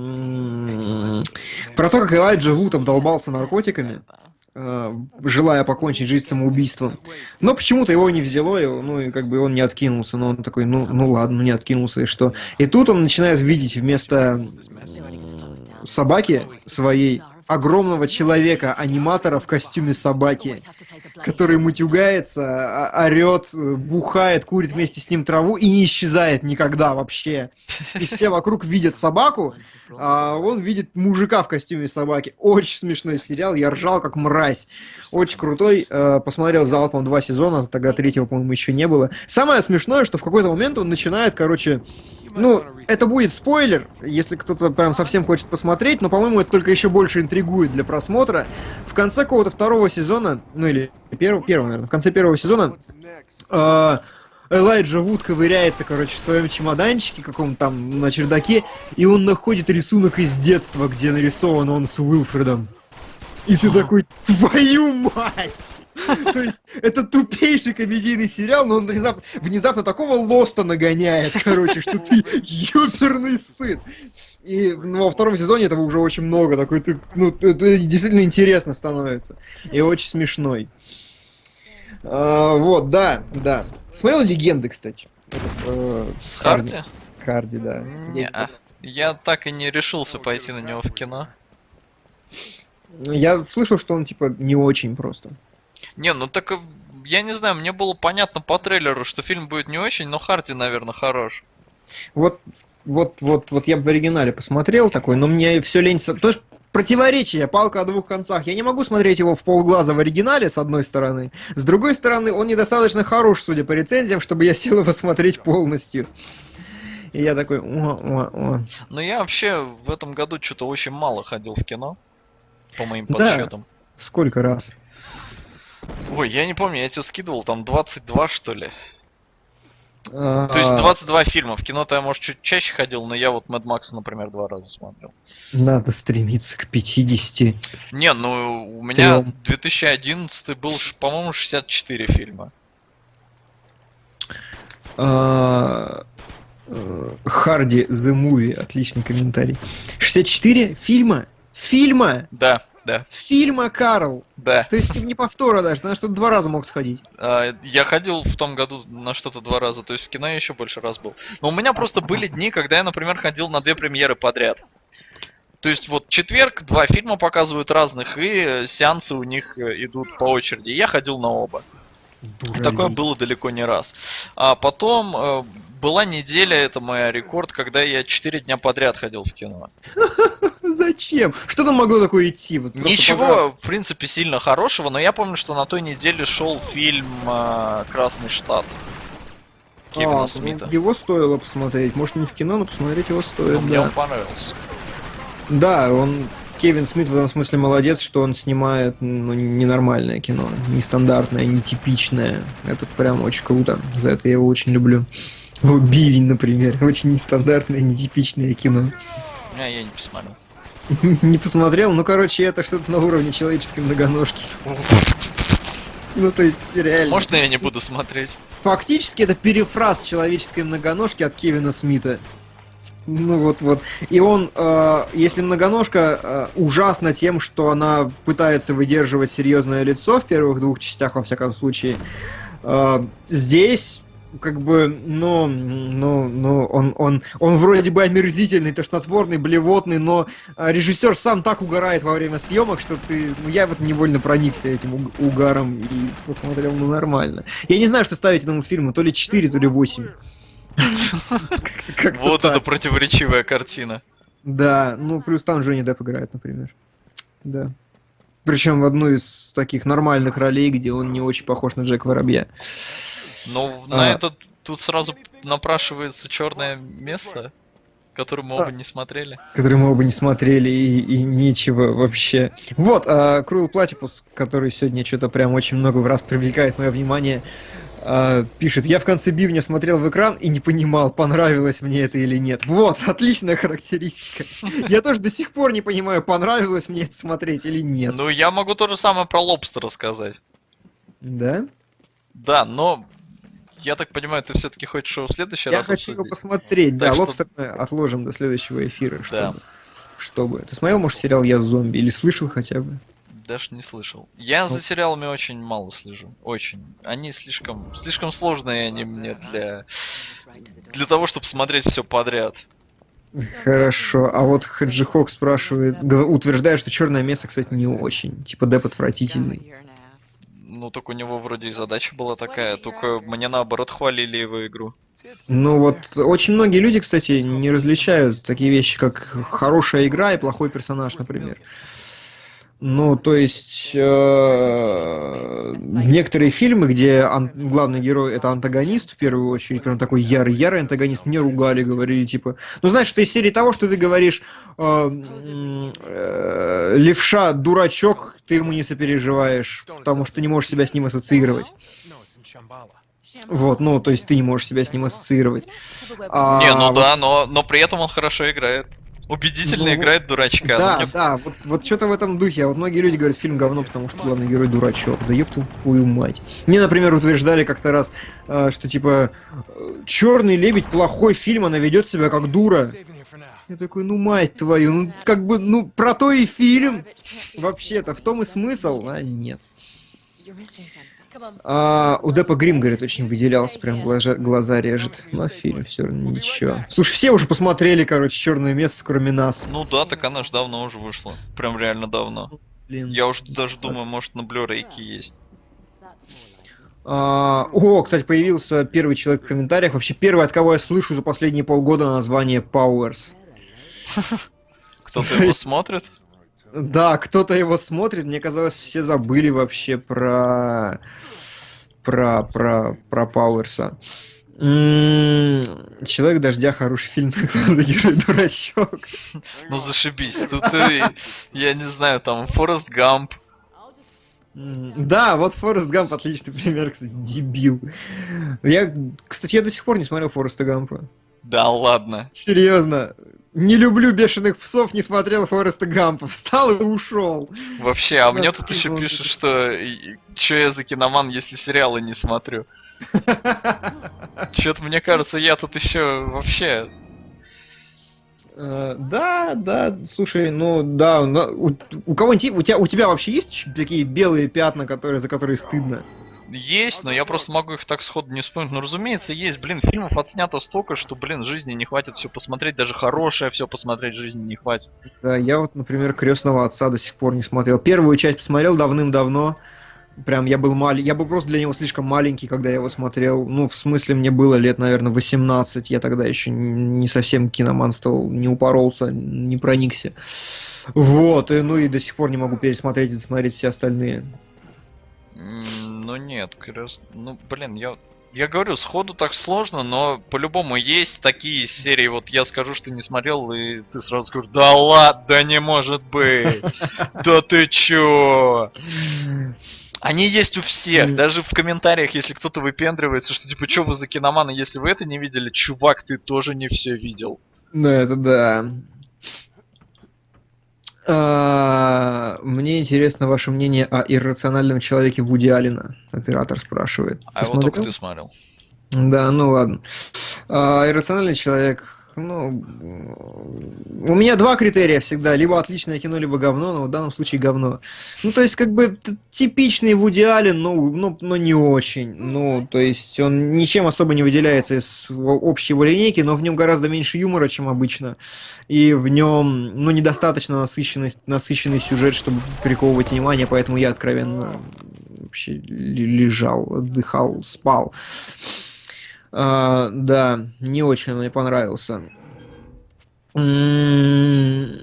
Про то, как Элайджа Вуд обдолбался наркотиками, желая покончить жизнь самоубийством. Но почему-то его не взяло, его, ну и как бы он не откинулся. Но он такой, ну, ну ладно, ну не откинулся, и что? И тут он начинает видеть вместо собаки своей огромного человека-аниматора в костюме собаки, который мутюгается, орет, бухает, курит вместе с ним траву и не исчезает никогда вообще. И все вокруг видят собаку, а он видит мужика в костюме собаки. Очень смешной сериал, я ржал как мразь. Очень крутой. Посмотрел залпом два сезона, тогда третьего, по-моему, еще не было. Самое смешное, что в какой-то момент он начинает, короче... Ну, это будет спойлер, если кто-то прям совсем хочет посмотреть, но, по-моему, это только еще больше интригует для просмотра. В конце какого-то второго сезона, ну или первого, первого, наверное, в конце первого сезона э, Элайджа Вуд ковыряется, короче, в своем чемоданчике каком-то там на чердаке, и он находит рисунок из детства, где нарисован он с Уилфредом. И ты такой, твою мать! То есть, это тупейший комедийный сериал, но он внезапно, внезапно такого лоста нагоняет, короче, что ты ёперный стыд. И ну, во втором сезоне этого уже очень много, такой ты, ну, это действительно интересно становится. И очень смешной. А, вот, да, да. Смотрел «Легенды», кстати? Это, э, с Харди? Харди? С Харди, да. Не-а. Я так и не решился пойти на него в кино. Я слышал, что он, типа, не очень просто. Не, ну так, я не знаю, мне было понятно по трейлеру, что фильм будет не очень, но Харди, наверное, хорош. Вот, вот, вот, вот я бы в оригинале посмотрел такой, но мне все лень... Потому что противоречие, палка о двух концах. Я не могу смотреть его в полглаза в оригинале, с одной стороны. С другой стороны, он недостаточно хорош, судя по рецензиям, чтобы я сел его смотреть полностью. И я такой... О, о, о. Ну, я вообще в этом году что-то очень мало ходил в кино, по моим подсчетам. Да. Сколько раз? Ой, я не помню, я тебе скидывал, там двадцать два, что ли. А... То есть двадцать два фильма. В кино-то я, может, чуть чаще ходил, но я вот Мэд Макса, например, два раза смотрел. Надо стремиться к пятидесяти. Не, ну, у меня две тысячи одиннадцатый был, по-моему, шестьдесят четыре фильма. А... Харди The Movie, отличный комментарий. шестьдесят четыре фильма? Фильма? Да, да. Фильма, Карл. Да. То есть ты не повтора даже, ты на что-то два раза мог сходить. А, я ходил в том году на что-то два раза, то есть в кино я еще больше раз был. Но у меня просто были дни, когда я, например, ходил на две премьеры подряд. То есть вот четверг, два фильма показывают разных, и сеансы у них идут по очереди. Я ходил на оба. Дуралей. Такое было далеко не раз. А потом э, была неделя, это моя рекорд, когда я четыре дня подряд ходил в кино. Зачем? Что там могло такое идти? Вот ничего, пока... в принципе, сильно хорошего, но я помню, что на той неделе шел фильм э, «Красный штат» Кевина а, Смита. Ну, его стоило посмотреть. Может, не в кино, но посмотреть его стоит. Но да. мне он понравился. Да, он... Кевин Смит в этом смысле молодец, что он снимает ну, ненормальное кино, нестандартное, нетипичное. Это прям очень круто. За это я его очень люблю. О, Бивень, например. Очень нестандартное, нетипичное кино. Я, я не посмотрел. Не посмотрел? Ну, короче, это что-то на уровне человеческой многоножки. Ну, то есть, реально. Можно я не буду смотреть? Фактически это перефраз человеческой многоножки от Кевина Смита. Ну вот вот. И он, э, если многоножка э, ужасна тем, что она пытается выдерживать серьезное лицо в первых двух частях, во всяком случае, э, здесь как бы, ну, ну, ну, он, он, он вроде бы омерзительный, тошнотворный, блевотный, но режиссер сам так угорает во время съемок, что ты, ну, я вот невольно проникся этим угаром и посмотрел, ну, нормально. Я не знаю, что ставить этому фильму, то ли четыре, то ли восемь. Вот это противоречивая картина. Да, ну плюс там Джонни Депп играет, например. Да. Причем в одну из таких нормальных ролей, где он не очень похож на Джека Воробья. Ну, на это тут сразу напрашивается «Черное место», которое мы оба не смотрели. Которое мы оба не смотрели, и, и нечего вообще. Вот, а Cruel Platypus, который сегодня что-то прям очень много раз привлекает мое внимание, Uh, пишет, я в конце бивня смотрел в экран и не понимал, понравилось мне это или нет. Вот, отличная характеристика. Я тоже до сих пор не понимаю, понравилось мне это смотреть или нет. Ну, я могу то же самое про Лобстера сказать. Да? Да, но я так понимаю, ты все-таки хочешь его в следующий я раз хочу обсудить? его посмотреть, да, что... Лобстер мы отложим до следующего эфира, чтобы... Да. чтобы... Ты смотрел, может, сериал «Я зомби» или слышал хотя бы? Даже не слышал. Я за сериалами очень мало слежу. Очень. Они слишком, слишком сложные они мне для, для того, чтобы смотреть все подряд. Хорошо. А вот Хаджи Хок спрашивает, утверждает, что «Черное место», кстати, не очень. Типа Депп отвратительный. Ну, так у него вроде и задача была такая, только мне наоборот хвалили его игру. Ну вот, очень многие люди, кстати, не различают такие вещи, как хорошая игра и плохой персонаж, например. Ну, то есть, э, некоторые фильмы, где ан- главный герой это антагонист, в первую очередь, прям такой ярый-ярый антагонист, мне ругали, говорили, типа, ну, знаешь, это из серии того, что ты говоришь, э, э, левша, дурачок, ты ему не сопереживаешь, потому что ты не можешь себя с ним ассоциировать. Вот, ну, то есть ты не можешь себя с ним ассоциировать. А, не, ну вот... да, но, но при этом он хорошо играет. Убедительно ну, играет дурачка. Да, мне... да, вот, вот что-то в этом духе. А вот многие люди говорят, фильм говно, потому что главный герой дурачок. Да ёб твою мать. Мне, например, утверждали как-то раз, что типа «Черный лебедь» плохой фильм, она ведет себя как дура. Я такой, ну мать твою, ну как бы, ну про то и фильм. Вообще-то, в том и смысл, а нет. А, у Деппа грим, говорит, очень выделялся, прям глаза, глаза режет. Но фильм все равно ничего. Слушай, все уже посмотрели, короче, «Черное место», кроме нас. Ну да, так она же давно уже вышла. Прям реально давно. Блин. Я уже даже думаю, может на Blu-ray есть. А, о, кстати, появился первый человек в комментариях. Вообще первый, от кого я слышу за последние полгода название Powers. Кто-то его смотрит? Да, кто-то его смотрит, мне казалось, все забыли вообще про... про... про... про Пауэрса. М, Человек дождя хороший фильм, главный герой дурачок. Ну зашибись, тут и, я не знаю, там Форест Гамп. М, Да, вот Форест Гамп отличный пример, кстати, дебил. Я, кстати, я до сих пор не смотрел Фореста Гампа. Да ладно. Серьезно. Не люблю бешеных псов, не смотрел Фореста Гампа. Встал и ушел. Вообще, а мне Нас тут еще кинул. пишут, что что я за киноман, если сериалы не смотрю. Что-то мне кажется, я тут еще вообще... Э, Да, да, слушай, ну да, на- у, у кого-нибудь, у тебя, у тебя вообще есть ч- такие белые пятна, которые, за которые стыдно? Есть, но я просто могу их так сходу не вспомнить. Ну, разумеется, есть, блин, фильмов отснято столько, что, блин, жизни не хватит все посмотреть, даже хорошее все посмотреть жизни не хватит. Да, я вот, например, «Крестного отца» до сих пор не смотрел. Первую часть посмотрел давным-давно. Прям я был маленький, я был просто для него слишком маленький, когда я его смотрел. Ну, в смысле, мне было лет, наверное, восемнадцать. Я тогда еще не совсем киноманствовал, не упоролся, не проникся. Вот, и, ну и до сих пор не могу пересмотреть и смотреть все остальные. М, Ну нет, крест... Ну, блин, я... Я говорю, сходу так сложно, но по-любому есть такие серии, вот я скажу, что не смотрел, и ты сразу скажешь, да ладно, да не может быть, да ты чё? Они есть у всех, М. даже в комментариях, если кто-то выпендривается, что типа, что вы за киноманы, если вы это не видели, чувак, ты тоже не все видел. Ну, это да. А, Мне интересно ваше мнение о иррациональном человеке Вуди Аллена. Оператор спрашивает. А Ты его только смотрел? ты смотрел. Да, ну ладно. А, иррациональный человек, ну, у меня два критерия всегда, либо отличное кино, либо говно, но в данном случае говно. Ну, то есть, как бы, т- типичный Вуди Аллен, но, но, но не очень. Ну, то есть, он ничем особо не выделяется из о- общей его линейки, но в нем гораздо меньше юмора, чем обычно. И в нем, ну, недостаточно насыщенный, насыщенный сюжет, чтобы приковывать внимание, поэтому я откровенно вообще л- лежал, отдыхал, спал. А, да, не очень он мне понравился. М,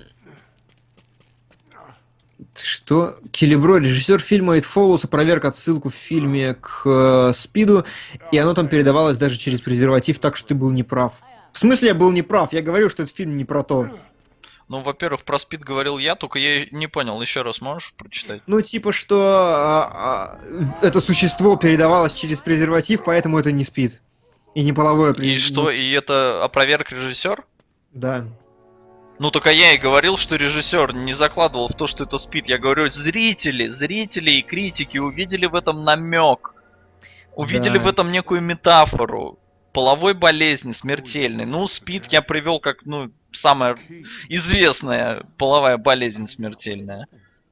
Что? Келебро, режиссер фильма «It Follows», опроверг отсылку в фильме к э, Спиду, и оно там передавалось даже через презерватив, так что ты был неправ. В смысле я был неправ? Я говорю, что этот фильм не про то. Ну, во-первых, про спид говорил я, только я не понял, еще раз можешь прочитать? Ну, типа, что а, а, это существо передавалось через презерватив, поэтому это не спид. И не половое... И при- что, и это опроверг режиссер? Да. Ну так а я и говорил, что режиссер не закладывал в то, что это спид. Я говорю, зрители, зрители и критики увидели в этом намек. Увидели Да. в этом некую метафору половой болезни смертельной. Ну, спид я привел как, ну, самая известная половая болезнь смертельная.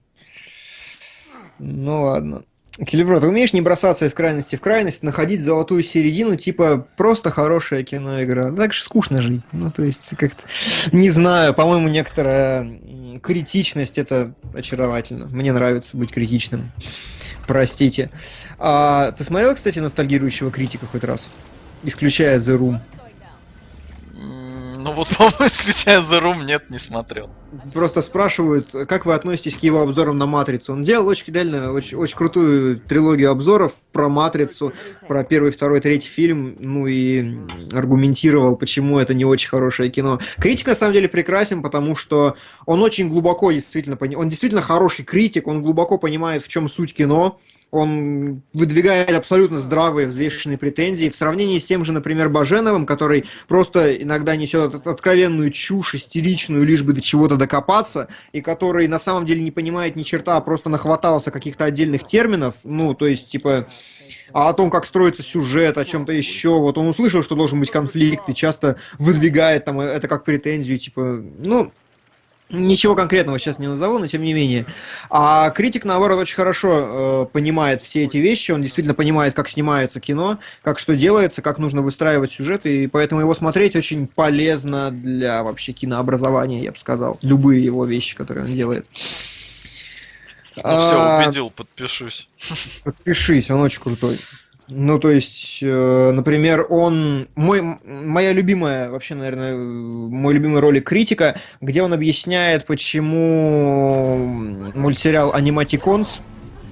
Ну ладно. Келебро, ты умеешь не бросаться из крайности в крайность, находить золотую середину, типа просто хорошая киноигра. Так же скучно жить. Ну, то есть, как-то... Не знаю, по-моему, некоторая м, критичность это очаровательно. Мне нравится быть критичным. Простите. А, ты смотрел, кстати, ностальгирующего критика хоть раз? Исключая The Room. М, Ну вот, по-моему, исключая The Room, нет, не смотрел. Просто спрашивают, как вы относитесь к его обзорам на «Матрицу». Он делал очень, реально, очень, очень крутую трилогию обзоров про «Матрицу», про первый, второй, третий фильм, ну и аргументировал, почему это не очень хорошее кино. Критик, на самом деле, прекрасен, потому что он очень глубоко действительно, пони- он действительно хороший критик, он глубоко понимает, в чем суть кино, он выдвигает абсолютно здравые, взвешенные претензии в сравнении с тем же, например, Баженовым, который просто иногда несет от- откровенную чушь, истеричную, лишь бы до чего-то докопаться, и который на самом деле не понимает ни черта, а просто нахватался каких-то отдельных терминов, ну, то есть, типа, а о том, как строится сюжет, о чем-то еще. Вот он услышал, что должен быть конфликт, и часто выдвигает там это как претензию, типа, ну, ничего конкретного сейчас не назову, но тем не менее. А критик, наоборот, очень хорошо э, понимает все эти вещи, он действительно понимает, как снимается кино, как что делается, как нужно выстраивать сюжет, и поэтому его смотреть очень полезно для вообще кинообразования, я бы сказал. Любые его вещи, которые он делает. Ну все, А, убедил, подпишусь. Подпишись, он очень крутой. Ну, то есть, э, например, он... Мой, моя любимая, вообще, наверное, мой любимый ролик критика, где он объясняет, почему мультсериал Animaticons,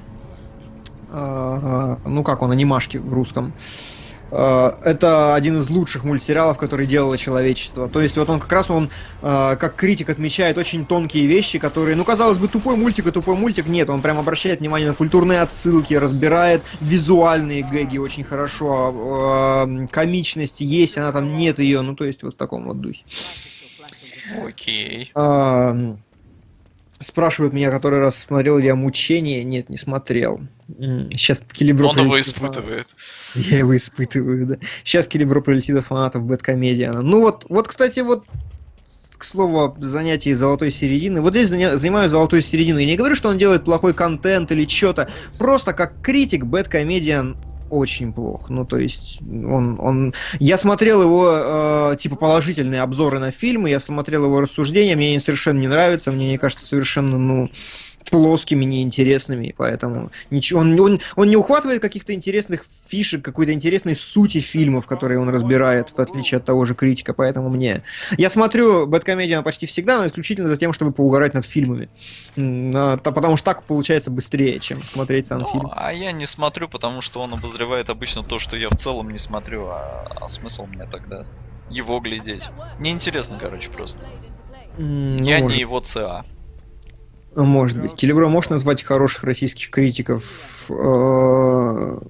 э, ну как он, анимашки в русском, э, это один из лучших мультсериалов, который делало человечество. То есть вот он как раз, он э, как критик отмечает очень тонкие вещи, которые, ну казалось бы, тупой мультик и тупой мультик. Нет, он прям обращает внимание на культурные отсылки, разбирает визуальные гэги очень хорошо, э, комичность есть, она там нет ее, ну то есть вот в таком вот духе. Окей. А, спрашивают меня, который раз смотрел ли я «Мучение». Нет, не смотрел. Сейчас Келебро Он его прилетит от фанатов. испытывает. Я его испытываю, да. Сейчас Келебро прилетит от фанатов Бэдкомедиана. Ну вот, вот, кстати, вот к слову о занятии золотой середины. Вот здесь заня- занимаю золотую середину. Я не говорю, что он делает плохой контент или что-то. Просто как критик Бэдкомедиан очень плох. Ну, то есть, он... он... Я смотрел его, э, типа, положительные обзоры на фильмы, я смотрел его рассуждения, мне они совершенно не нравятся, мне они кажутся совершенно, ну, плоскими, неинтересными, поэтому ничего, он, он, он не ухватывает каких-то интересных фишек, какой-то интересной сути фильмов, которые он разбирает, в отличие от того же критика, поэтому мне... Я смотрю Бэдкомедиан почти всегда, но исключительно за тем, чтобы поугарать над фильмами, потому что так получается быстрее, чем смотреть сам Ну, фильм. а я не смотрю, потому что он обозревает обычно то, что я в целом не смотрю, а, а смысл мне тогда его глядеть. Неинтересно, короче, просто. Ну, Я может. не его ЦА. Может быть. Келебро, можешь назвать хороших российских критиков? Э,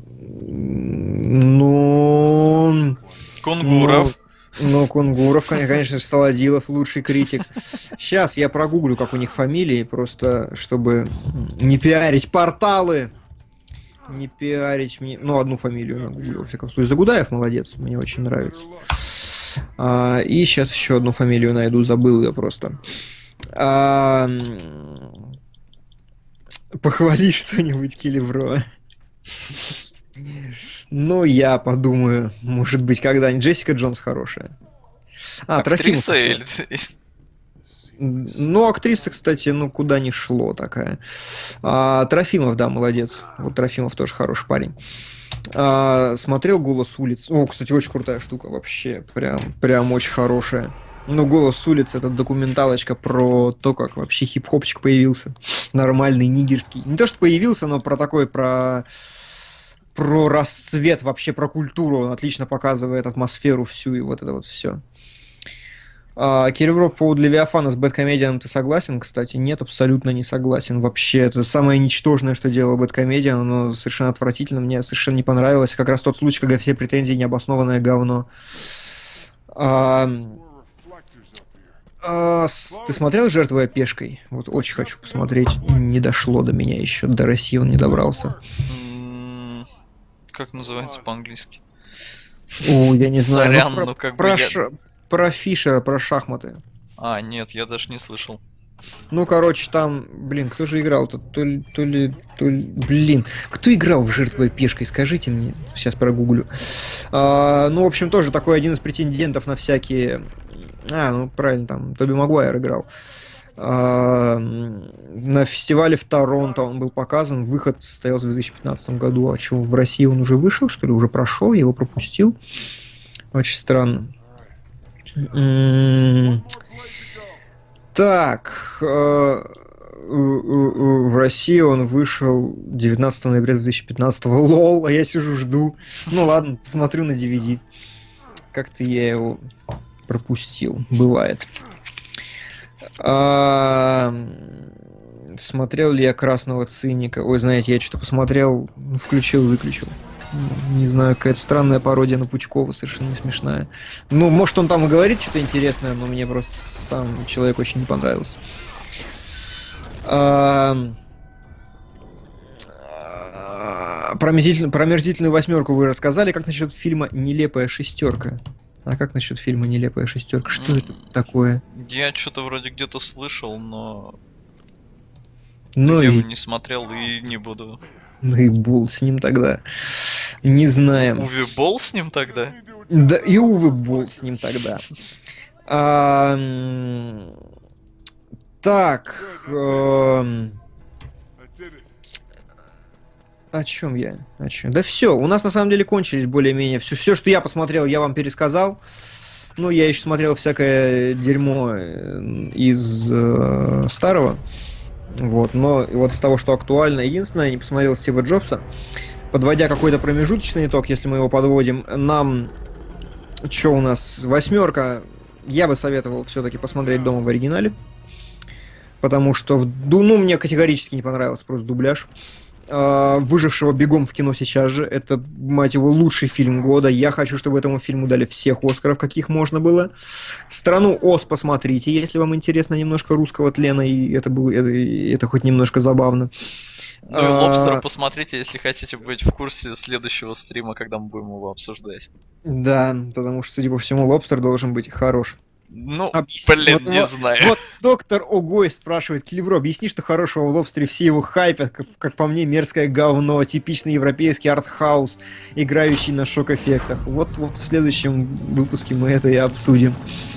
Ну... Ну, Кунгуров. ну, Кунгуров, кон- конечно же, Солодилов лучший критик. Сейчас я прогуглю, как у них фамилии, просто чтобы не пиарить порталы. Не пиарить мне... Ну, одну фамилию нагуглю, во всяком случае. Загудаев молодец, мне очень нравится. А, и сейчас еще одну фамилию найду, забыл ее просто. А, м, Похвали что-нибудь, Келебро. Ну, я подумаю, может быть, когда-нибудь. Джессика Джонс хорошая. А, Трофимов Актриса еще. или... Ну, актриса, кстати, ну, куда ни шло такая. А, Трофимов, да, молодец. Вот Трофимов тоже хороший парень. А, смотрел «Голос улиц». О, кстати, очень крутая штука вообще. Прям, прям очень хорошая. Ну, «Голос улиц» — это документалочка про то, как вообще хип-хопчик появился. Нормальный, нигерский. Не то, что появился, но про такой, про... про расцвет, вообще про культуру. Он отлично показывает атмосферу всю и вот это вот все. А, Келебро, по поводу Левиафана с Бэдкомедианом ты согласен, кстати? Нет, абсолютно не согласен. Вообще, это самое ничтожное, что делал Бэдкомедиан, оно совершенно отвратительно, мне совершенно не понравилось. Как раз тот случай, когда все претензии необоснованное говно. А, а, с- ты смотрел «Жертвуя пешкой»? Вот очень хочу посмотреть. Не дошло до меня еще, до России он не добрался. М, Как называется по-английски? О, я не знаю. Ну, Сорян, про, ну как бы про, я... ша- про Фишера, про шахматы. А, нет, я даже не слышал. Ну, короче, там, блин, кто же играл-то? То ли, то ли, то ли, блин, кто играл в «Жертвой пешкой»? Скажите мне, сейчас прогуглю. А, ну, в общем, тоже такой один из претендентов на всякие... А, ну, правильно, там, Тоби Магуайр играл. А, на фестивале в Торонто он был показан. Выход состоялся в две тысячи пятнадцатом году. А что, в России он уже вышел, что ли? Уже прошел, я его пропустил. Очень странно. М, Так, э, э, э, в России он вышел девятнадцатого ноября две тысячи пятнадцатого. Лол, а я сижу, жду. Ну ладно, смотрю на ди ви ди. Как-то я его пропустил. Бывает. А, Смотрел ли я «Красного циника»? Ой, знаете, я что-то посмотрел, включил, выключил. Не знаю, какая-то странная пародия на Пучкова, совершенно не смешная. Ну, может, он там и говорит что-то интересное, но мне просто сам человек очень не понравился. А, а, Про омерзительную, про омерзительную восьмерку вы рассказали. Как насчет фильма «Нелепая шестерка»? А как насчет фильма «Нелепая шестерка»? Что это такое? Я что-то вроде где-то слышал, но Ну я его и, не смотрел и не буду. ну и Бул с ним тогда. Не знаем. Уви Болл с ним тогда? Да, и Уве Болл с ним тогда. А, м, так. эм, О чем я? О чем? Да все, у нас на самом деле кончились более-менее. Все, все, что я посмотрел, я вам пересказал. Ну, я еще смотрел всякое дерьмо из э, старого. Вот, но вот из того, что актуально, единственное, я не посмотрел Стива Джобса. Подводя какой-то промежуточный итог, если мы его подводим, нам... Что у нас? Восьмерка. Я бы советовал все-таки посмотреть дома в оригинале. Потому что, в, ну, мне категорически не понравился просто дубляж. Uh, «Выжившего» бегом в кино сейчас же. Это, мать его, лучший фильм года. Я хочу, чтобы этому фильму дали всех Оскаров, каких можно было. «Страну Оз» посмотрите, если вам интересно немножко русского тлена, и это, было, это, это хоть немножко забавно. Ну и «Лобстера» посмотрите, если хотите быть в курсе следующего стрима, когда мы будем его обсуждать. Да, потому что, судя по всему, «Лобстер» должен быть хорош. Ну, Объясни, блин, вот, не вот, знаю. Вот доктор Огой спрашивает: Келебро, объясни, что хорошего в «Лобстере» все его хайпят, как, как по мне, мерзкое говно, типичный европейский артхаус, играющий на шок-эффектах. Вот, вот в следующем выпуске мы это и обсудим.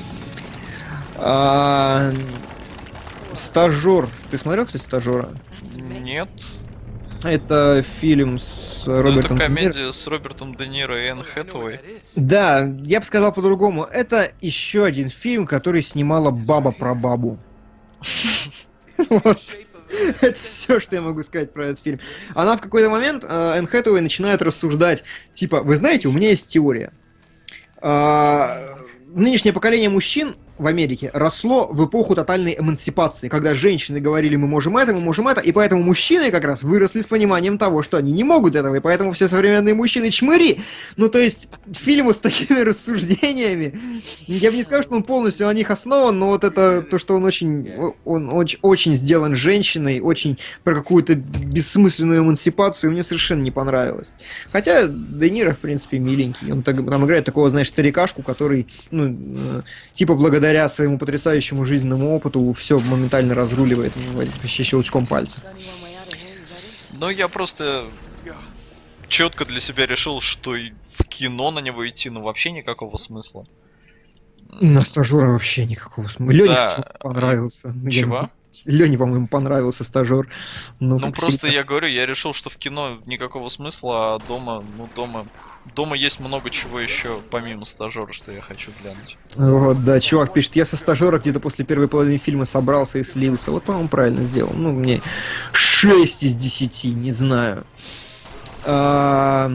А... Стажер. Ты смотрел, кстати, «Стажера»? Нет. Это фильм с Робертом Это Де Ниро. комедия с Робертом Де Ниро и Энн Хэтэуэй. Да, я бы сказал по-другому. Это еще один фильм, который снимала баба про бабу. Вот. Это все, что я могу сказать про этот фильм. Она в какой-то момент, э, Энн Хэтэуэй начинает рассуждать, типа, вы знаете, у меня есть теория. А, нынешнее поколение мужчин в Америке росло в эпоху тотальной эмансипации, когда женщины говорили, мы можем это, мы можем это, и поэтому мужчины как раз выросли с пониманием того, что они не могут этого, и поэтому все современные мужчины чмыри. Ну, то есть, фильм вот с такими рассуждениями, я бы не сказал, что он полностью на них основан, но вот это то, что он очень, он очень, очень сделан женщиной, очень про какую-то бессмысленную эмансипацию, мне совершенно не понравилось. Хотя Де Ниро, в принципе, миленький, он так, там играет такого, знаешь, старикашку, который, ну, типа, благодаря своему потрясающему жизненному опыту все моментально разруливает вообще щелчком пальца. Ну, я просто четко для себя решил, что и в кино на него идти, ну, вообще никакого смысла. На «Стажера» вообще никакого смысла. Лене, да. Кстати, понравился. Чего? Лене, по-моему, понравился «Стажер». Ну, ну просто всегда. Я говорю, я решил, что в кино никакого смысла, а дома, ну, дома... Дома есть много чего еще, помимо «Стажера», что я хочу глянуть. Вот, да, чувак пишет, я со «Стажера» где-то после первой половины фильма собрался и слился. Вот, по-моему, правильно сделал. Ну, мне шесть из десяти, не знаю. А...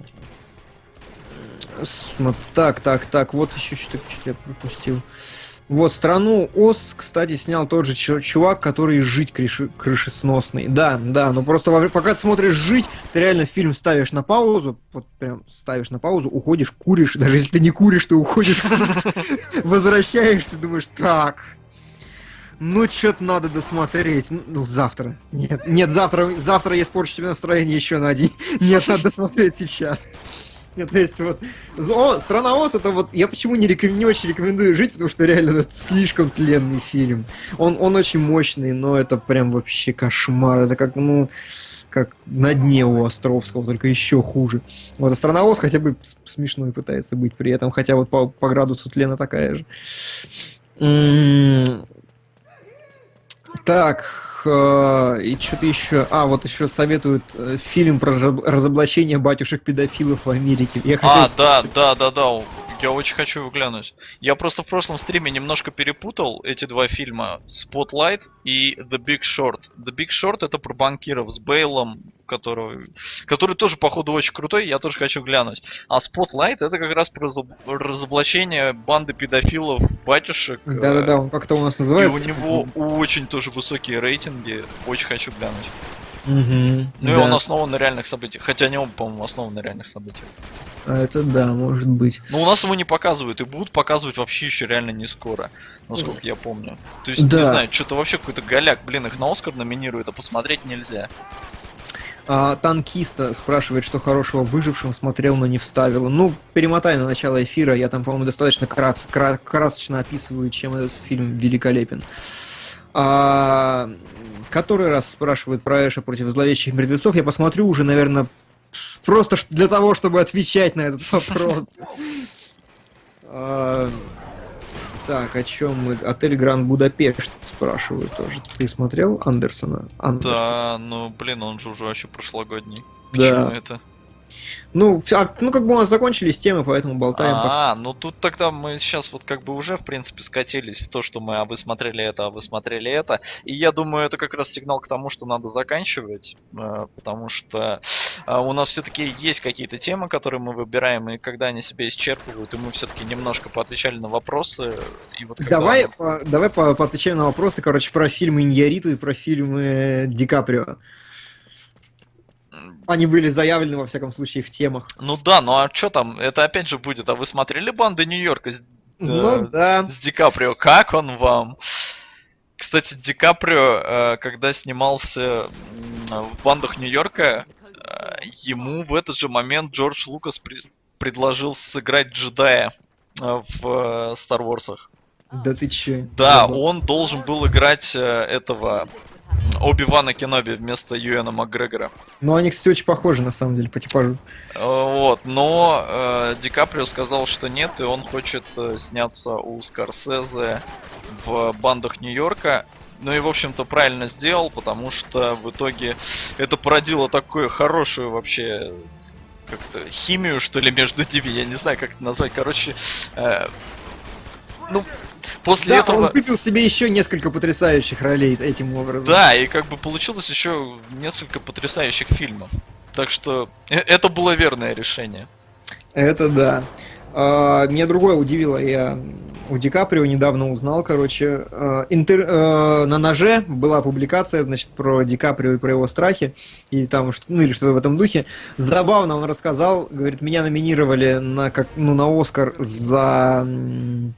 Так, так, так, вот еще что-то, что-то я пропустил. Вот, «Страну Оз», кстати, снял тот же чувак, который «Жить» крыши, крышесносный. Да, да, но просто во, пока ты смотришь «Жить», ты реально фильм ставишь на паузу, вот прям ставишь на паузу, уходишь, куришь, даже если ты не куришь, ты уходишь, возвращаешься, думаешь, так, ну что-то надо досмотреть, ну, завтра. Нет, нет, завтра, завтра я испорчу себе настроение еще на день. Нет, надо досмотреть сейчас. То есть вот О, «Страна Оз» это вот я почему не, реком... не очень рекомендую «Жить», потому что реально это слишком тленный фильм. Он, он очень мощный, но это прям вообще кошмар. Это как, ну, как на дне у Островского, только еще хуже. Вот, а «Страна Оз» хотя бы смешной пытается быть при этом, хотя вот по, по градусу тлена такая же. М-м- так. И что-то еще... А, вот еще советуют э, фильм про разоблачение батюшек-педофилов в Америке. Я а, да, да, да, да. Я очень хочу его глянуть. Я просто в прошлом стриме немножко перепутал эти два фильма. Spotlight и The Big Short. The Big Short это про банкиров с Бейлом, который, который тоже, походу, очень крутой. Я тоже хочу глянуть. А Spotlight это как раз про разоблачение банды педофилов батюшек. Да-да-да, он как-то у нас называется. И у него очень тоже высокие рейтинги. Очень хочу глянуть. Угу, ну да. И он основан на реальных событиях. Хотя не он, по-моему, основан на реальных событиях. А это да, может быть. Но у нас его не показывают, и будут показывать вообще еще реально не скоро, насколько я помню. То есть, да. Не знаю, что-то вообще какой-то голяк, блин, их на Оскар номинируют, а посмотреть нельзя. А, танкиста спрашивает, что хорошего «Выжившим» смотрел, но не вставила. Ну, перемотай на начало эфира, я там, по-моему, достаточно крац- кра- красочно описываю, чем этот фильм великолепен. А, который раз спрашивают про Эша против зловещих мертвецов, я посмотрю уже, наверное, просто для того, чтобы отвечать на этот вопрос. Так, Так, о чем мы? Отель Гранд Будапешт спрашивают тоже. Ты смотрел Андерсона? Андерсон. Да, ну блин, он же уже вообще прошлогодний. Да. Почему это? Ну, а, ну, как бы у нас закончились темы, поэтому болтаем. А, ну тут тогда мы сейчас вот как бы уже, в принципе, скатились в то, что мы, а вы смотрели это, а вы смотрели это. И я думаю, это как раз сигнал к тому, что надо заканчивать, э, потому что э, у нас все-таки есть какие-то темы, которые мы выбираем, и когда они себя исчерпывают, и мы все-таки немножко поотвечали на вопросы. И вот когда Давай, он- по, давай по, поотвечаем на вопросы, короче, про фильмы Иньярриту и про фильмы Ди Каприо. Они были заявлены, во всяком случае, в темах. Ну да, ну а что там? Это опять же будет. А вы смотрели «Банды Нью-Йорка» с, Ну э, да. с Ди Каприо? Как он вам? Кстати, Ди Каприо, э, когда снимался м, в «Бандах Нью-Йорка», э, ему в этот же момент Джордж Лукас при- предложил сыграть джедая э, в Стар Ворсах. Да ты че? Да, Забавно. он должен был играть э, этого Оби-Вана Кеноби вместо Юэна Макгрегора. Ну, они, кстати, очень похожи, на самом деле, по типажу. Э, Вот, но э, Ди Каприо сказал, что нет, и он хочет э, сняться у Скорсезе в «Бандах Нью-Йорка». Ну и, в общем-то, правильно сделал, потому что в итоге это породило такую хорошую вообще как-то химию, что ли, между ними, я не знаю, как это назвать, короче, э, ну, после Да, этого... он выпил себе еще несколько потрясающих ролей этим образом. Да, и как бы получилось еще несколько потрясающих фильмов. Так что э- это было верное решение. Это да. А, меня другое удивило. Я у Ди Каприо недавно узнал, короче, а, интер- а, на «Ноже» была публикация, значит, про Ди Каприо и про его страхи, и там, что- ну или что-то в этом духе. Забавно он рассказал, говорит, меня номинировали на, как, ну, на «Оскар» за... м,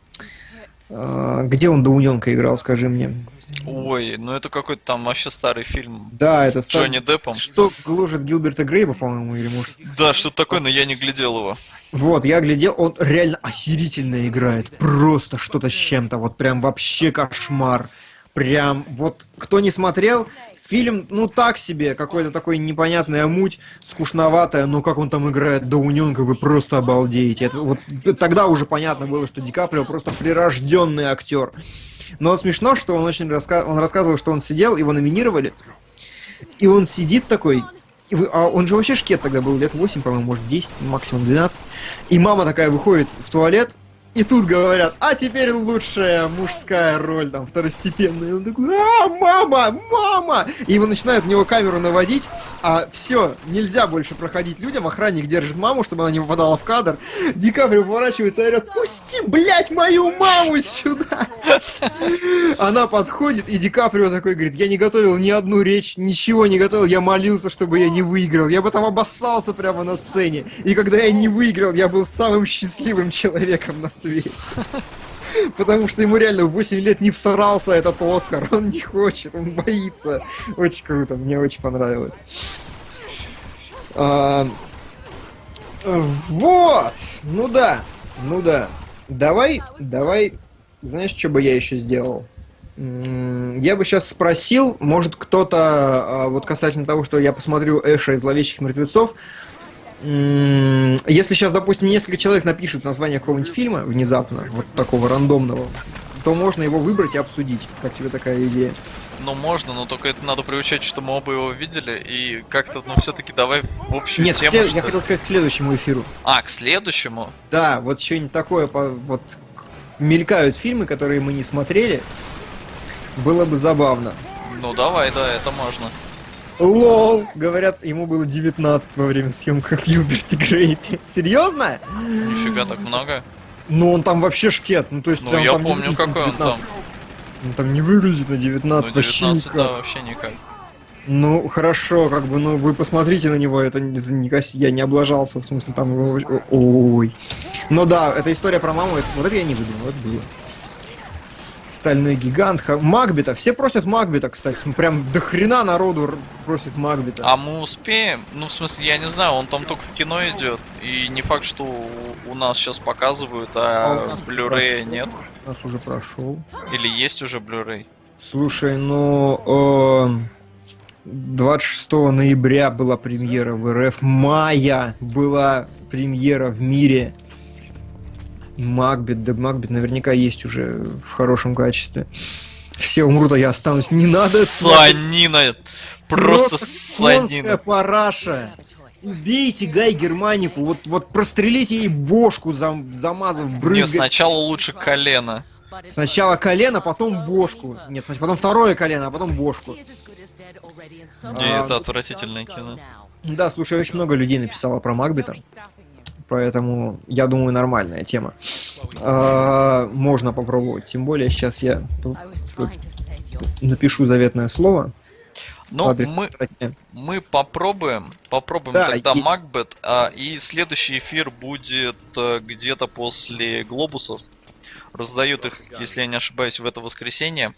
а, где он Доуненка играл, скажи мне? Ой, ну это какой-то там вообще старый фильм Да, с это стар- Джонни Деппом. Что гложет Гилберта Грейба, по-моему, или может... Да, что-то такое, но я не глядел его. Вот, я глядел, он реально охерительно играет. Просто что-то с чем-то. Вот прям вообще кошмар. Прям, вот, кто не смотрел, фильм, ну так себе, какой-то такой непонятная муть, скучноватая, но как он там играет Доуненка, вы просто обалдеете. Это, вот тогда уже понятно было, что Ди Каприо просто прирожденный актер. Но смешно, что он очень раска... он рассказывал, что он сидел, его номинировали, и он сидит такой, и вы... а он же вообще шкет тогда был, лет восемь, по-моему, может десять, максимум двенадцать, и мама такая выходит в туалет, и тут говорят, а теперь лучшая мужская роль, там, второстепенная. И он такой, а, мама, мама! И его начинают в него камеру наводить, а все, нельзя больше проходить людям, охранник держит маму, чтобы она не попадала в кадр. Ди Каприо поворачивается и орет, пусти, блядь, мою маму сюда! Она подходит, и Ди Каприо такой говорит, я не готовил ни одну речь, ничего не готовил, я молился, чтобы я не выиграл. Я бы там обоссался прямо на сцене. И когда я не выиграл, я был самым счастливым человеком на свете. Потому что ему реально в восемь лет не всрался этот Оскар. Он не хочет, он боится. Очень круто, мне очень понравилось. А, вот! Ну да, ну да. Давай, давай, знаешь, что бы я еще сделал? М, Я бы сейчас спросил, может кто-то, а, вот касательно того, что я посмотрю Эша из «Зловещих мертвецов», м, если сейчас, допустим, несколько человек напишут название какого-нибудь фильма внезапно, вот такого рандомного, то можно его выбрать и обсудить. Как тебе такая идея? Ну можно, но только это надо приучать, что мы оба его видели, и как-то, ну все-таки давай в общую Нет, тему. все- что я ли. хотел сказать к следующему эфиру. А, к следующему? Да, вот что-нибудь такое, по- вот мелькают фильмы, которые мы не смотрели, было бы забавно. Ну давай, да, это можно. Лол, говорят, ему было девятнадцать во время съемок Гилберти Грейпе. Серьезно? Нифига так много. Ну он там вообще шкет, ну то есть Ну, там, я там не помню, выглядит на какой он там. девятнадцать. Он там не выглядит на Ну, девятнадцать, вообще девятнадцать, никак. да, вообще никак. Ну хорошо, как бы, ну вы посмотрите на него, это, это не кос- я не облажался, в смысле там его... Ой. Ну да, эта история про маму, это- вот это я не выдумал, это было. Стальной гигант, Ха- Макбета, все просят Макбета, кстати, прям до хрена народу р- просит Макбета. А мы успеем? Ну, в смысле, я не знаю, он там только в кино идет. И не факт, что у- у нас сейчас показывают, А у а нас уже Blu-ray прошел. нет. У нас уже прошел. Или есть уже Blu-ray? Слушай, ну э, двадцать шестого ноября была премьера в эр эф, мая была премьера в мире. Макбет, да Макбет наверняка есть уже в хорошем качестве. Все умрут, а я останусь. Не надо. Санина. Просто, просто конская параша. Убейте Гай Германику, вот, вот прострелите ей бошку, зам, замазав брызгой. Не, сначала лучше колено. Сначала колено, потом бошку. Нет, потом второе колено, а потом бошку. Не, а, это отвратительное кино. Да, слушай, очень много людей написало про Макбета. Поэтому, я думаю, нормальная тема. А, можно попробовать. Тем более, сейчас я напишу заветное слово. Ну, мы, мы попробуем, попробуем да, тогда есть. Макбет, а, и следующий эфир будет а, где-то после глобусов. Раздают их, если я не ошибаюсь, в это воскресенье.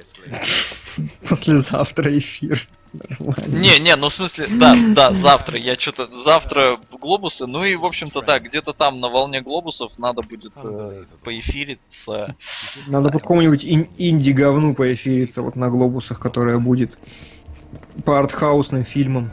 Послезавтра эфир. Не, не, ну в смысле, да, да, завтра. Я что-то завтра глобусы, ну и в общем-то да, где-то там на волне глобусов надо будет э, поэфириться. Надо по какому-нибудь ин- инди-говну поэфириться вот на глобусах, которая будет по артхаусным фильмам.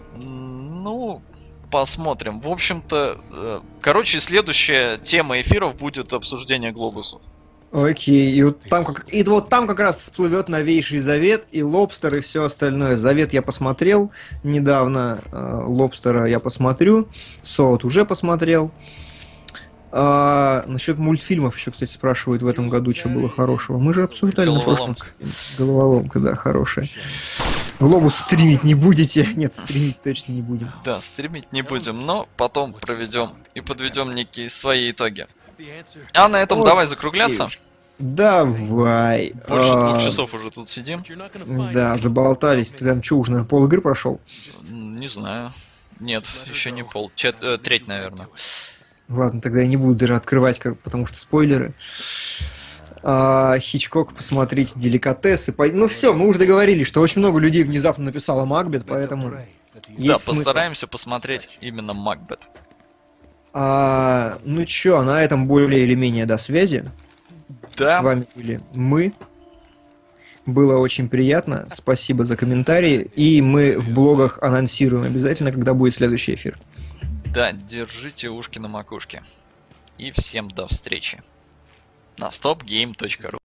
Ну, посмотрим. В общем-то, э, короче, следующая тема эфиров будет обсуждение глобусов. Окей, и вот там как, и вот там как раз всплывет новейший Завет и Лобстер и все остальное. Завет я посмотрел недавно, э, Лобстера я посмотрю, Солод уже посмотрел. А, насчет мультфильмов еще, кстати, спрашивают в этом году, что было хорошего. Мы же обсуждали на прошлом стриме. Головоломка, да, хорошая. Глобус стримить не будете? Нет, стримить точно не будем. Да, стримить не будем, но потом проведем и подведем некие свои итоги. А на этом О, давай закругляться. Давай. Больше а... двух часов уже тут сидим. Да, заболтались. Ты там что, уже, наверное, пол игры прошел? Не знаю. Нет, еще не пол. Чет... Э, треть, наверное. Ладно, тогда я не буду даже открывать, потому что спойлеры. А, Хичкок, посмотрите, деликатесы. Ну все, мы уже договорились, что очень много людей внезапно написало Макбет, поэтому... Да, постараемся смысл. посмотреть именно Макбет. А, ну чё, на этом более или менее до связи. Да. С вами были мы. Было очень приятно. Спасибо за комментарии. И мы в блогах анонсируем обязательно, когда будет следующий эфир. Да, держите ушки на макушке. И всем до встречи на стоп гейм точка ру.